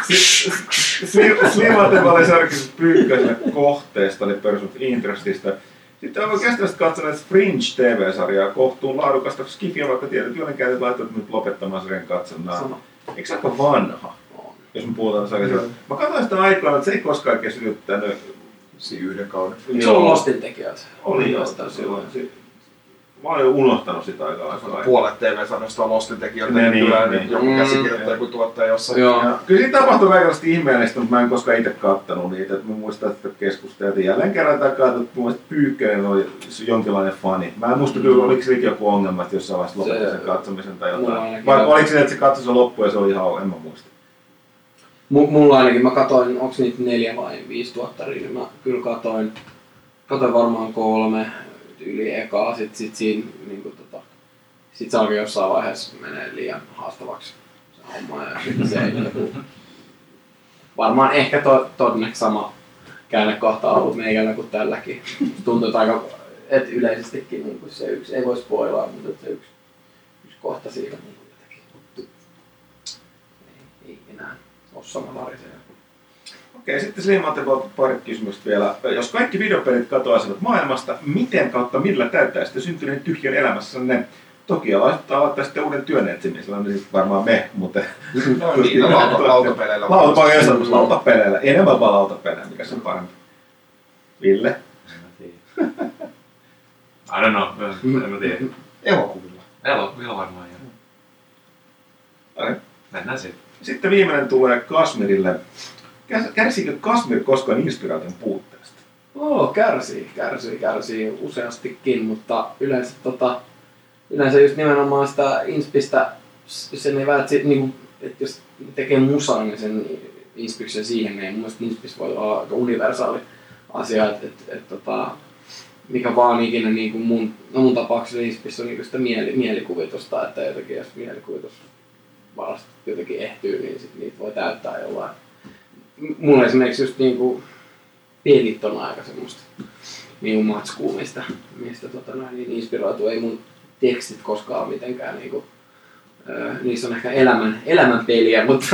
Slimatemali Särkisessä Pyykköselle kohteesta, eli Person of Interestistä. Sitten olen kestävästi katsonut Fringe TV-sarjaa, kohtuun laadukasta skifia, vaikka tiedät, joiden käytet laittanut nyt lopettamaan sarjan katsonnan. Eikö se aika vanha, jos me puhutaan sarjasta? Mä katsoin sitä aikaa, että se ei koskaan kesytyttänyt yhden kauden. Se on Lostin tekijät. Oli jostain silloin. Mä oon jo unohtanut sitä aikaa. Puolet TV-sarjasta on Lostin tekijöitä, niin kyllä joku käsikirjoittaja kuin tuottaja jossain. Kyllä siinä tapahtuu kaikenlaista ihmeellistä, mutta mä en koskaan itse kattanut niitä. Mä muistan, että keskusteltiin jälleen kerran takaa, että mun mielestä Pyykkönen oli jonkinlainen fani. Mä en muista kyllä, oliko sillä joku ongelma, että jossain vaiheessa lopetti sen katsomisen tai jotain. Vai oliko se, että se katsoi sen loppuun ja se oli ihan, en mä muista. Mulla ainakin, mä katoin, onks niitä 4 vai 5 tuottaria, niin mä kyllä katoin varmaan 3 yli ekaa, sit siinä niinku sit se alkoi jossain vaiheessa menee liian haastavaksi se homma ja sitten se ei niinku varmaan ehkä todennäköisesti sama käännekohta on ollut meikällä kuin tälläkin. Tuntuu, että yleisestikin niinku se yksi, ei voi spoilaa, mutta se yksi kohta siitä niinku jotenkin ei enää ole sama larisee. Okei, sitten Slimalta pari kysymystä vielä. Jos kaikki videopelit katoaisivat maailmasta, miten kautta millä täyttää sitten syntyneen tyhjän elämässänne? Toki aloittaa sitten uuden työn etsimisellä, niin siis varmaan me, mutta... No niin, lautapeleillä. Lautapeleillä. Enemmän vaan lautapeleillä, mikä se on parempi. Ville? I don't know, en mä tiedä. Elokuvilla. Elokuvilla varmaan, joo. Okay. Mennään sitten. Sitten viimeinen tulee Kasmirille. Kärsiikö Kasmir koskaan inspiraation puutteesta? Kärsii useastikin, mutta yleensä just nimenomaan sitä inspistä, sen ei välttämättä, niin että jos tekee musaa, niin sen inspiksen siihen, niin mun mielestä inspis voi olla aika universaali asia, että mikä vaan ikinä niin kuin mun tapauksessa inspis on niin sitä mielikuvitusta, että jotenkin jos mielikuvitus varasti jotenkin ehtyy, niin sit niitä voi täyttää jollain. Mulla esimerkiksi just niinku pelit on aika semmoista niinku matskua, mistä niin inspiroitu. Ei mun tekstit koskaan mitenkään niinku, niissä on ehkä elämän peliä, mutta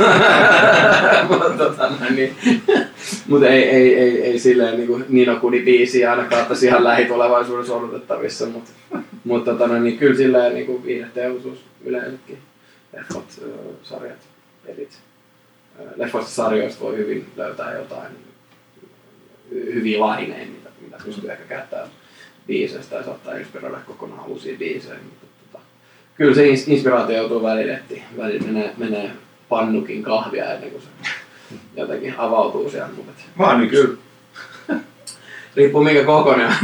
mutta ei silleen niinku Nino Kuni-biisiä ainakaan tässä ihan lähitulevaisuudessa odotettavissa, mutta niin kyllä silleen niinku viihdeteollisuus yleensäkin, leffot, sarjat, pelit. Leffoista sarjoista voi hyvin löytää jotain hyviä laineja, mitä pystyy ehkä käyttämään biiseistä ja saattaa inspiroida kokonaan uusia biisejä. Mutta kyllä se inspiraatio joutuu välillä menee pannukin kahvia ennen kuin se jotenkin avautuu siellä. Vaan yksi. Kyllä. Riippuu minkä kokoinen on.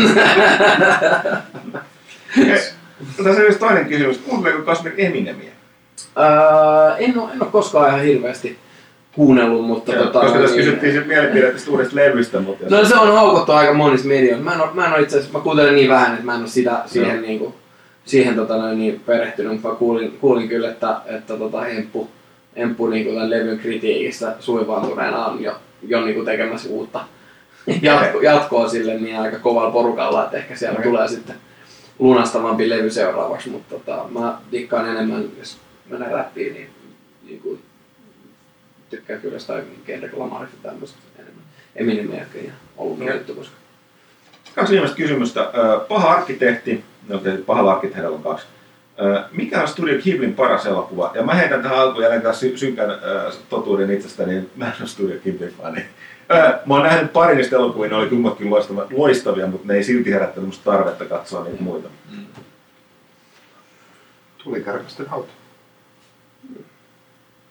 Tässä on toinen kysymys. Kuunteleeko Kasmir Eminemiä? En ole koskaan ihan hirveästi kuunnellut, mutta koska tässä kysyttiin sen mielipide tästä uudesta levystä, mutta... No se on haukottu aika monissa medioissa. Mä en ole itse asiassa, mä kuuntelen niin vähän, että mä en ole siihen niinku niin perehtynyt, mutta mä kuulin kyllä, että Emppu niinku tämän levyn kritiikistä suivaantuneena on jo niinku tekemässä uutta jatkoa sille niin aika kovalla porukalla, että ehkä siellä tulee sitten lunastavampi levy seuraavaksi, mutta mä dikkaan enemmän, jos mennään räppiin, niin tykkään kyllä sitä Kendrick Lamarista tämmöistä enemmän. Eminem ehkä ihan ollut käyttö, koska... 2 viimeistä kysymystä. Paha arkkitehti, pahalla arkkitehdalla on 2. Mikä on Studio Ghiblin paras elokuva? Ja mä heitän tähän alkuun jälleen synkän totuuden itsestäni, niin mä en ole Studio Ghiblin fani. Mä oon nähnyt pari niistä elokuvia, ne oli kummatkin loistavia, mutta ne ei silti herättänyt musta tarvetta katsoa niitä muita. Tulikärpästen auto.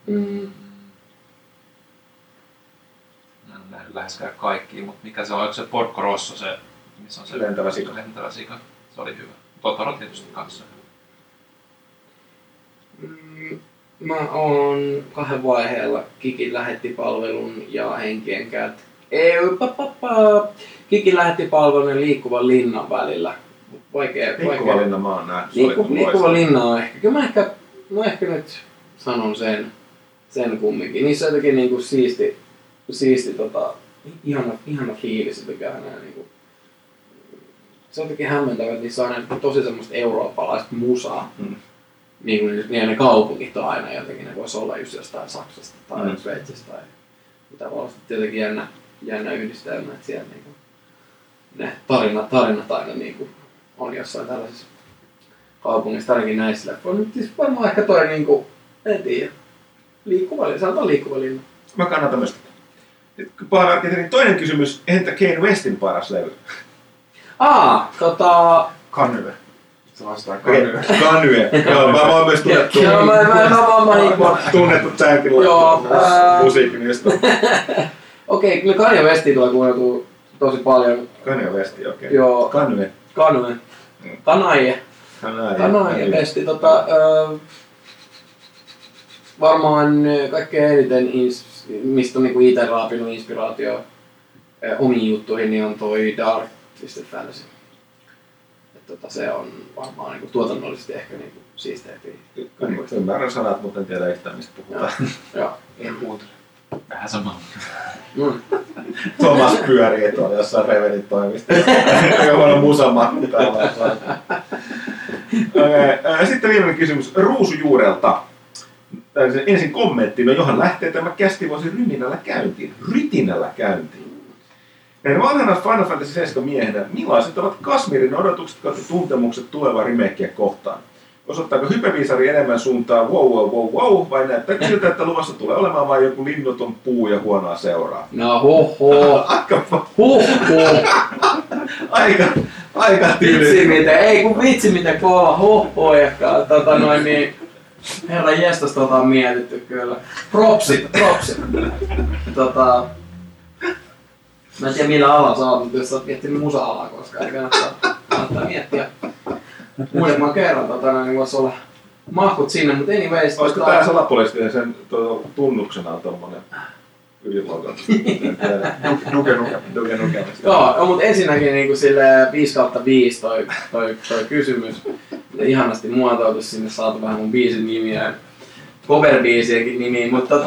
Mä en nähnyt läheskään kaikkia, mutta mikä se on? Onko se Porco Rosso se, missä on se Lentävä sika. Lentävä sika. Se oli hyvä. Totoro tietysti kanssa. Mä oon 2 vaiheella Kikin lähettipalvelun ja Henkien käät. Kikin lähettipalvelun ja Liikkuvan linnan välillä. Liikkuva linna mä oon nähnyt. Liikkuva linna on ehkä. Kyllä mä ehkä nyt sanon sen kumminkin. Niissä on jotenkin niinku siisti ihana fiilis, mikä niinku. Se on jotenkin hämmentävä, että niissä on tosi semmoista eurooppalaista musaa. Niin ne kaupungit on aina jotenkin, ne vois olla just jostain Saksasta tai Sveitsistä tai mitä voi olla jotenkin jännä yhdistelmä, että siellä niinku ne tarinat aina niinku on jossain tällaisessa kaupungissa, ainakin näissä leffoissa. Nyt siis varmaan ehkä toi niinku, en tiedä, sanotaan liikkuva linna. Mä kannatan myös tätä. Toinen kysymys, entä Kanye Westin paras levy? Kanyve. Se vastaa Kanye. Joo, mä oon myös tunnettu. Joo, mä tunnettu tämänkin musiikkinista. Okei, me Kanye Westia tulee kuunneltua tosi paljon. Kanye Westi, okei. Joo. Kanye. Kanaje Westi. Varmaan kaikkein eniten, mistä on niinku ite raapinut inspiraatio omiin juttuihin, niin on toi Dark Twisted Fantasy. Se on varmaan niinku tuotannollisesti ehkä niinku siisteempi. Ymmärrän sanat, mutta en tiedä yhtään mistä puhutaan. Joo. En kuuntele. Vähän sama. Thomas pyörii tuolla jossain Revenit toimistossa. Aika huono musamakku täällä. Sitten viimeinen kysymys Ruusujuurelta. Ensin kommentti. No johan lähtee tämä kästi vuosi rytinällä käyntiin. Näin vanhana Final Fantasy 7 miehenä, millaiset ovat Kasmirin odotukset ja tuntemukset tulevaa remakea kohtaan? Osoittaako hypeviisari enemmän suuntaa wow vai näyttääkö siltä, että luvassa tulee olemaan vain joku linnoton puu ja huonoa seuraa? No hoho. Aika tyyli. Vitsi miten kova hoho ja niin. Herra jestas on mietitty kyllä. Propsit. Mä en tiedä millä alalla sä oot, mutta jos sä oot miettinyt musa-alaa koskaan, niin kannattaa miettiä uudemman kerran, niin voisi olla mahkut sinne, mutta anyways... Olisiko tää salapoliisti sen tunnuksena on tommonen ydinlogo? Duke Nuke. Joo, mutta ensinnäkin niin silleen 5/5 toi kysymys. Ihanasti muotoiltu sinne, saatu vähän mun biisin nimiä, cover-biisienkin nimiä, mutta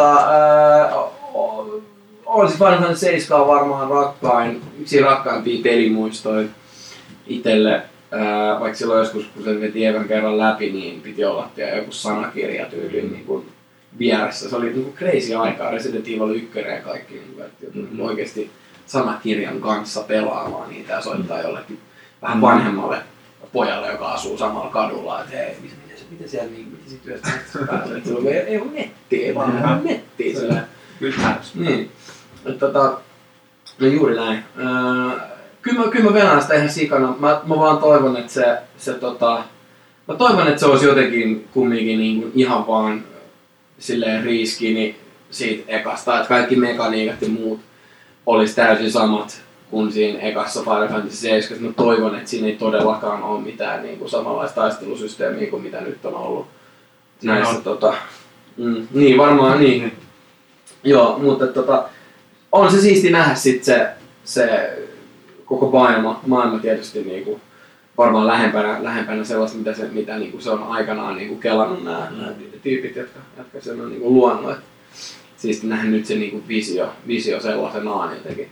on siis Final Fantasy 7 varmaan yksi rakkaimpia pelimuistoja itselle. Vaikka silloin joskus, kun sen veti ekan kerran läpi, niin piti olla joku sanakirja tyyliin niin vieressä. Se oli niin crazy aikaa, Resident Evil 1 ja kaikki, niin että oikeasti sanakirjan kanssa pelaamaan niitä ja soittaa jollekin vähän vanhemmalle pojalle, joka asuu samalla kadulla, että hei, miten siellä siitä työstä pääsee? Silloin ei ole nettiä, ei vaan nettiä silleen. Niin. No juuri näin. Kyllä mä venään sitä ihan sikana. Mä vaan toivon, että mä toivon, että se olisi jotenkin kumminkin niin kuin ihan vaan silleen riskini siitä ekasta, että kaikki mekaniikat ja muut olisi täysin samat kuin siinä ekassa Final Fantasy 7. Mä toivon, että siinä ei todellakaan ole mitään niin kuin samanlaista taistelusysteemiä kuin mitä nyt on ollut näissä. Niin, varmaan niin. Joo, mutta on se siisti nähdä sit se koko maailma tietysti niinku varmaan lähempänä sellaista, mitä niinku se on aikanaan niinku kelannut nämä tyypit, jotka sen on niinku luonut. Siisti nähdä nyt se niinku visio sellaisenaan jotenkin.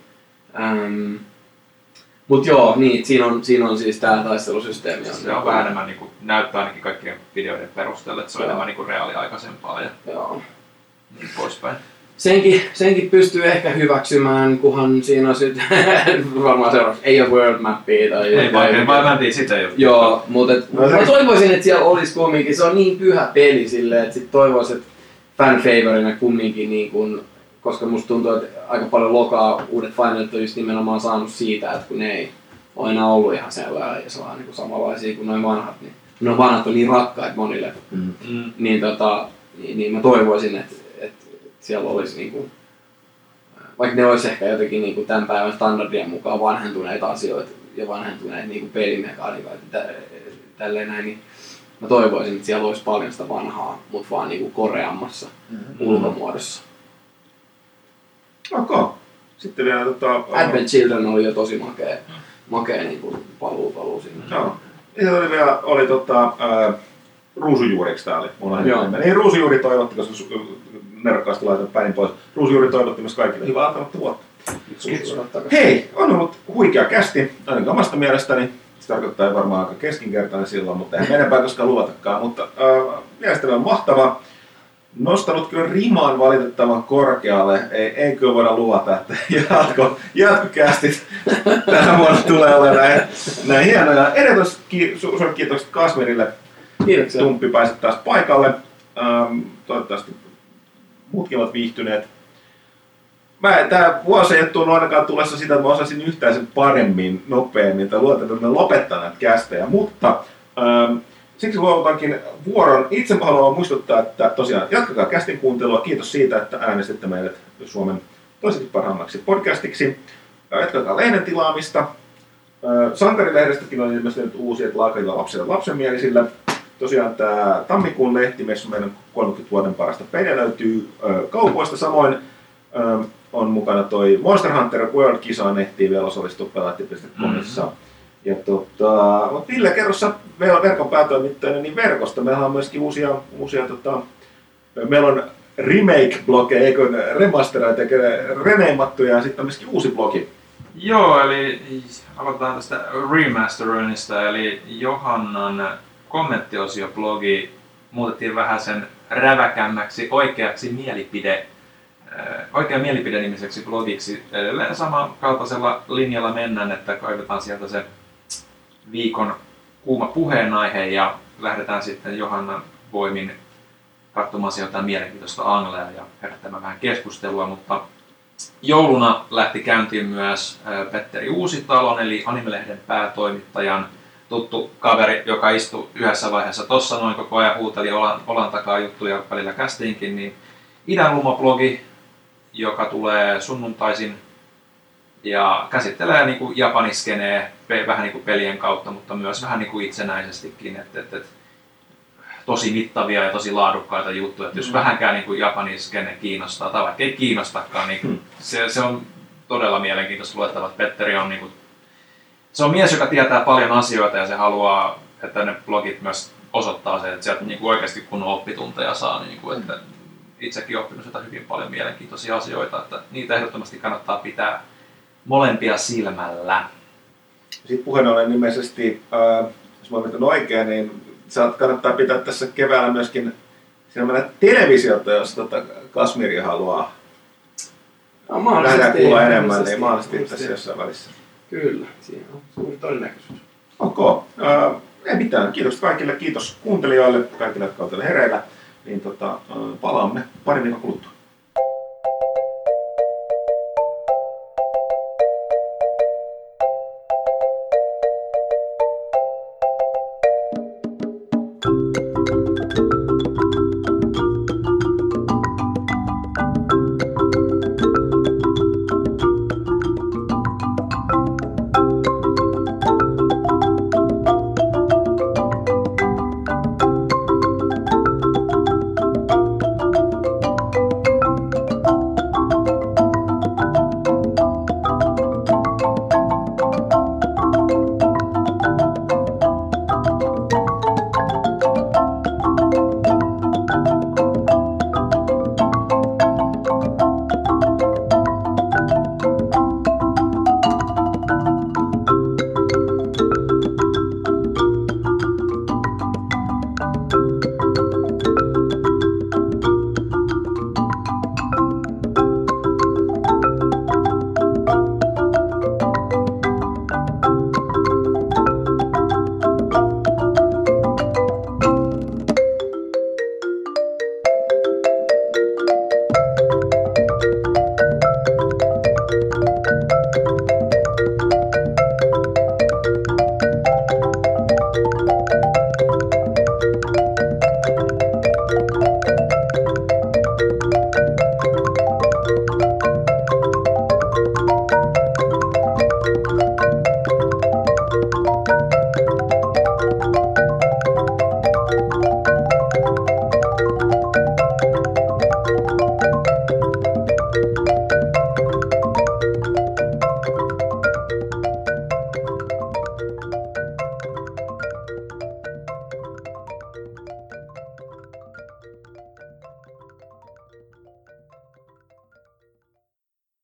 Mut joo, niin, siinä on siis tää taistelusysteemi. Se on vähän enemmän niinku, näyttää ainakin kaikkien videoiden perusteella, että se on enemmän niinku reaaliaikaisempaa ja niin poispäin. Senkin pystyy ehkä hyväksymään, kunhan siinä on sitten varmaan seuraavaksi, ei ole world mappia tai... Ei vaan mentiin sitä jo. Joo, mutta mä toivoisin, että siellä olisi kumminkin, se on niin pyhä peli silleen, että sit toivoisin, että fan-favorina kumminkin, niin kun, koska musta tuntuu, että aika paljon lokaa uudet Finalit on just nimenomaan saanut siitä, että kun ne ei ole enää ollut ihan sellaisia ja sellaisia niin samanlaisia kuin noin vanhat, niin nuo vanhat on niin rakkaat monille, niin mä toivoisin, että siellä olisi niinku, vaikka ne olisi ehkä jotenkin niinku tämän päivän standardien mukaan vanhentuneita asioita ja vanhentuneita niinku pelimekaniikoita tälleen näin, niin mä toivoisin, että siellä olisi paljon sitä vanhaa, mutta vaan niinku koreammassa ulkomuodossa. Okay. Sitten vielä Advent Children oli jo tosi makea niinku paluu sinne. Joo. Ja oli ruusujuuriksi tää oli. Niin ruusujuuri toivotti, koska nerokkaasti laitan päin pois. Ruusujuuri toivotti myös kaikille hyvää alkanutta vuotta. Hei, on ollut huikea kästi, ainakin omasta mielestäni. Se tarkoittaa varmaan aika keskinkertainen silloin, mutta eihän enempää koskaan luvatakaan. Mutta mielestäni on mahtava. Nostanut kyllä rimaan valitettavan korkealle. Ei kyllä voida luvata, että jatkokästit tänä vuonna tulee olemaan näin hienoja. Erityisesti suuret kiitokset Kasmirille. Kiitoksia. Tumppi pääsit taas paikalle. Toivottavasti muutkin ovat viihtyneet. Tämä vuosi ei ole tullut ainakaan tulessa sitä, että mä osaisin yhtään sen paremmin, nopeammin, tai luotan, että me lopettaa näitä kästejä, mutta siksi luovutankin vuoron. Itse haluan muistuttaa, että tosiaan jatkakaa kästin kuuntelua. Kiitos siitä, että äänestitte meidät Suomen toiseksi parhaimmaksi podcastiksi. Jatkakaa lehden tilaamista. Sankarilehdestäkin on ilmestynyt uusia, että laakeilla lapsille lapsenmielisille. Tosiaan tämä tammikuun lehtimessu meidän 30 vuoden parasta peliä löytyy kaupoista. Samoin on mukana toi Monster Hunter World-kisa nettiin vielä osallistua pelaatti.comissa. Ja Ville, kerro sä, meillä on verkon päätoimittajana niin verkosta. Meillä on myöskin uusia meillä on remake-blogeja, eikö remasteroita, reneimattuja ja sitten on myöskin uusi blogi. Joo, eli aloitetaan tästä remasteroinnista, eli Johannan kommenttiosio-blogi muutettiin vähän sen räväkämmäksi oikean mielipide-nimiseksi blogiksi. Edelleen samankaltaisella linjalla mennään, että kaivetaan sieltä se viikon kuuma puheenaihe ja lähdetään sitten Johannan voimin katsomaan sieltä mielenkiintoista anglea ja herättämään vähän keskustelua, mutta jouluna lähti käyntiin myös Petteri Uusitalon eli Anime-lehden päätoimittajan tuttu kaveri, joka istui yhdessä vaiheessa tossa noin koko ajan huuteli olan takaa juttuja välillä kästiinkin, niin Idänluma-blogi, joka tulee sunnuntaisin ja käsittelee niin kuin japaniskenee vähän niin kuin pelien kautta, mutta myös vähän niin kuin itsenäisestikin, että tosi mittavia ja tosi laadukkaita juttuja, että jos vähänkään niin kuin japaniskene kiinnostaa tai vaikka ei kiinnostakaan, niin se on todella mielenkiintoista luettava. Petteri on niin kuin, se on mies, joka tietää paljon asioita ja se haluaa, että ne blogit myös osoittaa sen, että sieltä niin kuin oikeasti kun oppitunteja saa, niin kuin, että itsekin oppinut sitä hyvin paljon mielenkiintoisia asioita, että niitä ehdottomasti kannattaa pitää molempia silmällä. Sitten puheen ollen nimisesti, jos mä ymmärrän oikein, niin kannattaa pitää tässä keväällä myöskin televisiota, jos Kasmiri haluaa nähdä kuulla enemmän, niin mahdollisesti tässä jossain välissä. Kyllä, siinä on suuri todennäköisyys. Okay. Ei mitään. Kiitos kaikille, kiitos kuuntelijoille, kaikille, jotka ovat hereillä. Niin palaamme pari viikon kuluttua.